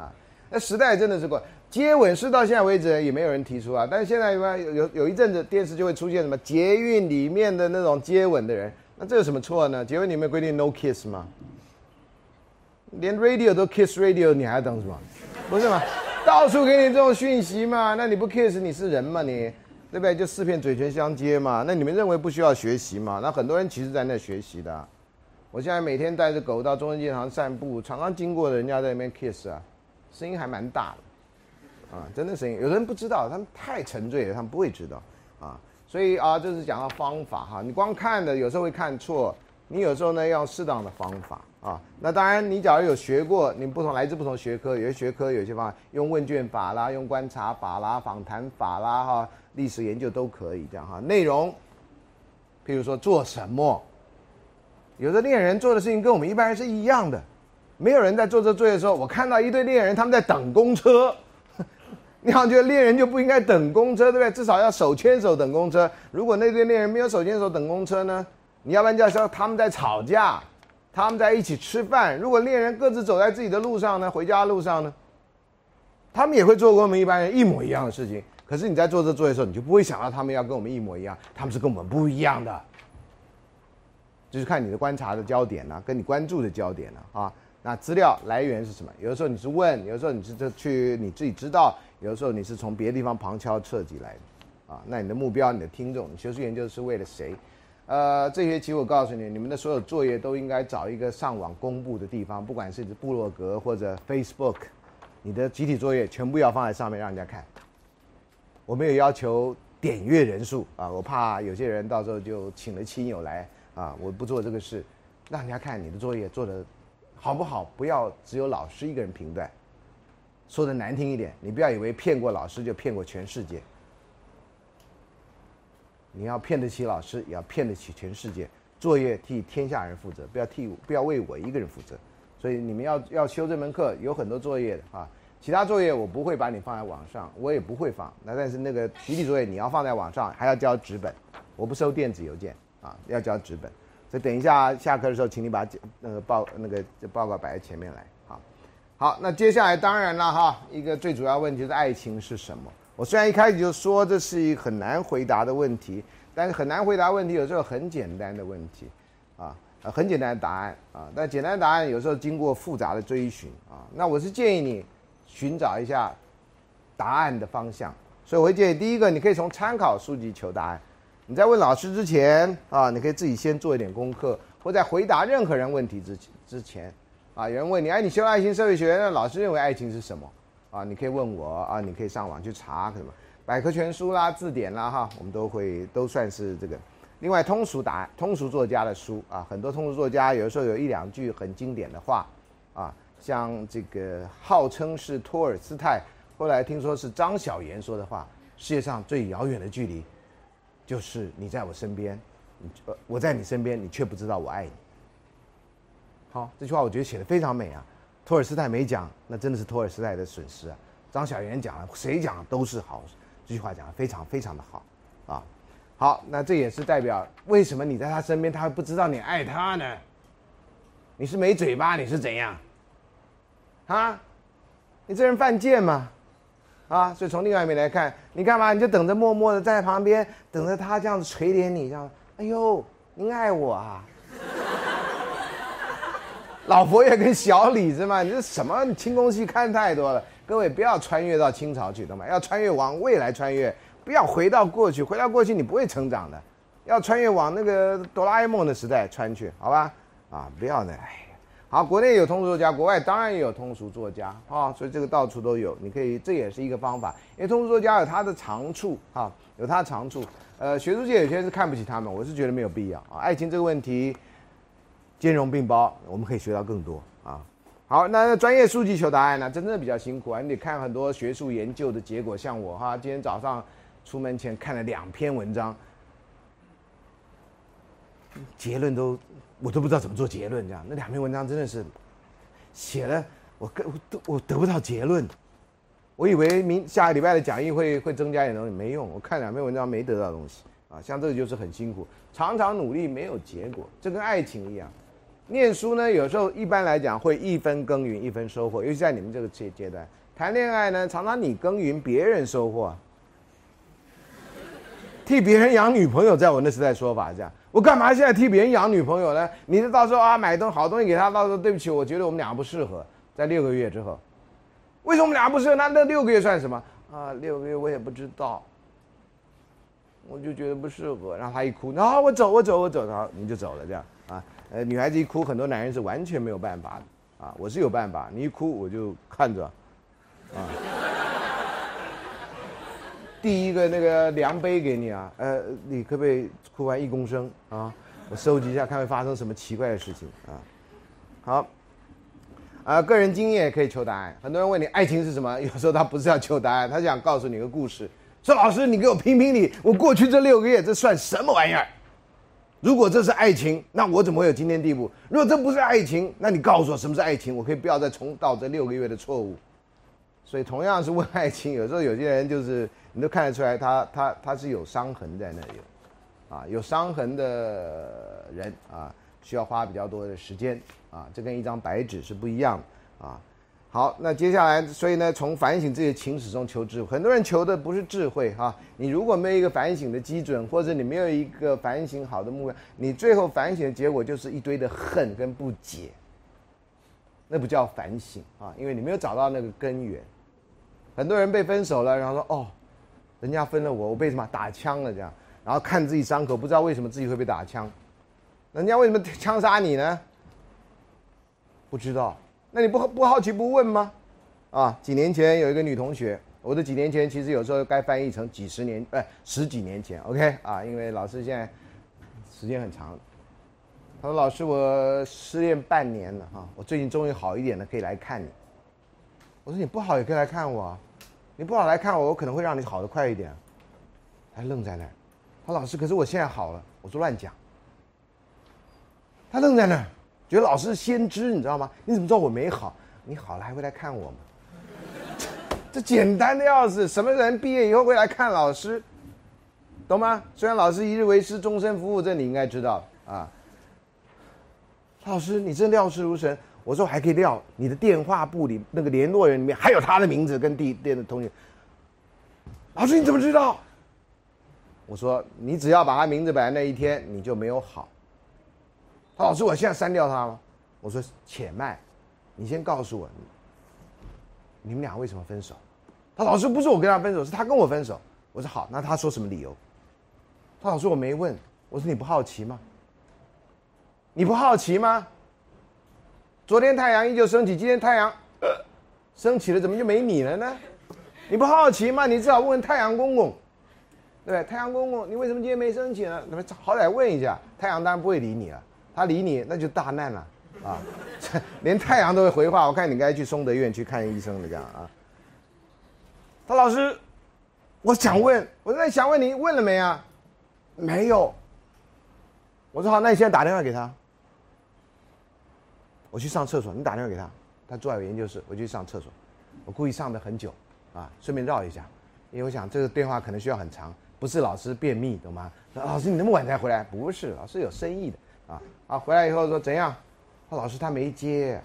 那时代真的是过。接吻是到现在为止也没有人提出啊，但是现在有有有一阵子电视就会出现什么捷运里面的那种接吻的人，那这有什么错呢？捷运里面规定 no kiss 吗？连 radio 都 kiss radio， 你还等什么？不是吗？到处给你这种讯息嘛，那你不 kiss 你是人吗你？对不对？就四片嘴唇相接嘛，那你们认为不需要学习吗？那很多人其实在那学习的、啊。我现在每天带着狗到中正纪念堂散步，常常经过的人家在那边 kiss 啊，声音还蛮大的。啊，真的声音，有的人不知道，他们太沉醉了，他们不会知道啊。所以啊，就是讲到方法哈，你光看的有时候会看错，你有时候呢要适当的方法啊。那当然，你假如有学过，你不同来自不同学科，有些学科有些方法用问卷法啦，用观察法啦，访谈法啦哈，历史研究都可以这样哈。内容，譬如说做什么，有的猎人做的事情跟我们一般人是一样的，没有人在做这作业的时候，我看到一堆猎人他们在等公车。你好像觉得猎人就不应该等公车，对不对？至少要手牵手等公车。如果那对猎人没有手牵手等公车呢？你要不然就要说他们在吵架，他们在一起吃饭。如果猎人各自走在自己的路上呢，回家的路上呢，他们也会做跟我们一般人一模一样的事情。可是你在做这作业的时候，你就不会想到他们要跟我们一模一样，他们是跟我们不一样的。就是看你的观察的焦点呢、啊，跟你关注的焦点呢 啊, 啊。那资料来源是什么？有的时候你是问，有的时候你是去你自己知道。有的时候你是从别的地方旁敲侧击来的，啊，那你的目标、你的听众，你学术研究是为了谁？呃，这学期我告诉你，你们的所有作业都应该找一个上网公布的地方，不管是部落格或者 Facebook， 你的集体作业全部要放在上面让人家看。我没有要求点阅人数啊，我怕有些人到时候就请了亲友来啊，我不做这个事，让人家看你的作业做得好不好，不要只有老师一个人评断。说的难听一点，你不要以为骗过老师就骗过全世界。你要骗得起老师，也要骗得起全世界。作业替天下人负责，不要替不要为我一个人负责。所以你们要要修这门课，有很多作业的啊。其他作业我不会把你放在网上，我也不会放。那但是那个集体作业你要放在网上，还要交纸本，我不收电子邮件啊，要交纸本。所以等一下下课的时候，请你把那个报那个报告摆在前面来。好，那接下来当然了哈，一个最主要问题就是爱情是什么？我虽然一开始就说这是一个很难回答的问题，但是很难回答问题有时候很简单的问题，啊，呃，很简单的答案啊，但简单的答案有时候经过复杂的追寻啊。那我是建议你寻找一下答案的方向，所以我会建议第一个，你可以从参考书籍求答案。你在问老师之前啊，你可以自己先做一点功课，或在回答任何人问题之之前。啊，有人问你，哎，你修爱情社会学，那老师认为爱情是什么？啊，你可以问我啊，你可以上网去查什么百科全书啦、字典啦，哈，我们都会都算是这个。另外，通俗答案、通俗作家的书啊，很多通俗作家有的时候有一两句很经典的话啊，像这个号称是托尔斯泰，后来听说是张小岩说的话：世界上最遥远的距离，就是你在我身边，呃，我在你身边，你却不知道我爱你。好，这句话我觉得写得非常美啊。托尔斯泰没讲，那真的是托尔斯泰的损失啊。张小岩讲了，谁讲都是好。这句话讲得非常非常的好啊。好，那这也是代表为什么你在他身边，他会不知道你爱他呢？你是没嘴巴，你是怎样？啊，你这人犯贱吗？啊，所以从另外一面来看，你干嘛？你就等着默默的在旁边，等着他这样子垂怜你，这样，哎呦，您爱我啊。老佛爷跟小李子嘛，你这什么清宫戏看太多了。各位不要穿越到清朝去，懂吗？要穿越往未来穿越，不要回到过去，回到过去你不会成长的。要穿越往那个哆啦 A 梦的时代穿去，好吧？啊，不要呢，哎，好，国内有通俗作家，国外当然也有通俗作家啊，所以这个到处都有，你可以，这也是一个方法。因为通俗作家有他的长处啊，有他的长处。呃，学术界有些人是看不起他们，我是觉得没有必要啊。爱情这个问题。兼容并包，我们可以学到更多啊。好，那专业书籍求答案呢，真的比较辛苦啊，你得看很多学术研究的结果。像我哈，今天早上出门前看了两篇文章，结论都我都不知道怎么做结论，这样那两篇文章真的是写了，我我我我得不到结论。我以为明下个礼拜的讲义会会增加一点东西，没用。我看两篇文章没得到东西啊，像这个就是很辛苦，常常努力没有结果，这跟爱情一样。念书呢，有时候一般来讲会一分耕耘一分收获，尤其在你们这个阶阶段， 谈恋爱呢，常常你耕耘，别人收获。替别人养女朋友，在我那时代说法这样，我干嘛现在替别人养女朋友呢？你到时候啊买东好东西给他，到时候对不起，我觉得我们俩不适合，在六个月之后，为什么我们俩不适合？那那六个月算什么啊？六个月我也不知道，我就觉得不适合，让他一哭，然后我走我走我走，然后你就走了这样啊。呃，女孩子一哭，很多男人是完全没有办法的啊。我是有办法，你一哭我就看着，啊。第一个那个量杯给你啊，呃，你可不可以哭完一公升啊？我收集一下，看会发生什么奇怪的事情啊。好，啊，个人经验也可以求答案。很多人问你爱情是什么，有时候他不是要求答案，他想告诉你个故事。说老师，你给我评评理，我过去这六个月这算什么玩意儿？如果这是爱情，那我怎么会有今天地步？如果这不是爱情，那你告诉我什么是爱情，我可以不要再重蹈这六个月的错误。所以同样是问爱情，有时候有些人就是你都看得出来他，他他他是有伤痕在那里的，啊，有伤痕的人啊，需要花比较多的时间啊，这跟一张白纸是不一样的啊。好，那接下来，所以呢，从反省自己的情史中求智慧，很多人求的不是智慧哈、啊，你如果没有一个反省的基准，或者你没有一个反省好的目标，你最后反省的结果就是一堆的恨跟不解，那不叫反省啊，因为你没有找到那个根源。很多人被分手了，然后说哦，人家分了我，我被什么打枪了这样，然后看自己伤口，不知道为什么自己会被打枪，人家为什么枪杀你呢？不知道，那你不不好奇不问吗？啊，几年前有一个女同学，我的几年前其实有时候该翻译成几十年，哎，十几年前 ，OK 啊，因为老师现在时间很长。他说老师，我失恋半年了哈、啊，我最近终于好一点了，可以来看你。我说你不好也可以来看我、啊。你不好来看我，我可能会让你好得快一点。他愣在那儿，他说老师，可是我现在好了。我说乱讲。他愣在那儿，觉得老师是先知，你知道吗？你怎么知道我没好？你好了还会来看我吗？这简单的要死。什么人毕业以后会来看老师？懂吗？虽然老师一日为师，终身服务，这你应该知道啊。老师，你真料事如神。我说还可以料，你的电话簿里那个联络人里面还有他的名字跟地店的同学。老师你怎么知道？我说你只要把他名字摆在那一天，你就没有好。他老师我现在删掉他吗？我说且慢，你先告诉我，你们俩为什么分手？他老师不是我跟他分手，是他跟我分手。我说好，那他说什么理由？他老师我没问。我说你不好奇吗？你不好奇吗？昨天太阳依旧升起，今天太阳、呃、升起了，怎么就没你了呢？你不好奇吗？你至少问问太阳公公，对不对？太阳公公，你为什么今天没升起呢？那么好歹问一下。太阳当然不会理你了，他理你那就大难了啊！连太阳都会回话，我看你该去松德院去看医生了，这样啊。他老师，我想问，我在想问你问了没啊？没有。我说好，那你现在打电话给他。我去上厕所，你打电话给他，他坐在我研究室，我就去上厕所。我故意上的很久，啊，顺便绕一下，因为我想这个电话可能需要很长，不是老师便秘，懂吗？老师你那么晚才回来？不是，老师有生意的啊。啊，回来以后说怎样？他老师他没接。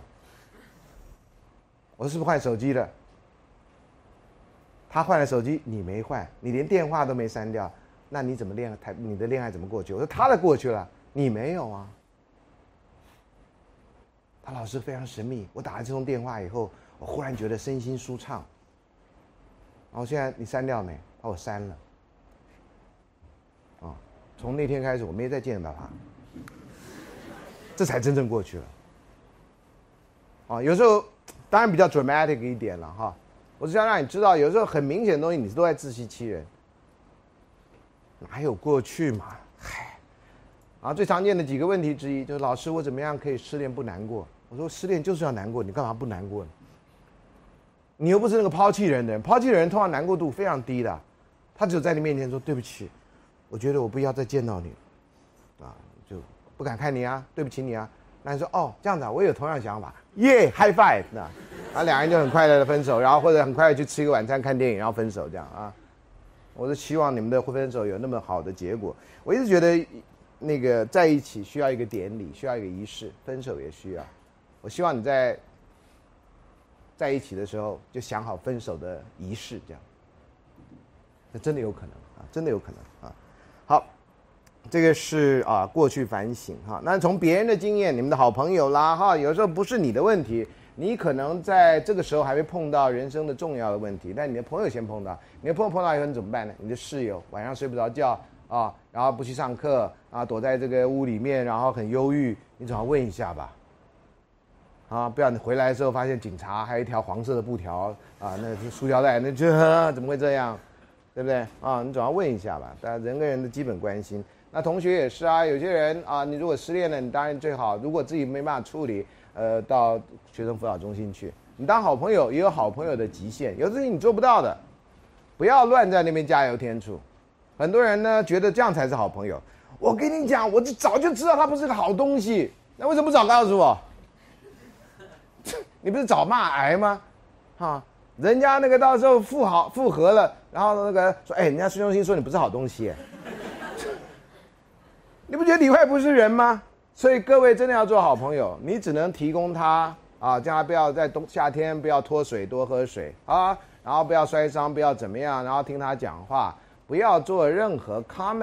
我说是不是换手机了？他换了手机，你没换，你连电话都没删掉，那你怎么恋爱？你的恋爱怎么过去？我说他的过去了，你没有啊。他老师非常神秘，我打了这通电话以后，我忽然觉得身心舒畅。然后现在你删掉没？哦，我删了。哦，从那天开始我没再见到他，这才真正过去了。啊，有时候当然比较 dramatic 一点了哈，我只想让你知道，有时候很明显的东西你都在自欺欺人，哪有过去嘛？嗨，啊，最常见的几个问题之一就是老师，我怎么样可以失恋不难过？我说失恋就是要难过，你干嘛不难过呢？你又不是那个抛弃人的人，抛弃的人通常难过度非常低的，他只有在你面前说对不起，我觉得我不要再见到你了，啊，就不敢看你啊，对不起你啊。那你说哦这样子啊，我也有同样的想法，耶、yeah, ，high five， 那，然后两人就很快乐的分手，然后或者很快的去吃一个晚餐看电影，然后分手这样啊。我是希望你们的分手有那么好的结果。我一直觉得那个在一起需要一个典礼，需要一个仪式，分手也需要。我希望你在在一起的时候就想好分手的仪式，这样，这真的有可能啊，真的有可能啊。好，这个是啊过去反省哈。那从别人的经验，你们的好朋友啦哈，有时候不是你的问题，你可能在这个时候还没碰到人生的重要的问题，但你的朋友先碰到，你的朋友碰到以后你怎么办呢？你的室友晚上睡不着觉啊，然后不去上课啊，躲在这个屋里面，然后很忧郁，你总要问一下吧。啊，不要你回来的时候发现警察还有一条黄色的布条啊，那是塑胶袋，那这怎么会这样，对不对啊？你总要问一下吧，大家人跟人的基本关心。那同学也是啊，有些人啊，你如果失恋了，你当然最好，如果自己没办法处理，呃，到学生辅导中心去。你当好朋友也有好朋友的极限，有事情你做不到的，不要乱在那边加油添醋。很多人呢觉得这样才是好朋友。我跟你讲，我就早就知道他不是个好东西，那为什么不早告诉我？你不是早骂癌吗？哈，人家那个到时候复好复合了，然后那个说，哎，人家孙中信说你不是好东西，你不觉得李坏不是人吗？所以各位真的要做好朋友，你只能提供他啊，叫他不要在冬夏天不要脱水，多喝水啊，然后不要摔伤，不要怎么样，然后听他讲话，不要做任何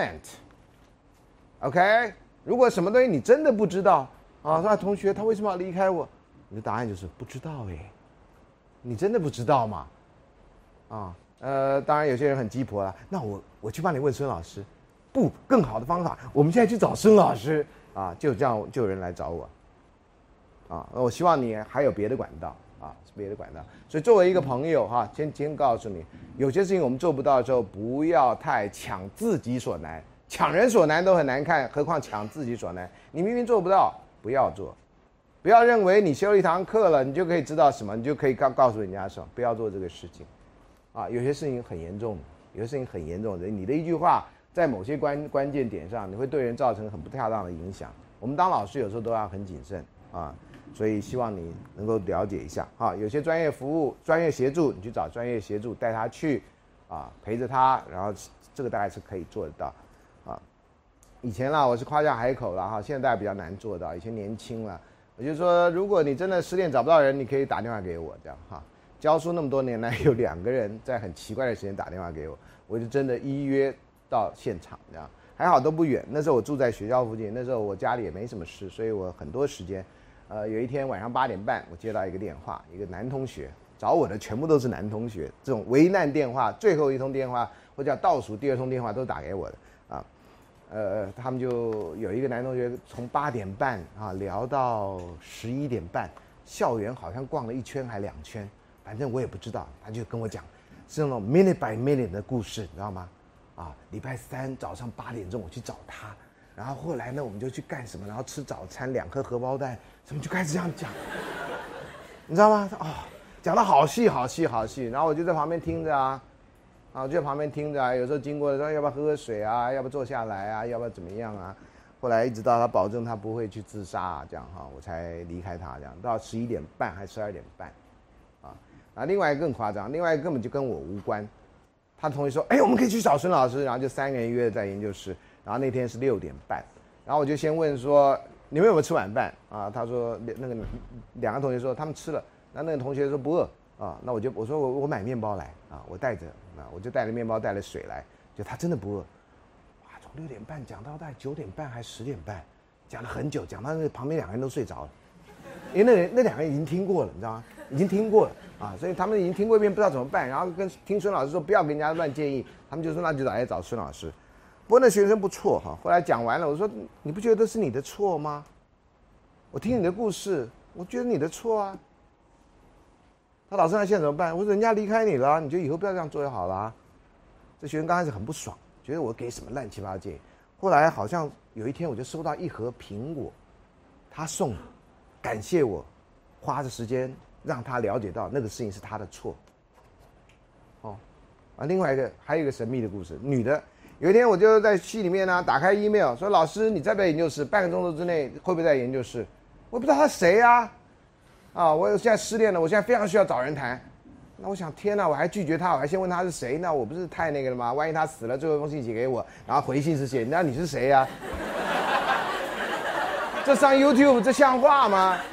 comment。OK， 如果什么东西你真的不知道啊，说同学他为什么要离开我？你的答案就是不知道哎，你真的不知道吗？啊，呃，当然有些人很鸡婆了，那我我去帮你问孙老师，不，更好的方法，我们现在去找孙老师啊，就这样就有人来找我，啊，我希望你还有别的管道啊，别的管道。所以作为一个朋友哈、啊，先先告诉你，有些事情我们做不到的时候，不要太抢自己所难，抢人所难都很难看，何况抢自己所难。你明明做不到，不要做。不要认为你修了一堂课了，你就可以知道什么，你就可以告告诉人家什么，不要做这个事情，啊，有些事情很严重的，有些事情很严重的，你的一句话在某些关关键点上，你会对人造成很不恰当的影响。我们当老师有时候都要很谨慎啊，所以希望你能够了解一下啊，有些专业服务、专业协助，你去找专业协助带他去，啊，陪着他，然后这个大概是可以做得到，啊，以前啦我是夸下海口了哈，现在大家比较难做到，以前年轻了。我就说，如果你真的失恋找不到人，你可以打电话给我，这样哈。教书那么多年来，有两个人在很奇怪的时间打电话给我，我就真的依约到现场，这样还好都不远。那时候我住在学校附近，那时候我家里也没什么事，所以我很多时间。呃，有一天晚上八点半，我接到一个电话，一个男同学找我的，全部都是男同学。这种危难电话，最后一通电话或者倒数第二通电话都打给我的啊。呃，他们就有一个男同学从八点半啊聊到十一点半，校园好像逛了一圈还两圈，反正我也不知道。他就跟我讲，是那种 minute by minute 的故事，你知道吗？啊，礼拜三早上八点钟我去找他，然后后来呢我们就去干什么，然后吃早餐，两颗荷包蛋，什么就开始这样讲，你知道吗？啊、哦，讲得好细好细好细，然后我就在旁边听着啊。啊，就在旁边听着啊，有时候经过的时候，要不要喝喝水啊？要不要坐下来啊？要不要怎么样啊？后来一直到他保证他不会去自杀啊，这样哈，我才离开他这样。到十一点半还十二点半，啊，啊，另外一个更夸张，另外一个根本就跟我无关。他同学说，哎，我们可以去找孙老师，然后就三个人约在研究室，然后那天是六点半，然后我就先问说，你们有没有吃晚饭啊？他说那个两个同学说他们吃了，那那个同学说不饿。啊，那我就我说我我买面包来啊，我带着啊，我就带了面包带了水来，就他真的不饿，哇，从六点半讲到大概九点半还十点半，讲了很久，讲到那旁边两个人都睡着了，因为那人那两个人已经听过了，你知道吗？已经听过了啊，所以他们已经听过一遍，不知道怎么办，然后跟听孙老师说不要跟人家乱建议，他们就说那就来找孙老师。不过那学生不错哈，后来讲完了，我说你不觉得是你的错吗？我听你的故事，我觉得你的错啊。他老师那现在怎么办？我说人家离开你了，你就以后不要这样做就好了。这学生刚开始很不爽，觉得我给什么乱七八糟建议。后来好像有一天我就收到一盒苹果，他送，感谢我，花的时间让他了解到那个事情是他的错。哦，啊，另外一个还有一个神秘的故事，女的，有一天我就在系里面呢、啊、打开 email 说老师你在不在研究室？半个钟头之内会不会在研究室？我不知道他谁啊。啊！我现在失恋了，我现在非常需要找人谈。那我想，天哪！我还拒绝他，我还先问他是谁？那我不是太那个了吗？万一他死了，最后一封信写给我，然后回信是写，那你是谁呀、啊？这上 YouTube 这像话吗？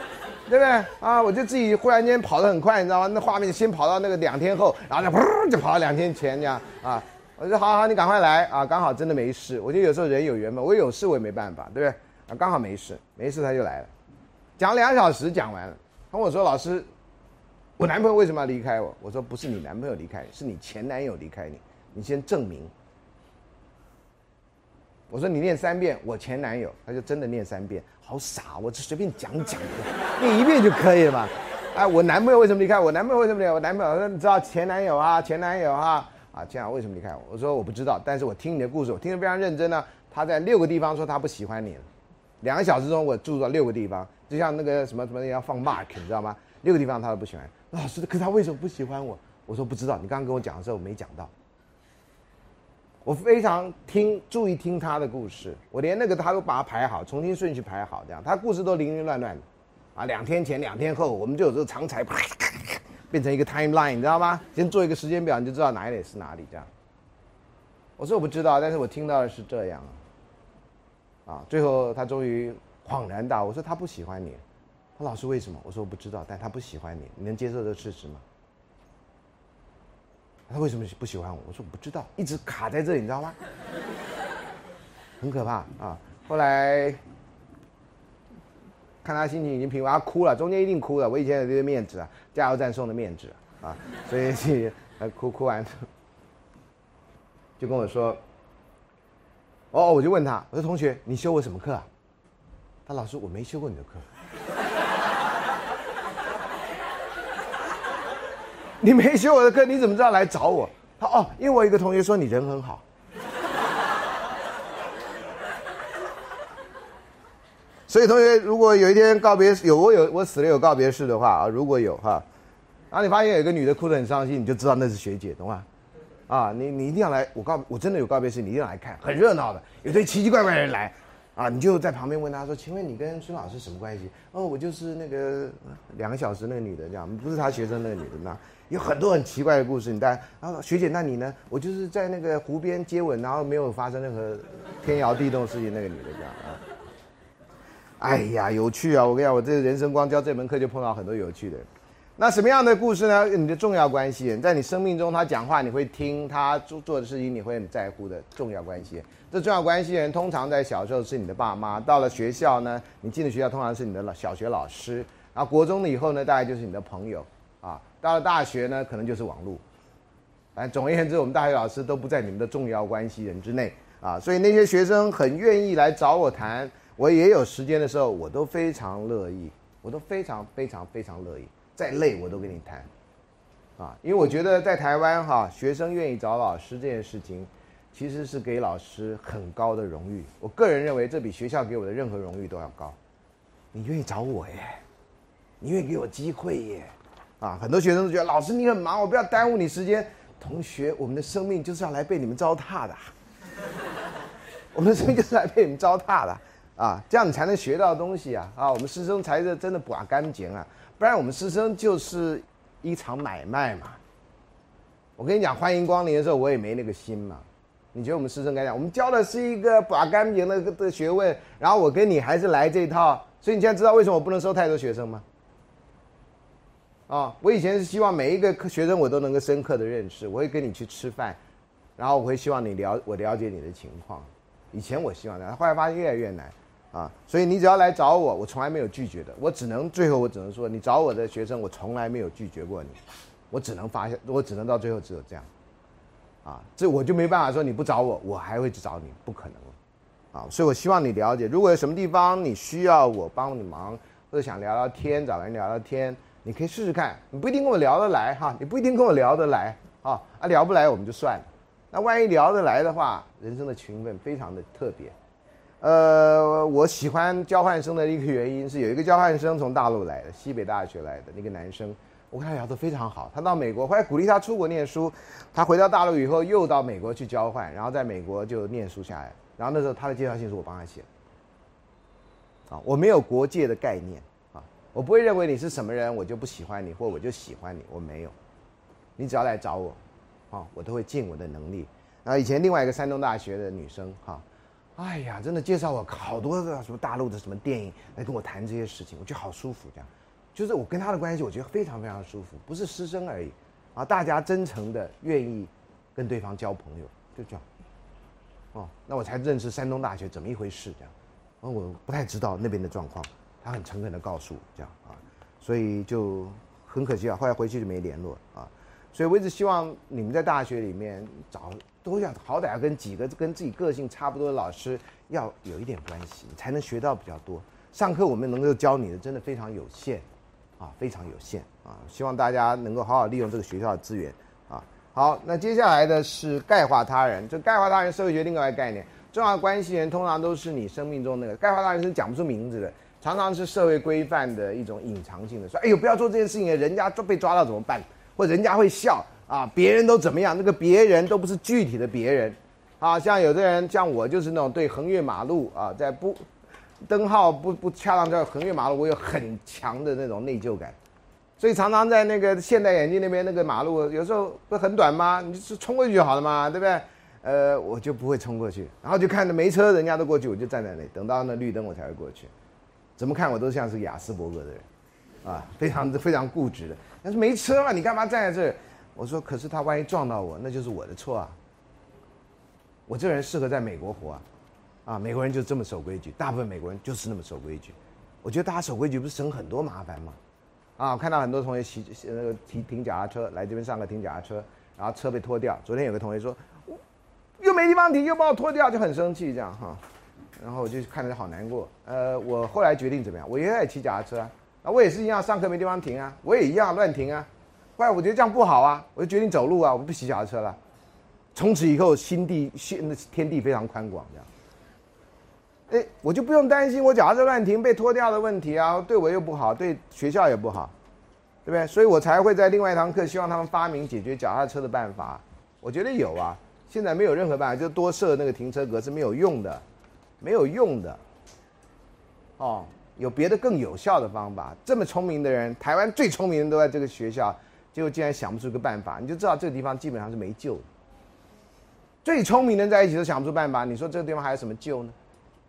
对不对啊？我就自己忽然间跑得很快，你知道吗？那画面先跑到那个两天后，然后就噗就跑到两天前这样啊。我说好好，你赶快来啊！刚好真的没事。我觉得有时候人有缘分，我有事我也没办法，对不对？啊，刚好没事，没事他就来了，讲两小时讲完了。他跟我说：“老师，我男朋友为什么要离开我？”我说：“不是你男朋友离开你，是你前男友离开你。你先证明。”我说：“你念三遍，我前男友。”他就真的念三遍，好傻，我就随便讲讲，念一遍就可以了嘛。哎，我男朋友为什么离开我？男朋友为什么离开我？男朋友说：“你知道前男友啊，前男友啊。”啊，这样为什么离开我？我说我不知道，但是我听你的故事，我听得非常认真呢。他在六个地方说他不喜欢你了，两个小时中我住到六个地方，就像那个什么什么要放 mark， 你知道吗？六个地方他都不喜欢。老师，可是他为什么不喜欢我？我说不知道，你刚刚跟我讲的时候我没讲到。我非常听注意听他的故事，我连那个他都把它排好，重新顺序排好，这样他故事都零零乱乱的。啊，两天前两天后，我们就有这个长才。变成一个 timeline， 你知道吗？先做一个时间表，你就知道哪里是哪里。这样，我说我不知道，但是我听到的是这样啊。最后他终于恍然大悟，我说他不喜欢你。他老师为什么？我说我不知道，但他不喜欢你，你能接受这个事实吗？他为什么不喜欢我？我说我不知道，一直卡在这里，你知道吗？很可怕啊。后来看他心情已经平稳，他哭了，中间一定哭了。我以前有这个面纸啊，加油站送的面纸啊，所以他哭哭完，就跟我说：“哦，我就问他，我说同学，你修我什么课啊？”他老师，我没修过你的课。你没修我的课，你怎么知道来找我？他哦，因为我有一个同学说你人很好。所以同学，如果有一天告别有我有我死了有告别式的话啊，如果有哈，然后你发现有一个女的哭得很伤心，你就知道那是学姐，懂吗？啊，你你一定要来，我告我真的有告别式，你一定要来看，很热闹的，有堆奇奇怪怪的人来，啊，你就在旁边问他说：“请问你跟孙老师什么关系？”哦，我就是那个两个小时那个女的，这样不是他学生那个女的，那有很多很奇怪的故事。你当然，然后学姐，那你呢？我就是在那个湖边接吻，然后没有发生任何天摇地动的事情，那个女的这样啊。哎呀，有趣啊！我跟你讲，我这个人生光教这门课就碰到很多有趣的人。那什么样的故事呢？你的重要关系人，在你生命中他讲话你会听，他做做的事情你会很在乎的重要关系人。这重要关系人通常在小时候是你的爸妈，到了学校呢，你进了学校通常是你的小学老师，然后国中了以后呢，大概就是你的朋友啊，到了大学呢，可能就是网络。反正总而言之，我们大学老师都不在你们的重要关系人之内啊，所以那些学生很愿意来找我谈。我也有时间的时候，我都非常乐意，我都非常非常非常乐意，再累我都跟你谈，啊，因为我觉得在台湾哈，学生愿意找老师这件事情，其实是给老师很高的荣誉。我个人认为，这比学校给我的任何荣誉都要高。你愿意找我耶，你愿意给我机会耶，啊，很多学生都觉得老师你很忙，我不要耽误你时间。同学，我们的生命就是要来被你们糟蹋的，我们的生命就是来被你们糟蹋的。啊，这样你才能学到东西啊！啊，我们师生才是真的把干净啊，不然我们师生就是一场买卖嘛。我跟你讲，欢迎光临的时候，我也没那个心嘛。你觉得我们师生该讲，我们教的是一个把干净的的学问，然后我跟你还是来这一套，所以你现在知道为什么我不能收太多学生吗？啊，我以前是希望每一个学生我都能够深刻的认识，我会跟你去吃饭，然后我会希望你了我了解你的情况。以前我希望这样，后来发现越来越难。啊，所以你只要来找我，我从来没有拒绝的。我只能最后我只能说，你找我的学生，我从来没有拒绝过你。我只能发现，我只能到最后只有这样。啊，这我就没办法说你不找我，我还会去找你，不可能了。啊，所以我希望你了解，如果有什么地方你需要我帮你忙，或者想聊聊天，找人聊聊天，你可以试试看。你不一定跟我聊得来哈，你不一定跟我聊得来啊，啊聊不来我们就算了。那万一聊得来的话，人生的情分非常的特别。呃，我喜欢交换生的一个原因是有一个交换生从大陆来的，西北大学来的那个男生，我跟他聊得非常好。他到美国，后来鼓励他出国念书，他回到大陆以后又到美国去交换，然后在美国就念书下来。然后那时候他的介绍信是我帮他写的。啊，我没有国界的概念啊，我不会认为你是什么人我就不喜欢你，或我就喜欢你，我没有。你只要来找我，啊，我都会尽我的能力。然后以前另外一个山东大学的女生哈。哎呀，真的介绍我好多个什么大陆的什么电影来跟我谈这些事情，我觉得好舒服这样。 就是我跟他的关系，我觉得非常非常舒服，不是师生而已，啊，大家真诚的愿意跟对方交朋友，就这样。哦，那我才认识山东大学怎么一回事这样，哦，我不太知道那边的状况，他很诚恳的告诉我这样啊，所以就很可惜啊，后来回去就没联络啊，所以我一直希望你们在大学里面找都要好歹要跟几个跟自己个性差不多的老师要有一点关系，才能学到比较多。上课我们能够教你的真的非常有限，啊，非常有限啊，希望大家能够好好利用这个学校的资源。好，那接下来的是概化他人。这概化他人社会学另外一个概念，重要的关系人通常都是你生命中那个概化他人是讲不出名字的，常常是社会规范的一种隐藏性的，说哎呦不要做这件事情，人家被抓到怎么办？或者人家会笑啊，别人都怎么样？那个别人都不是具体的别人，啊，像有的人像我就是那种对横越马路啊，在不灯号不不恰当叫横越马路，我有很强的那种内疚感。所以常常在那个现代眼镜那边那个马路，有时候不很短吗？你就冲过去就好了嘛，对不对？呃，我就不会冲过去，然后就看着没车，人家都过去，我就站在那里，等到那绿灯我才会过去。怎么看我都像是亚斯伯格的人，啊，非常非常固执的。但是没车嘛，你干嘛站在这儿？我说，可是他万一撞到我，那就是我的错啊。我这个人适合在美国活啊，啊，美国人就这么守规矩，大部分美国人就是那么守规矩。我觉得大家守规矩不是省很多麻烦吗？啊，我看到很多同学骑那个停停脚踏车来这边上课停脚踏车，然后车被拖掉。昨天有个同学说，又没地方停，又把我拖掉，就很生气这样哈。然后我就看着好难过。呃，我后来决定怎么样？我原来也骑脚踏车啊，啊，我也是一样上课没地方停啊，我也一样乱停啊。后来我觉得这样不好啊，我就决定走路啊，我不骑脚踏车了。从此以后，心地心天地非常宽广这样。哎，我就不用担心我脚踏车乱停被拖掉的问题啊，对我又不好，对学校也不好，对不对？所以我才会在另外一堂课希望他们发明解决脚踏车的办法。我觉得有啊，现在没有任何办法，就多设那个停车格是没有用的，没有用的。哦，有别的更有效的方法。这么聪明的人，台湾最聪明的人都在这个学校，结果竟然想不出个办法，你就知道这个地方基本上是没救的。最聪明的人在一起都想不出办法，你说这个地方还有什么救呢？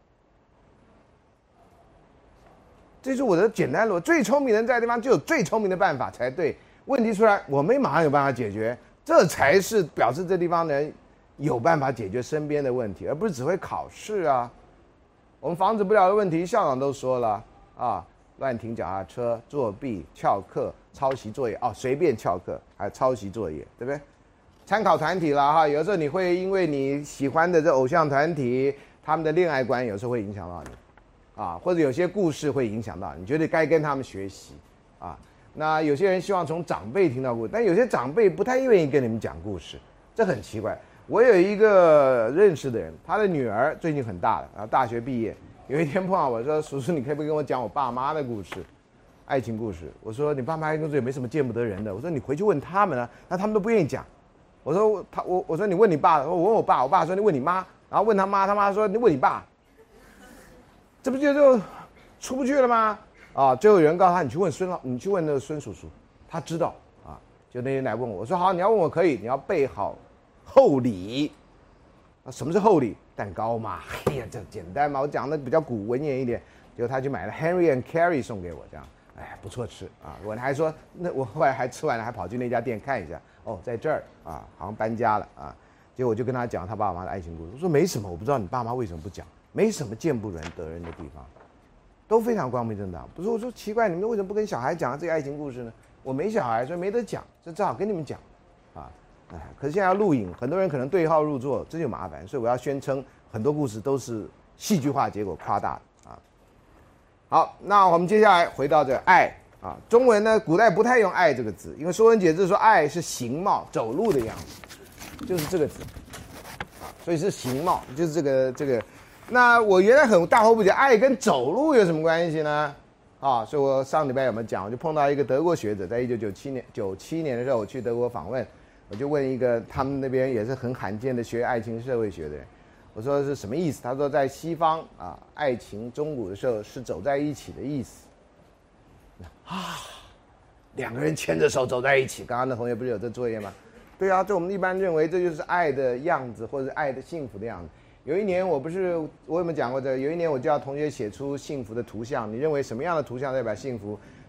这是我的简单逻辑，最聪明的人在的地方就有最聪明的办法才对。问题出来，我们马上有办法解决，这才是表示这地方的人有办法解决身边的问题，而不是只会考试啊。我们防止不了的问题，校长都说了啊，乱停脚踏车、作弊、翘课、抄袭作业哦，随便翘课还有抄袭作业，对不对？参考团体啦哈，有时候你会因为你喜欢的这偶像团体，他们的恋爱观有时候会影响到你。啊，或者有些故事会影响到你，觉得该跟他们学习啊。那有些人希望从长辈听到故事，但有些长辈不太愿意跟你们讲故事，这很奇怪。我有一个认识的人，他的女儿最近很大了，然后大学毕业，有一天碰到我说：“叔叔，你可不可以跟我讲我爸妈的故事，爱情故事？”我说：“你爸妈爱情故事也没什么见不得人的。”我说：“你回去问他们啊，那他们都不愿意讲。”我说：“他我我说你问你爸，我问我爸，我爸说你问你妈，然后问他妈，他妈说你问你爸。”这不就就出不去了吗？啊，最后有人告诉他，你去问孙老，你去问那个孙叔叔，他知道啊。就那天来问我，我说好，你要问我可以，你要备好厚礼。啊，什么是厚礼？蛋糕嘛，哎呀，这简单嘛，我讲的比较古文言一点。结果他去买了 Henry and Carrie 送给我，这样，哎，不错吃啊。我还说，那我后来还吃完了，还跑去那家店看一下，哦，在这儿啊，好像搬家了啊。结果我就跟他讲他爸妈的爱情故事，我说没什么，我不知道你爸妈为什么不讲。没什么见不人得人的地方，都非常光明正大。不是我说奇怪，你们为什么不跟小孩讲这个爱情故事呢？我没小孩，所以没得讲，就只好跟你们讲，啊，哎，可是现在要录影，很多人可能对号入座，这就麻烦，所以我要宣称很多故事都是戏剧化结果夸大的啊。好，那我们接下来回到这个爱啊，中文呢，古代不太用爱这个字，因为《说文解字》说爱是形貌，走路的样子，就是这个字，啊，所以是形貌，就是这个这个。那我原来很大惑不解，爱跟走路有什么关系呢？啊，所以我上礼拜有没有讲？我就碰到一个德国学者，在一九九七年九七年的时候，我去德国访问，我就问一个他们那边也是很罕见的学爱情社会学的人，我说是什么意思？他说在西方啊，爱情中古的时候是走在一起的意思。啊，两个人牵着手走在一起，刚刚那同学不是有这作业吗？对啊，这我们一般认为这就是爱的样子，或者爱的幸福的样子。有一年我不是我有没有讲过这个？有一年我叫同学写出幸福的图像，你认为什么样的图像代表幸福？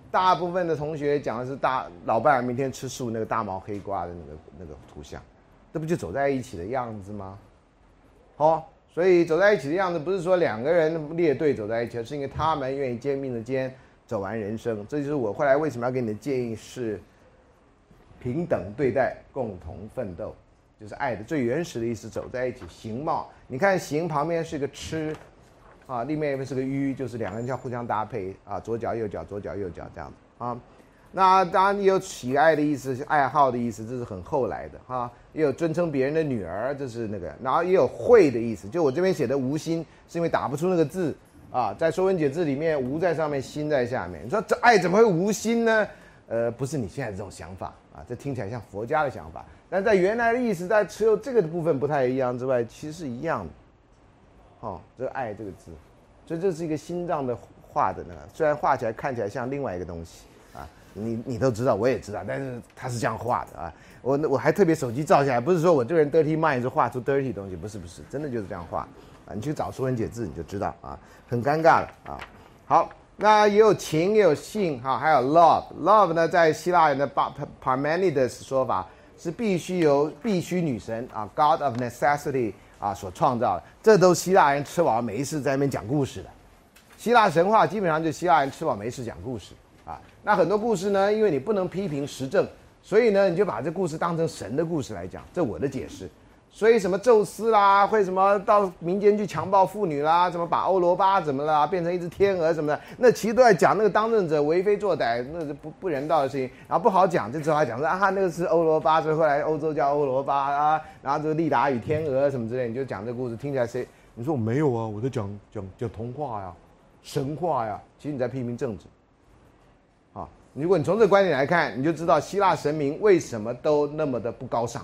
大部分的同学讲的是大老伴儿明天吃素那个大毛黑瓜的那个那个图像，这不就走在一起的样子吗？哦，所以走在一起的样子不是说两个人列队走在一起，而是因为他们愿意肩并着肩走完人生。这就是我后来为什么要给你的建议是平等对待，共同奋斗，就是爱的最原始的意思，走在一起。形貌，你看形旁边是个吃，啊，另外一边是个鱼，就是两个人要互相搭配啊，左脚右脚，左脚右脚这样子啊。那当然也有喜爱的意思，爱好的意思，这是很后来的哈。也有尊称别人的女儿，这是那个，然后也有会的意思，就我这边写的无心，是因为打不出那个字啊，在《说文解字》里面，无在上面，心在下面。你说这爱怎么会无心呢？呃，不是你现在这种想法啊，这听起来像佛家的想法，但在原来的意思，在只有这个的部分不太一样之外，其实是一样的。哦，这个爱这个字，所以这是一个心脏的画的那个，虽然画起来看起来像另外一个东西。你你都知道，我也知道，但是他是这样画的啊。我我还特别手机照下来，不是说我这个人 dirty mind 是画出 dirty 的东西，不是不是，真的就是这样画啊。你去找《说文解字》你就知道啊，很尴尬了啊。好，那也有情，也有性哈，还有 love。love 呢，在希腊人的 Parmenides 说法是必须由必须女神啊 God of necessity 啊所创造的，这都希腊人吃饱没事在那边讲故事的。希腊神话基本上就希腊人吃饱没事讲故事。那很多故事呢，因为你不能批评时政，所以呢，你就把这故事当成神的故事来讲，这我的解释。所以什么宙斯啦，会什么到民间去强暴妇女啦，怎么把欧罗巴怎么啦变成一只天鹅什么的，那其实都在讲那个当政者为非作歹，那是不不人道的事情。然后不好讲，就只好讲说啊，那个是欧罗巴，所以后来欧洲叫欧罗巴啊，然后这个利达与天鹅什么之类，你就讲这个故事，听起来谁？你说我没有啊，我在讲讲讲童话呀，神话呀，其实你在批评政治。如果你从这个观点来看，你就知道希腊神明为什么都那么的不高尚。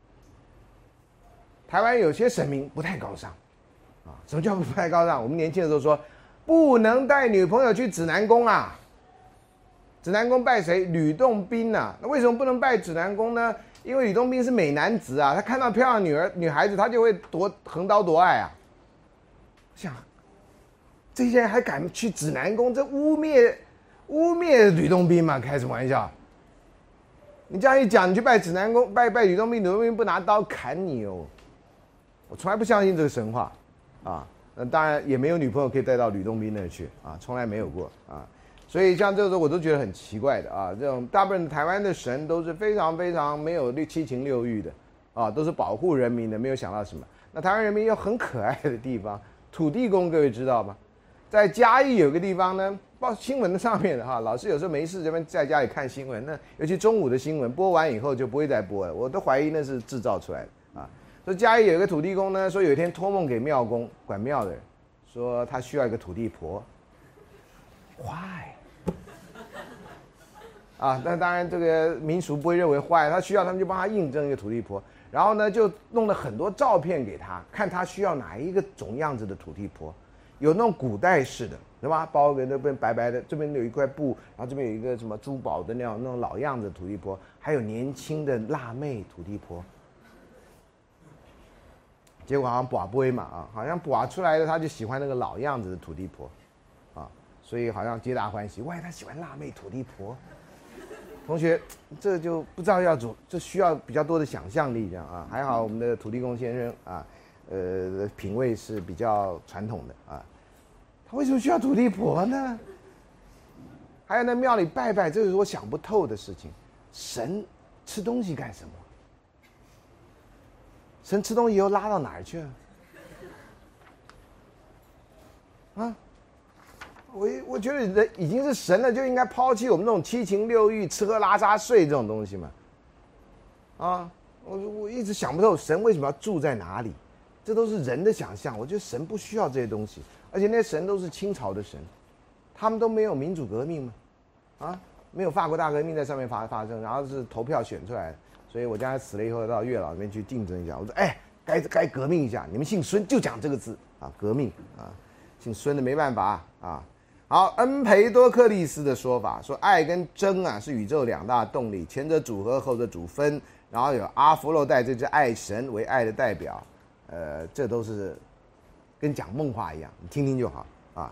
台湾有些神明不太高尚，啊，什么叫不太高尚？我们年轻的时候说，不能带女朋友去指南宫啊。指南宫拜谁？吕洞宾啊。那为什么不能拜指南宫呢？因为吕洞宾是美男子啊，他看到漂亮女儿女孩子，他就会夺横刀夺爱啊。想，这些人还敢去指南宫，这污蔑。污蔑吕洞宾嘛，开什么玩笑？你这样一讲，你去拜指南宫，拜拜吕洞宾，吕洞宾不拿刀砍你哦。我从来不相信这个神话，啊，那当然也没有女朋友可以带到吕洞宾那去啊，从来没有过啊。所以像这种我都觉得很奇怪的啊，这种大部分台湾的神都是非常非常没有七情六欲的啊，都是保护人民的，没有想到什么。那台湾人民有很可爱的地方，土地公各位知道吗？在嘉义有个地方呢，报新闻的上面哈，老师有时候没事这边在家里看新闻，那尤其中午的新闻播完以后就不会再播了，我都怀疑那是制造出来的啊。说嘉义有一个土地公呢，说有一天托梦给庙公管庙的人，说他需要一个土地婆。Why？ 啊，但当然这个民俗不会认为坏，他需要他们就帮他印证一个土地婆，然后呢就弄了很多照片给他，看他需要哪一个种样子的土地婆。有那种古代式的，对吧？包个那边白白的，这边有一块布，然后这边有一个什么珠宝的那种那种老样子的土地婆，还有年轻的辣妹土地婆。结果好像拔杯嘛啊，好像拔出来的他就喜欢那个老样子的土地婆，啊，所以好像皆大欢喜。喂，他喜欢辣妹土地婆。同学，这就不知道要怎，这需要比较多的想象力这样啊。还好我们的土地公先生啊。呃，品味是比较传统的啊，他为什么需要土地婆呢？还有那庙里拜拜，这是我想不透的事情。神吃东西干什么？神吃东西以后拉到哪儿去啊？啊，我我觉得人已经是神了，就应该抛弃我们这种七情六欲、吃喝拉撒睡这种东西嘛。啊，我我一直想不透神为什么要住在哪里。这都是人的想象，我觉得神不需要这些东西，而且那些神都是清朝的神，他们都没有民主革命嘛，啊，没有法国大革命在上面发发生，然后是投票选出来的，所以我将来死了以后到月老那边去竞争一下，我说哎，该该革命一下，你们姓孙就讲这个字啊，革命啊，姓孙的没办法啊。好，恩培多克利斯的说法说，爱跟憎啊是宇宙两大动力，前者组合，后者组分，然后有阿佛洛戴这只爱神为爱的代表。呃，这都是跟讲梦话一样，你听听就好啊。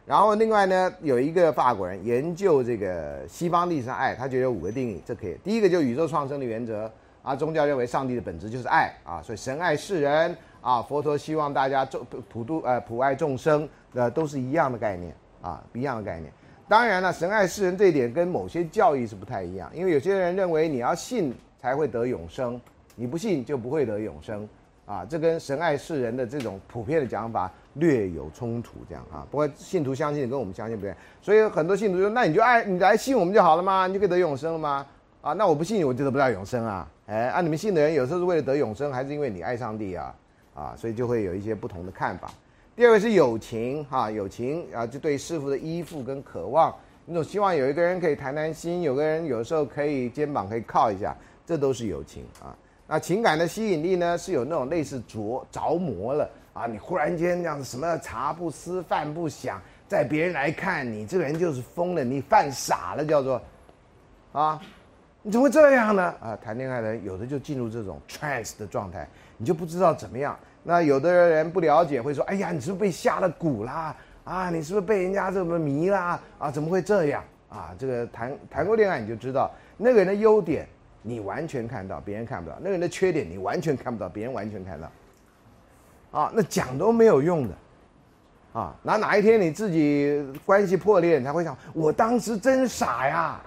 然后另外呢，有一个法国人研究这个西方历史上爱，他觉得有五个定义，这可以。第一个就是宇宙创生的原则啊，宗教认为上帝的本质就是爱啊，所以神爱世人啊，佛陀希望大家众普度呃普爱众生，呃都是一样的概念啊，一样的概念。当然了，神爱世人这一点跟某些教义是不太一样，因为有些人认为你要信才会得永生，你不信就不会得永生。啊，这跟神爱世人的这种普遍的讲法略有冲突，这样啊。不过信徒相信跟我们相信不一样，所以很多信徒说，那你就爱你来信我们就好了吗？你就可以得永生了吗？啊，那我不信我就得不到永生啊。哎，啊，你们信的人有时候是为了得永生，还是因为你爱上帝啊？啊，所以就会有一些不同的看法。第二个是友情哈，友情啊，就对师父的依附跟渴望，你总希望有一个人可以谈谈心，有个人有时候可以肩膀可以靠一下，这都是友情啊。那情感的吸引力呢，是有那种类似着着魔了啊！你忽然间这样子，什么茶不思饭不想，在别人来看你这个人就是疯了，你犯傻了，叫做啊，你怎么会这样呢？啊，谈恋爱的人有的就进入这种 trance 的状态，你就不知道怎么样。那有的人不了解，会说：“哎呀，你是不是被下了蛊啦？啊，你是不是被人家这么迷啦？啊，怎么会这样？啊，这个谈谈过恋爱你就知道那个人的优点。”你完全看到，别人看不到；那个人的缺点，你完全看不到，别人完全看到。啊，那讲都没有用的。啊，那哪一天你自己关系破裂，你才会想，我当时真傻呀。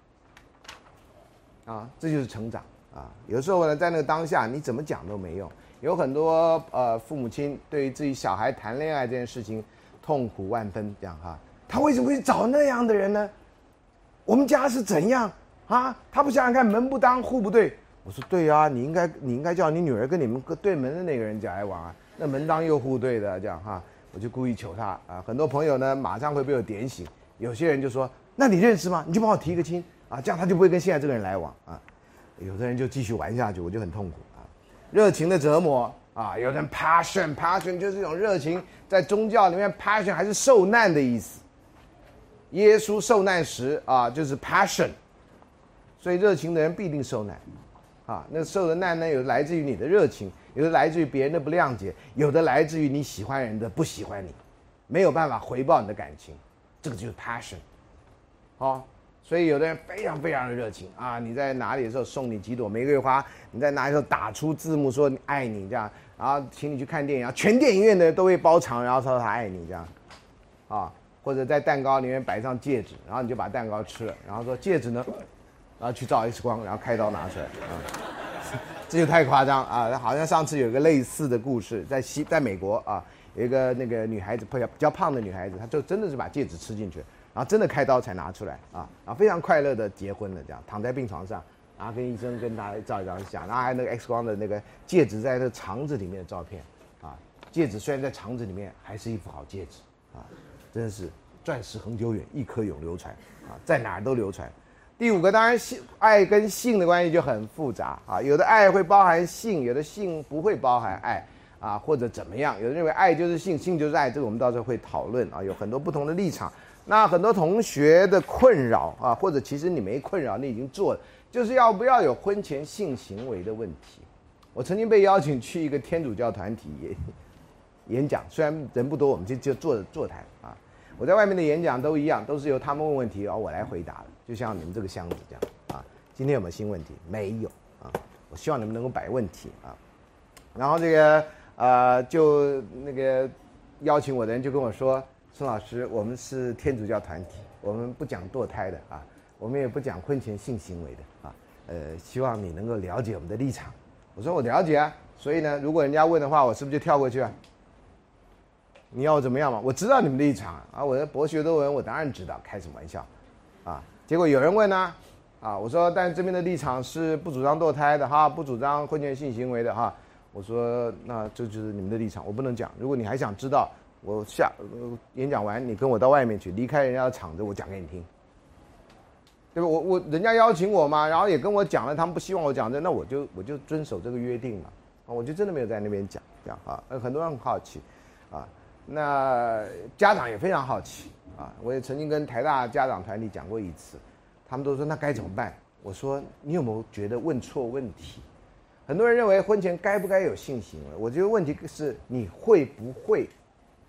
啊，这就是成长啊。有时候呢，在那个当下，你怎么讲都没用。有很多呃父母亲对于自己小孩谈恋爱这件事情痛苦万分，这样哈，他为什么会找那样的人呢？我们家是怎样？啊，他不想想看，门不当户不对。我说对啊，你应该你应该叫你女儿跟你们对门的那个人讲来往啊，那门当又户对的这样哈，我就故意求他啊。很多朋友呢马上会被我点醒，有些人就说，那你认识吗？你就帮我提个亲啊，这样他就不会跟现在这个人来往啊。有的人就继续玩下去，我就很痛苦啊。热情的折磨啊，有人 passion passion 就是这种热情，在宗教里面 passion 还是受难的意思。耶稣受难时啊，就是 passion。所以热情的人必定受难，啊，那受的难呢，有的来自于你的热情，有的来自于别人的不谅解，有的来自于你喜欢人的不喜欢你，没有办法回报你的感情，这个就是 passion， 哦，所以有的人非常非常的热情啊，你在哪里的时候送你几朵玫瑰花，你在哪里的时候打出字幕说爱你这样，然后请你去看电影，然后全电影院的人都会包场，然后说他爱你这样，啊，或者在蛋糕里面摆上戒指，然后你就把蛋糕吃了，然后说戒指呢？然后去照 X 光，然后开刀拿出来，啊，这就太夸张啊！好像上次有一个类似的故事，在西，在美国啊，有一个那个女孩子，比较胖的女孩子，她就真的是把戒指吃进去，然后真的开刀才拿出来啊，然后非常快乐的结婚了，这样躺在病床上，然后跟医生跟她照一张相，然后还有那个 X 光的那个戒指在那个肠子里面的照片，啊，戒指虽然在肠子里面，还是一副好戒指啊，真的是钻石恒久远，一颗永流传啊，在哪儿都流传。第五个当然性爱跟性的关系就很复杂啊，有的爱会包含性，有的性不会包含爱啊，或者怎么样，有人认为爱就是性，性就是爱，这个我们到时候会讨论啊，有很多不同的立场。那很多同学的困扰啊，或者其实你没困扰，你已经做了，就是要不要有婚前性行为的问题。我曾经被邀请去一个天主教团体演演讲，虽然人不多，我们就就坐座谈啊。我在外面的演讲都一样，都是由他们问问题，然后我来回答的，就像你们这个箱子这样啊。今天有没有新问题？没有啊。我希望你们能够摆问题啊。然后这个呃，就那个邀请我的人就跟我说，孙老师，我们是天主教团体，我们不讲堕胎的啊，我们也不讲婚前性行为的啊。呃，希望你能够了解我们的立场。我说我了解啊，所以呢，如果人家问的话，我是不是就跳过去啊？你要我怎么样嘛？我知道你们的立场啊，我的博学多闻，我当然知道，开什么玩笑，啊！结果有人问呢、啊，啊，我说，但这边的立场是不主张堕胎的哈，不主张婚前性行为的哈。我说，那这就是你们的立场，我不能讲。如果你还想知道，我下、呃、演讲完，你跟我到外面去，离开人家的场子，我讲给你听，对吧？我我人家邀请我嘛，然后也跟我讲了，他们不希望我讲这，那我就我就遵守这个约定嘛，啊，我就真的没有在那边讲，这样啊，很多人很好奇，啊。那家长也非常好奇啊，我也曾经跟台大家长团体讲过一次，他们都说那该怎么办？我说你有没有觉得问错问题？很多人认为婚前该不该有性行为，我觉得问题是你会不会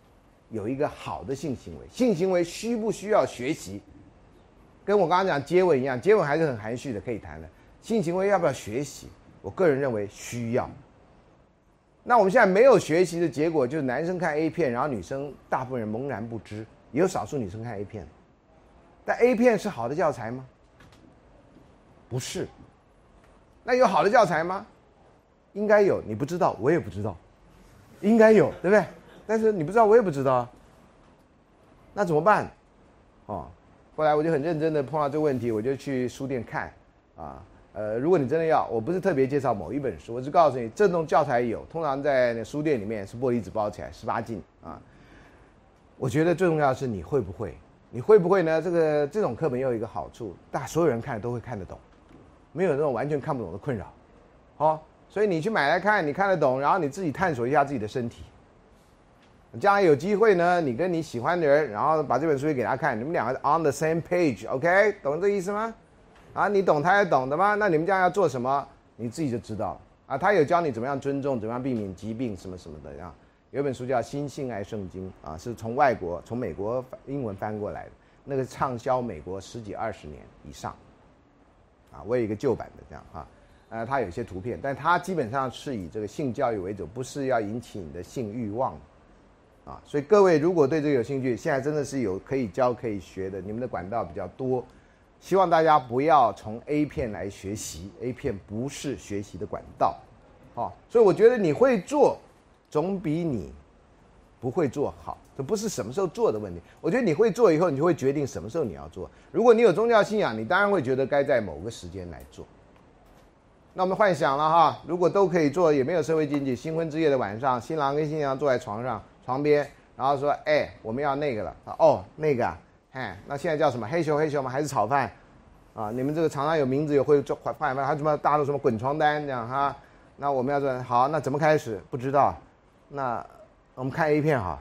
有一个好的性行为。性行为需不需要学习？跟我刚刚讲接吻一样，接吻还是很含蓄的，可以谈的。性行为要不要学习？我个人认为需要。那我们现在没有学习的结果，就是男生看 A 片，然后女生大部分人茫然不知，也有少数女生看 A 片。但 A 片是好的教材吗？不是。那有好的教材吗？应该有，你不知道，我也不知道。应该有，对不对？但是你不知道，我也不知道啊。那怎么办？哦，后来我就很认真的碰到这个问题，我就去书店看啊。呃，如果你真的要，我不是特别介绍某一本书，我只告诉你，这种教材有，通常在那书店里面是玻璃纸包起来，十八禁啊。我觉得最重要的是你会不会，你会不会呢？这个这种课本又有一个好处，大所有人看都会看得懂，没有那种完全看不懂的困扰。好、哦，所以你去买来看，你看得懂，然后你自己探索一下自己的身体。将来有机会呢，你跟你喜欢的人，然后把这本书给他看，你们两个 on the same page，OK， 懂这意思吗？啊，你懂他也懂的吗？那你们这样要做什么，你自己就知道了啊。他有教你怎么样尊重，怎么样避免疾病什么什么的啊。有一本书叫《新性爱圣经》啊，是从外国从美国英文翻过来的，那个畅销美国十几二十年以上啊。我有一个旧版的这样啊，呃，它有一些图片，但它基本上是以这个性教育为主，不是要引起你的性欲望啊。所以各位如果对这个有兴趣，现在真的是有可以教可以学的，你们的管道比较多。希望大家不要从 A 片来学习 ，A 片不是学习的管道，好、哦，所以我觉得你会做，总比你不会做好。这不是什么时候做的问题，我觉得你会做以后，你就会决定什么时候你要做。如果你有宗教信仰，你当然会觉得该在某个时间来做。那我们幻想了哈，如果都可以做，也没有社会禁忌，新婚之夜的晚上，新郎跟新娘坐在床上床边，然后说，哎，我们要那个了，哦，那个啊。哎，那现在叫什么黑熊黑熊吗？还是炒饭？啊，你们这个常常有名字也会做换换饭，还有什么大陆什么滚床单这样哈？那我们要做好，那怎么开始？不知道。那我们看 A 片哈。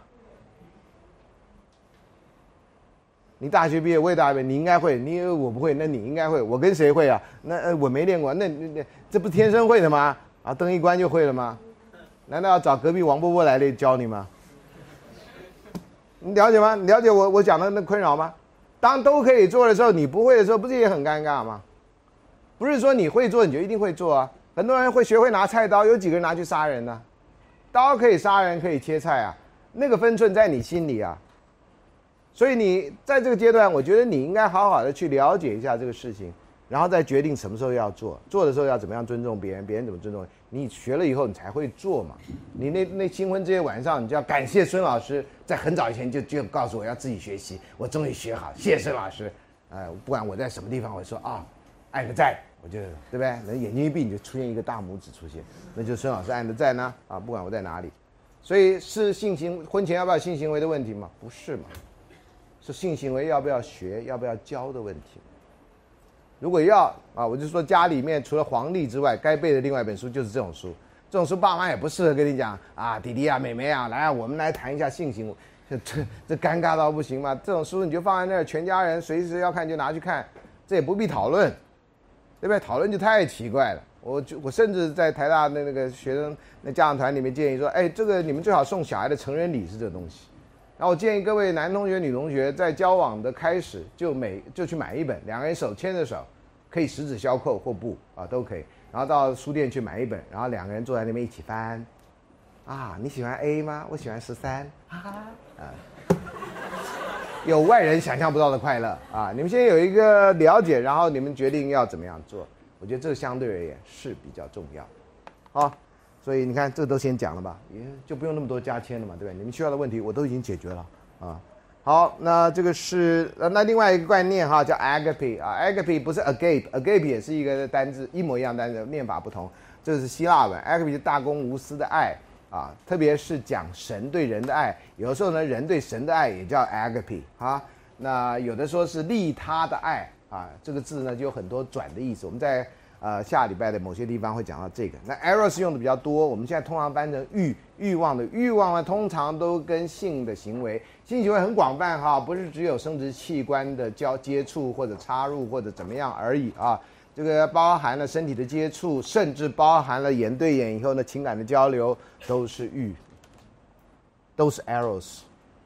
你大学毕业，我也大学毕业，你应该会，你我不会，那你应该会。我跟谁会啊？那呃我没练过，那那那这不天生会的吗？啊，灯一关就会了吗？难道要找隔壁王伯伯来教你吗？你了解吗？你了解我我讲的那困扰吗？当都可以做的时候，你不会的时候，不是也很尴尬吗？不是说你会做你就一定会做啊。很多人会学会拿菜刀，有几个人拿去杀人呢、啊？刀可以杀人，可以切菜啊，那个分寸在你心里啊。所以你在这个阶段，我觉得你应该好好的去了解一下这个事情，然后再决定什么时候要做。做的时候要怎么样尊重别人，别人怎么尊重你。你学了以后，你才会做嘛。你那那新婚这些晚上，你就要感谢孙老师，在很早以前就就告诉我要自己学习，我终于学好，谢谢孙老师。呃，不管我在什么地方，我说啊，按个赞，我就对不对？那眼睛一闭，你就出现一个大拇指出现，那就是孙老师按的赞呢啊，不管我在哪里。所以是性行婚前要不要性行为的问题吗？不是嘛，是性行为要不要学、要不要教的问题。如果要啊，我就说家里面除了黄历之外，该背的另外一本书就是这种书。这种书爸妈也不适合跟你讲啊，弟弟啊、妹妹啊，来啊，我们来谈一下性行为，这这这尴尬到不行嘛。这种书你就放在那儿，全家人随时要看就拿去看，这也不必讨论，对不对？讨论就太奇怪了。我就我甚至在台大的那个学生那家长团里面建议说，哎，这个你们最好送小孩的成人礼是这个东西。然后我建议各位男同学、女同学在交往的开始就每就去买一本，两个人手牵着手，可以十指消扣或不啊都可以。然后到书店去买一本，然后两个人坐在那边一起翻。啊，你喜欢 A 吗？我喜欢十三，哈哈啊，有外人想象不到的快乐啊！你们先有一个了解，然后你们决定要怎么样做。我觉得这个相对而言是比较重要，好。所以你看，这都先讲了吧，也就不用那么多加签了嘛，对不对？你们需要的问题我都已经解决了啊。好，那这个是呃，那另外一个观念哈，叫 agape 啊 ，agape 不是 agape，agape 也是一个单字，一模一样单字，念法不同。这个是希腊文 ，agape 是大公无私的爱啊，特别是讲神对人的爱，有的时候呢，人对神的爱也叫 agape 啊。那有的说是利他的爱啊，这个字呢就有很多转的意思。我们在呃，下礼拜的某些地方会讲到这个。那 eros 用的比较多，我们现在通常翻成欲欲望的欲望呢，通常都跟性的行为，性行为很广泛哈，不是只有生殖器官的交接触或者插入或者怎么样而已啊。这个包含了身体的接触，甚至包含了眼对眼以后呢情感的交流，都是欲，都是 eros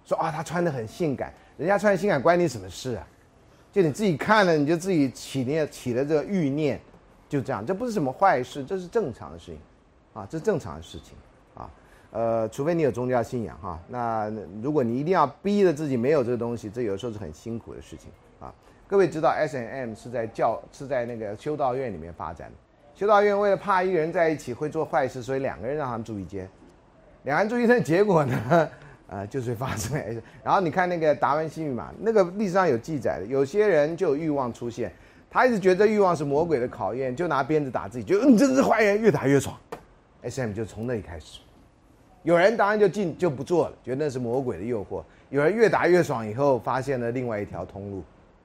说啊他穿得很性感，人家穿性感关你什么事啊？就你自己看了你就自己起念起了这个欲念，就这样，这不是什么坏事，这是正常的事情，啊，这是正常的事情啊。呃，除非你有宗教信仰哈，那如果你一定要逼着自己没有这个东西，这有时候是很辛苦的事情啊。各位知道 S and M 是在教是在那个修道院里面发展的。修道院为了怕一个人在一起会做坏事，所以两个人让他们住一间。两个人住一间的结果呢，呃，就是会发生 S。然后你看那个达文西密码，那个历史上有记载的，有些人就有欲望出现，他一直觉得欲望是魔鬼的考验，就拿鞭子打自己，觉得嗯真是坏人，越打越爽。S M 就从那里开始。有人当然就进就不做了，觉得那是魔鬼的诱惑。有人越打越爽以后，发现了另外一条通路。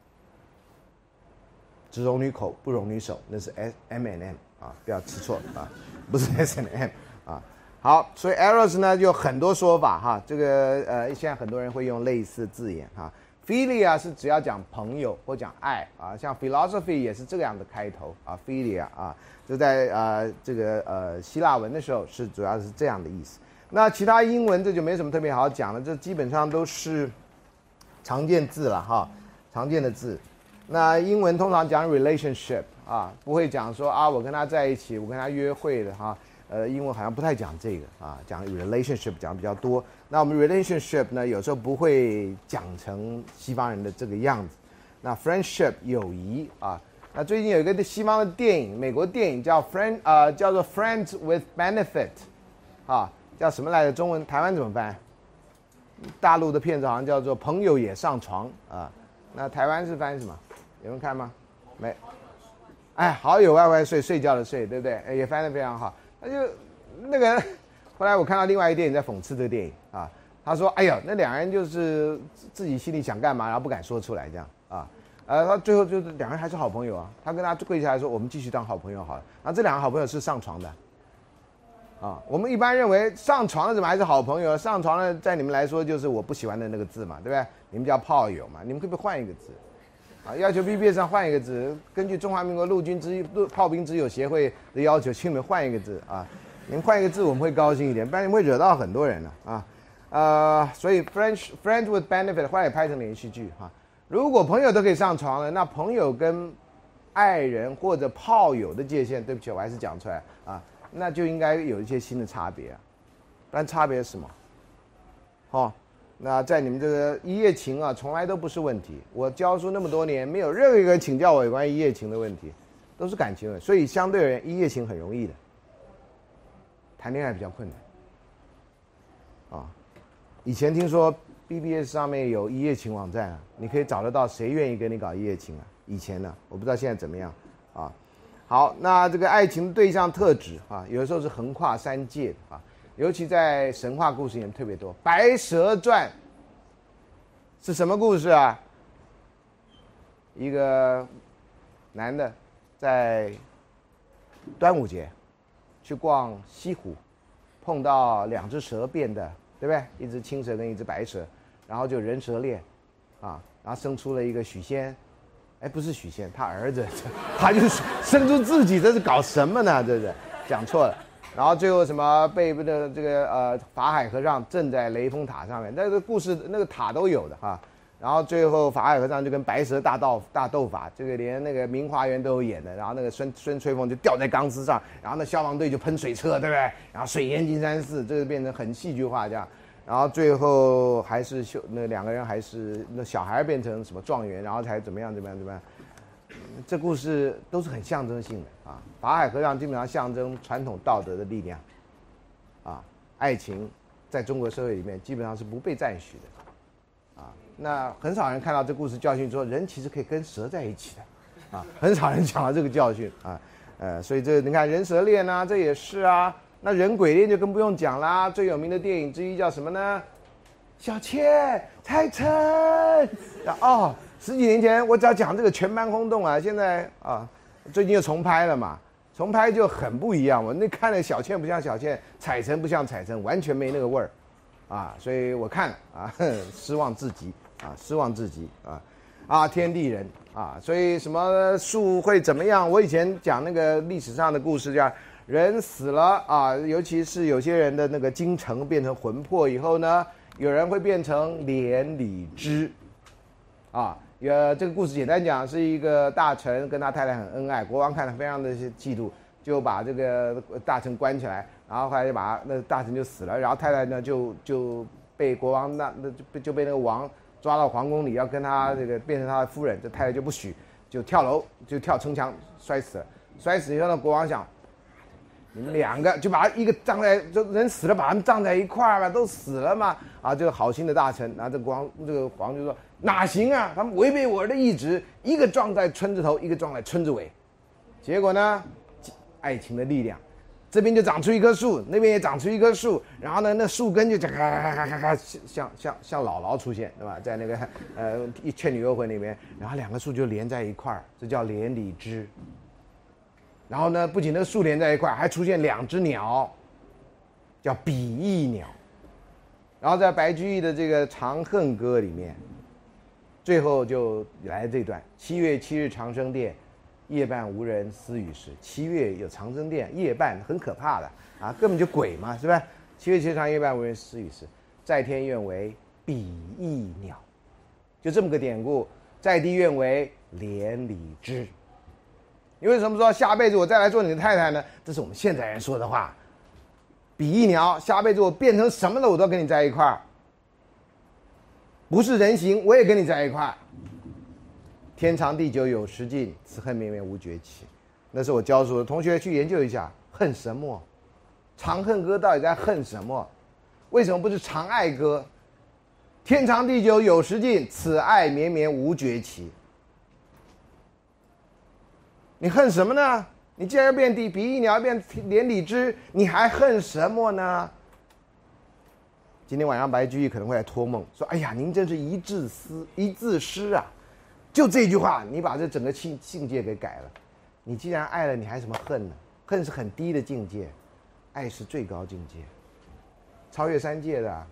只容女口，不容女手，那是 M and M 啊，不要吃错啊，不是 S and M 啊。好，所以 Eros 呢有很多说法哈，这个呃现在很多人会用类似字眼哈。Philia 是只要讲朋友或讲爱啊，像 philosophy 也是这样的开头啊 ，Philia 啊，就在呃这个呃希腊文的时候是主要是这样的意思。那其他英文这就没什么特别好讲了，这基本上都是常见字了哈，常见的字。那英文通常讲 relationship 啊，不会讲说啊我跟他在一起，我跟他约会的哈。呃，英文好像不太讲这个啊，讲 relationship 讲的比较多。那我们 relationship 呢，有时候不会讲成西方人的这个样子。那 friendship 友谊啊，那最近有一个西方的电影，美国电影叫 friend 呃叫做 Friends with Benefit 啊，叫什么来着？中文台湾怎么翻？大陆的片子好像叫做朋友也上床啊，那台湾是翻什么？有人看吗？没。哎，好友万万岁，睡觉的睡，对不对？也翻得非常好。那就那个，后来我看到另外一个电影在讽刺这个电影啊，他说：“哎呀，那两人就是自己心里想干嘛，然后不敢说出来，这样啊，呃，他最后就是两人还是好朋友啊。他跟他跪下来说：我们继续当好朋友好了。然后这两个好朋友是上床的，啊，我们一般认为上床的怎么还是好朋友？上床的在你们来说就是我不喜欢的那个字嘛，对不对？你们叫炮友嘛，你们可不可以换一个字？”啊，要求 B B S 上换一个字，根据中华民国陆军之炮兵之友协会的要求，请你们换一个字啊！你们换一个字，我们会高兴一点，不然你们会惹到很多人了啊！呃，所以 French Friends with Benefit 后来也拍成连续剧哈、啊。如果朋友都可以上床了，那朋友跟爱人或者炮友的界限，对不起，我还是讲出来啊，那就应该有一些新的差别啊，不然差别是什么？哦。那在你们这个一夜情啊，从来都不是问题。我教书那么多年，没有任何一个人请教我有关于一夜情的问题，都是感情的。所以相对而言，一夜情很容易的，谈恋爱比较困难。啊，以前听说 B B S 上面有一夜情网站啊，你可以找得到谁愿意跟你搞一夜情啊？以前呢，我不知道现在怎么样啊。好，那这个爱情对象特质啊，有的时候是横跨三界啊。尤其在神话故事里面特别多，《白蛇传》是什么故事啊？一个男的在端午节去逛西湖，碰到两只蛇变的，对不对？一只青蛇跟一只白蛇，然后就人蛇恋，啊，然后生出了一个许仙，哎，不是许仙，他儿子，他就生出自己，这是搞什么呢？这是讲错了。然后最后什么被的这个呃法海和尚镇在雷峰塔上面，那个故事那个塔都有的哈。然后最后法海和尚就跟白蛇大斗大斗法，这个连那个明华园都有演的。然后那个孙孙吹风就吊在钢丝上，然后那消防队就喷水车，对不对？然后水淹金山寺，这个变成很戏剧化这样。然后最后还是修那两个人还是那小孩变成什么状元，然后才怎么样怎么样怎么样。这故事都是很象征性的啊，法海和尚基本上象征传统道德的力量，啊，爱情在中国社会里面基本上是不被赞许的，啊，那很少人看到这故事教训说人其实可以跟蛇在一起的，啊，很少人讲到这个教训啊，呃，所以这你看人蛇恋啊，这也是啊，那人鬼恋就更不用讲啦，最有名的电影之一叫什么呢？小妾蔡成，哦。十几年前我只要讲这个全班轰动啊，现在啊最近又重拍了嘛，重拍就很不一样。我那看了小倩不像小倩，彩成不像彩成，完全没那个味儿，啊，所以我看了啊，失望至极啊，失望至极啊，啊天地人啊，所以什么树会怎么样？我以前讲那个历史上的故事，叫人死了啊，尤其是有些人的那个精诚变成魂魄以后呢。 有人会变成连理枝，啊，呃，这个故事简单讲是一个大臣跟他太太很恩爱，国王看了非常的嫉妒，就把这个大臣关起来，然后后来就把那大臣就死了，然后太太呢就就被国王那那就就被那个王抓到皇宫里，要跟他这个变成他的夫人，这太太就不许，就跳楼就跳城墙摔死了，摔死以后呢，国王想。你们两个就把一个葬在，就人死了，把他们葬在一块儿吧，都死了嘛。啊，这个好心的大臣，然后这个王这个皇就说哪行啊，他们违背我的意志，一个撞在村子头，一个撞在村子尾。结果呢，爱情的力量，这边就长出一棵树，那边也长出一棵树，然后呢，那树根就咔咔咔咔咔，像像像姥姥出现，对吧？在那个呃《倩女幽魂》里面，然后两个树就连在一块儿，这叫连理枝。然后呢，不仅那个树连在一块，还出现两只鸟，叫比翼鸟。然后在白居易的这个《长恨歌》里面，最后就来这段：七月七日长生殿，夜半无人私语时。七月有长生殿，夜半很可怕的啊，根本就鬼嘛，是吧？七月七日长，夜半无人私语时，在天愿为比翼鸟，就这么个典故。在地愿为连理枝。你为什么说下辈子我再来做你的太太呢？这是我们现在人说的话。比翼鸟，下辈子我变成什么了，我都跟你在一块儿。不是人形，我也跟你在一块儿。天长地久有时尽，此恨绵绵无绝期。那是我教书的同学去研究一下，恨什么？长恨歌到底在恨什么？为什么不是长爱歌？天长地久有时尽，此爱绵绵无绝期。你恨什么呢？你既然要变比比翼鸟，变连理枝，你还恨什么呢？今天晚上白居易可能会来托梦，说：“哎呀，您真是一字诗一字诗啊！就这句话，你把这整个境境界给改了。你既然爱了，你还什么恨呢？恨是很低的境界，爱是最高境界，超越三界的啊。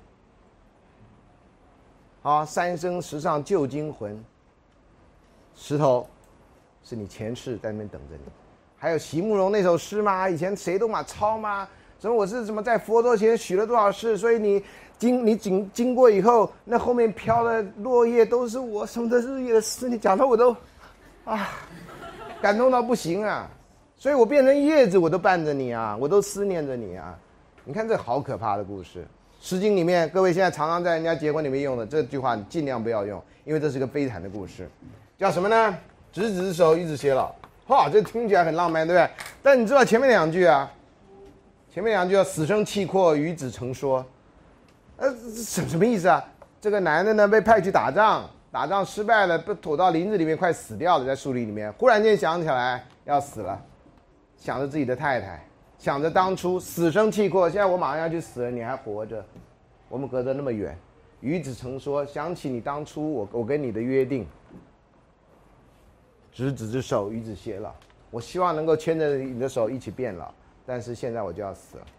好，三生石上旧精魂，石头。”是你前世在那边等着你，还有席慕容那首诗吗？以前谁都嘛抄吗？什么我是什么在佛陀前许了多少誓，所以你经你经经过以后，那后面飘的落叶都是我什么的日月的诗，你讲的我都啊感动到不行啊！所以我变成叶子，我都伴着你啊，我都思念着你啊！你看这好可怕的故事，《诗经》里面，各位现在常常在人家结婚里面用的这句话，你尽量不要用，因为这是个悲惨的故事，叫什么呢？执子之手，与子偕老。哇，这听起来很浪漫，对不对？但你知道前面两句啊？前面两句叫死生契阔，与子成说。呃，什什么意思啊？这个男的呢被派去打仗，打仗失败了，被躲到林子里面，快死掉了，在树林里面。忽然间想起来要死了，想着自己的太太，想着当初死生契阔，现在我马上要去死了，你还活着，我们隔得那么远。与子成说，想起你当初我我跟你的约定。执子之手，与子偕老。我希望能够牵着你的手一起变老，但是现在我就要死了。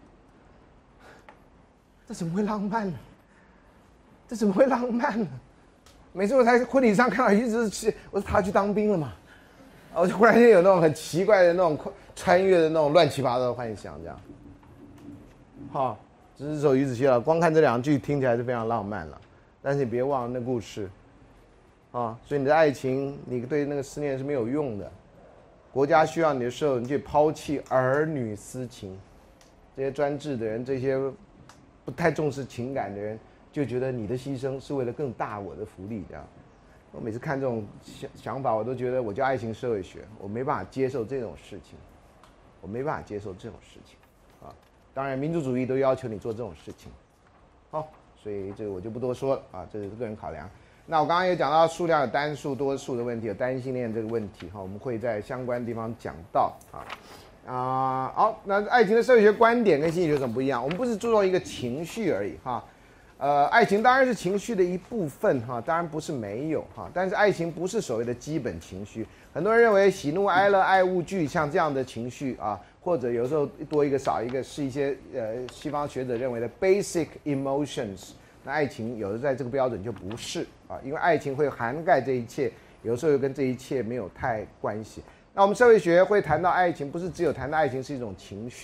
这怎么会浪漫呢？这怎么会浪漫呢？每次我在婚礼上看到一直是，我说他去当兵了嘛，我就忽然间有那种很奇怪的那种穿越的那种乱七八糟的幻想，这样。好，执子之手，与子偕老。光看这两句听起来是非常浪漫了，但是你别忘了那故事。啊，所以你的爱情，你对那个思念是没有用的。国家需要你的时候，你就抛弃儿女私情。这些专制的人，这些不太重视情感的人，就觉得你的牺牲是为了更大我的福利，这样。我每次看这种想想法，我都觉得我叫爱情社会学，我没办法接受这种事情，我没办法接受这种事情。啊，当然民族主义都要求你做这种事情。好，所以这个我就不多说了啊，这是个人考量。那我刚刚也讲到数量有单数多数的问题，有单性恋这个问题哈，我们会在相关地方讲到啊啊、呃、好，那爱情的社会学观点跟心理学有什么不一样？我们不是注重一个情绪而已哈，呃，爱情当然是情绪的一部分哈，当然不是没有哈，但是爱情不是所谓的基本情绪。很多人认为喜怒哀乐爱恶惧像这样的情绪啊，或者有时候多一个少一个是一些呃西方学者认为的 basic emotions。那爱情有的在这个标准就不是啊，因为爱情会涵盖这一切，有时候又跟这一切没有太关系。那我们社会学会谈到爱情，不是只有谈到爱情是一种情绪，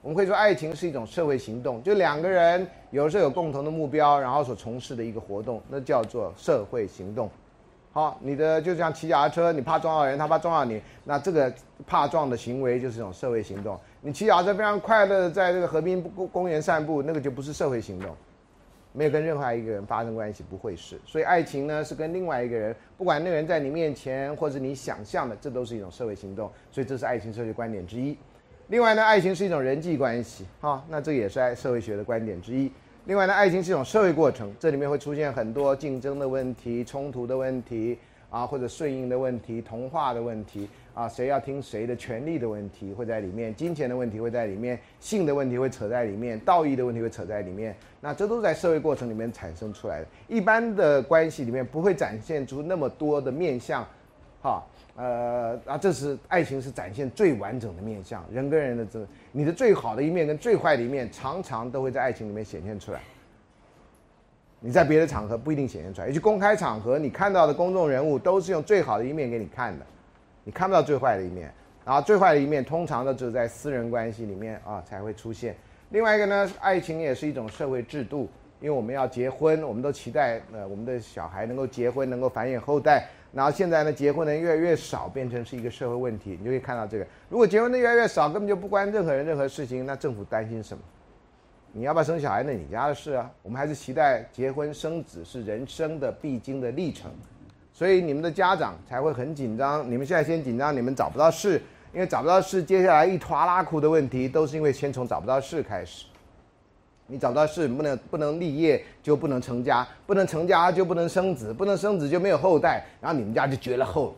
我们会说爱情是一种社会行动，就两个人有时候有共同的目标，然后所从事的一个活动，那叫做社会行动。好，你的就像骑脚踏车，你怕撞到人，他怕撞到你，那这个怕撞的行为就是一种社会行动。你骑脚踏车非常快乐的在这个河滨公园散步，那个就不是社会行动，没有跟任何一个人发生关系，不会是。所以爱情呢是跟另外一个人，不管那个人在你面前或者你想象的，这都是一种社会行动。所以这是爱情社会观点之一。另外呢，爱情是一种人际关系，哈，那这也是爱社会学的观点之一。另外呢，爱情是一种社会过程，这里面会出现很多竞争的问题、冲突的问题啊，或者顺应的问题、同化的问题啊，谁要听谁的权利的问题会在里面，金钱的问题会在里面，性的问题会扯在里面，道义的问题会扯在里面。那这都是在社会过程里面产生出来的。一般的关系里面不会展现出那么多的面向，哈。呃啊，这是爱情是展现最完整的面相，人跟人的这你的最好的一面跟最坏的一面，常常都会在爱情里面显现出来。你在别的场合不一定显现出来，尤其公开场合，你看到的公众人物都是用最好的一面给你看的，你看不到最坏的一面。然后最坏的一面通常都只有在私人关系里面啊才会出现。另外一个呢，爱情也是一种社会制度，因为我们要结婚，我们都期待呃我们的小孩能够结婚，能够繁衍后代。然后现在呢，结婚的人越来越少，变成是一个社会问题，你就可以看到这个。如果结婚的越来越少，根本就不关任何人任何事情，那政府担心什么？你要不要生小孩，那你家的事啊。我们还是期待结婚生子是人生的必经的历程，所以你们的家长才会很紧张。你们现在先紧张，你们找不到事，因为找不到事，接下来一拖拉苦的问题都是因为先从找不到事开始。你找不到事，不能不能立业，就不能成家，不能成家就不能生子，不能生子就没有后代，然后你们家就绝了后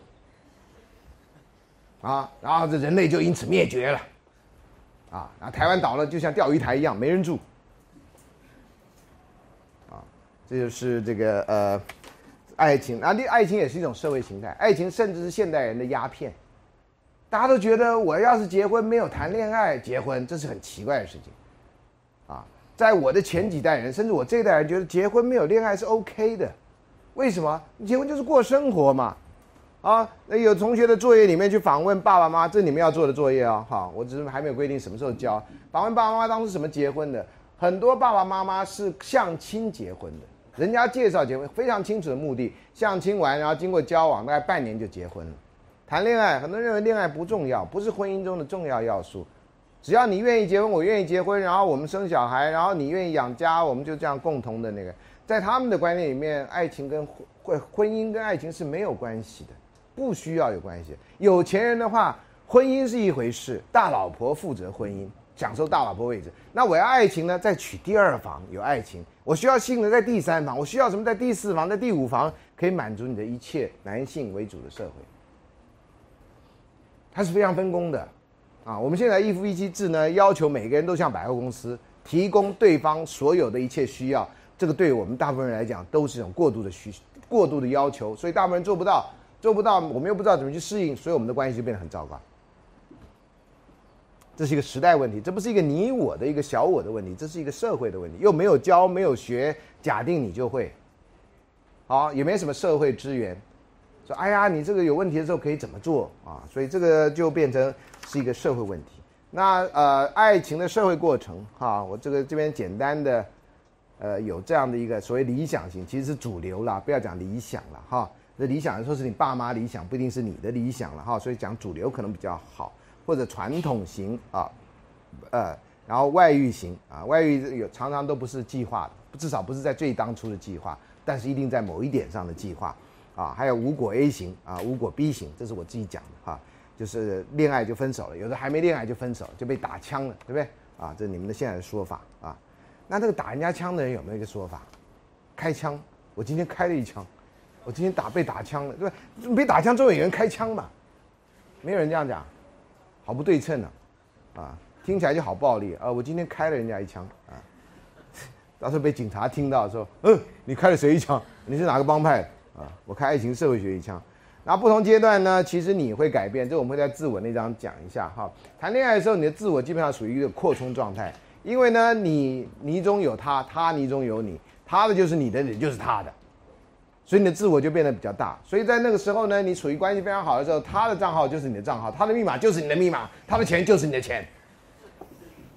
了，啊，然后这人类就因此灭绝了，啊，然后台湾岛了就像钓鱼台一样没人住，啊，这就是这个呃爱情，啊，爱情也是一种社会形态，爱情甚至是现代人的鸦片，大家都觉得我要是结婚没有谈恋爱结婚，这是很奇怪的事情，啊。在我的前几代人，甚至我这一代人，觉得结婚没有恋爱是 OK 的，为什么？结婚就是过生活嘛，啊，那有同学的作业里面去访问爸爸妈妈，这是你们要做的作业啊，好，我只是还没有规定什么时候交。访问爸爸妈妈当时什么结婚的，很多爸爸妈妈是相亲结婚的，人家介绍结婚，非常清楚的目的，相亲完，然后经过交往，大概半年就结婚了。谈恋爱，很多人认为恋爱不重要，不是婚姻中的重要要素。只要你愿意结婚，我愿意结婚，然后我们生小孩，然后你愿意养家，我们就这样共同的那个，在他们的观念里面，爱情跟婚婚姻跟爱情是没有关系的，不需要有关系。有钱人的话，婚姻是一回事，大老婆负责婚姻，享受大老婆位置。那我要爱情呢，再娶第二房有爱情，我需要性的在第三房，我需要什么在第四房，在第五房，可以满足你的一切，男性为主的社会，它是非常分工的。啊，我们现在一夫一妻制呢，要求每个人都像百货公司提供对方所有的一切需要，这个对我们大部分人来讲都是一种过度的需、过度的要求，所以大部分人做不到，做不到，我们又不知道怎么去适应，所以我们的关系就变得很糟糕。这是一个时代问题，这不是一个你我的一个小我的问题，这是一个社会的问题，又没有教，没有学，假定你就会，好，也没什么社会资源，说哎呀，你这个有问题的时候可以怎么做啊？所以这个就变成是一个社会问题。那呃，爱情的社会过程哈，我这个这边简单的呃有这样的一个所谓理想型，其实是主流啦，不要讲理想了哈。这理想说是你爸妈理想，不一定是你的理想了哈，所以讲主流可能比较好，或者传统型啊，呃，然后外遇型啊，外遇有常常都不是计划的，至少不是在最当初的计划，但是一定在某一点上的计划。啊，还有无果 A 型啊，无果 B 型，这是我自己讲的哈、啊，就是恋爱就分手了，有的还没恋爱就分手，就被打枪了，对不对？啊，这是你们的现在的说法啊。那这个打人家枪的人有没有一个说法？开枪，我今天开了一枪，我今天打被打枪了，对吧？被打枪总有人开枪嘛，没有人这样讲，好不对称啊，啊，听起来就好暴力啊！我今天开了人家一枪啊，到时候被警察听到说，嗯，你开了谁一枪？你是哪个帮派的？啊，我开爱情社会学一枪，然后不同阶段呢，其实你会改变，这我们会在自我那章讲一下哈。谈恋爱的时候，你的自我基本上属于一个扩充状态，因为呢，你你中有他，他你中有你，他的就是你的，你就是他的，所以你的自我就变得比较大。所以在那个时候呢，你处于关系非常好的时候，他的账号就是你的账号，他的密码就是你的密码，他的钱就是你的钱。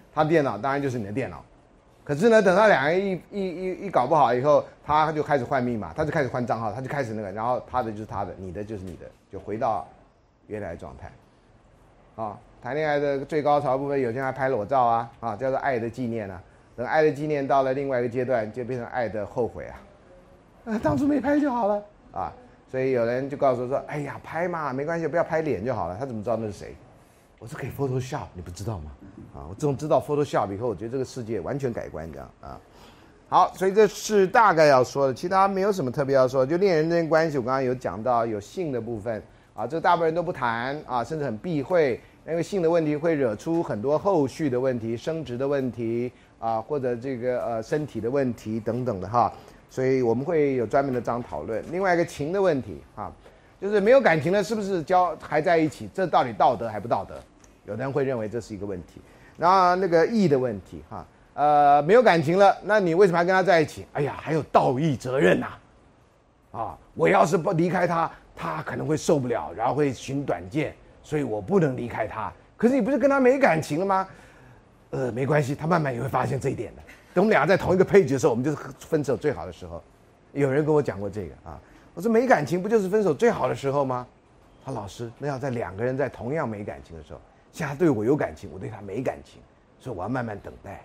他电脑当然就是你的电脑。可是呢，等到两个人一一一一搞不好以后，他就开始换密码，他就开始换账号，他就开始那个，然后他的就是他的，你的就是你的，就回到原来的状态。啊，谈恋爱的最高潮部分，有些人还拍裸照啊，啊，叫做爱的纪念啊。等爱的纪念到了另外一个阶段，就变成爱的后悔啊。啊，当初没拍就好了啊。所以有人就告诉我说：“哎呀，拍嘛，没关系，不要拍脸就好了。”他怎么知道那是谁？我说可以 Photoshop， 你不知道吗？啊，我自从知道 Photoshop 以后，我觉得这个世界完全改观，这样啊。好，所以这是大概要说的，其他没有什么特别要说。就恋人之间关系，我刚刚有讲到有性的部分啊，这大部分人都不谈啊，甚至很避讳，因为性的问题会惹出很多后续的问题，生殖的问题啊，或者这个呃身体的问题等等的哈。所以我们会有专门的章讨论。另外一个情的问题啊，就是没有感情的，是不是交还在一起？这到底道德还不道德？有的人会认为这是一个问题。然后那个义的问题哈，呃，没有感情了，那你为什么要跟他在一起？哎呀，还有道义责任呐、啊，啊，我要是不离开他，他可能会受不了，然后会寻短见，所以我不能离开他。可是你不是跟他没感情了吗？呃，没关系，他慢慢也会发现这一点的。等我们俩在同一个配置的时候，我们就是分手最好的时候。有人跟我讲过这个啊，我说没感情不就是分手最好的时候吗？他老师，那要在两个人在同样没感情的时候，现在他对我有感情，我对他没感情，所以我要慢慢等待。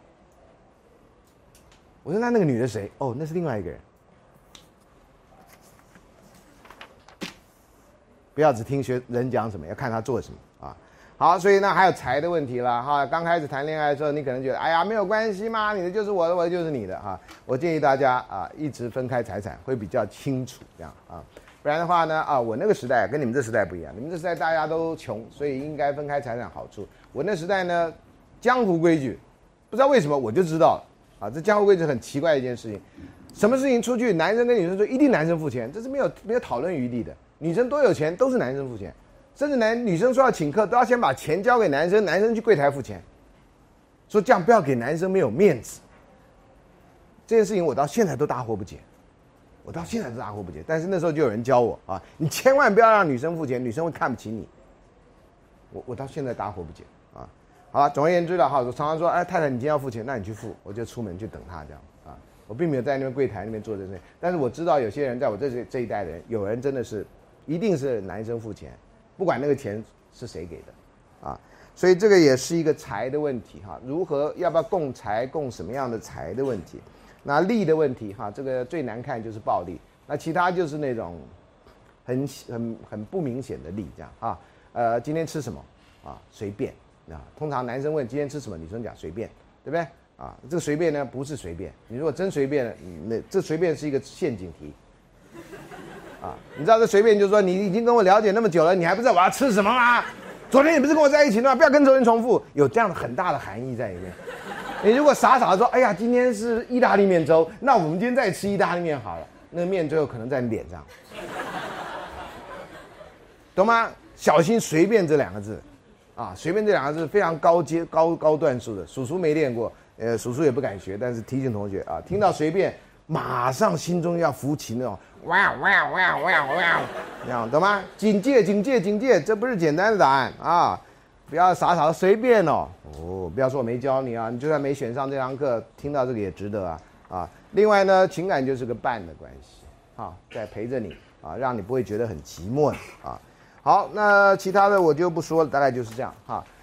我说那那个女的谁？哦，那是另外一个人。不要只听学人讲什么，要看他做什么啊。好，所以呢还有财的问题了哈。刚开始谈恋爱的时候，你可能觉得哎呀没有关系嘛，你的就是我的，我的就是你的哈。我建议大家啊，一直分开财产会比较清楚，这样啊。不然的话呢啊，我那个时代跟你们这时代不一样，你们这时代大家都穷，所以应该分开财产好处。我那时代呢，江湖规矩，不知道为什么我就知道了啊，这江湖规矩很奇怪的一件事情。什么事情出去，男生跟女生说一定男生付钱，这是没有没有讨论余地的。女生多有钱都是男生付钱。甚至男女生说要请客，都要先把钱交给男生，男生去柜台付钱，说这样不要给男生没有面子。这件事情我到现在都大惑不解，我到现在都大惑不解。但是那时候就有人教我啊，你千万不要让女生付钱，女生会看不起你。我我到现在大惑不解啊。好了，总而言之了哈，我常常说，哎，太太你今天要付钱，那你去付，我就出门去等她这样啊。我并没有在那边柜台那边做这事，但是我知道有些人在我这这一代的人，有人真的是一定是男生付钱。不管那个钱是谁给的，啊，所以这个也是一个财的问题哈，如何要不要共财，共什么样的财的问题。那利的问题哈，这个最难看就是暴力，那其他就是那种很很很不明显的利这样啊。呃，今天吃什么啊？随便啊。通常男生问今天吃什么，女生讲随便，对不对？啊，这个随便呢不是随便，你如果真随便了，那这随便是一个陷阱题。啊，你知道这随便就是说你已经跟我了解那么久了，你还不知道我要吃什么吗？昨天你不是跟我在一起的吗？不要跟昨天重复，有这样的很大的含义在里面。你如果傻傻的说，哎呀，今天是意大利面粥，那我们今天再吃意大利面好了，那个面最后可能在你脸上，懂吗？小心随便这两个字，啊，随便这两个字非常高阶高高段数的，叔叔没练过，呃，叔叔也不敢学，但是提醒同学啊，听到随便。马上心中要浮起那种哇哇哇哇哇，这样懂吗？警戒警戒警戒，这不是简单的答案啊！不要傻傻的随便哦哦，不要说我没教你啊，你就算没选上这堂课，听到这个也值得啊啊！另外呢，情感就是个伴的关系啊，在陪着你啊，让你不会觉得很寂寞啊。好，那其他的我就不说了，大概就是这样哈。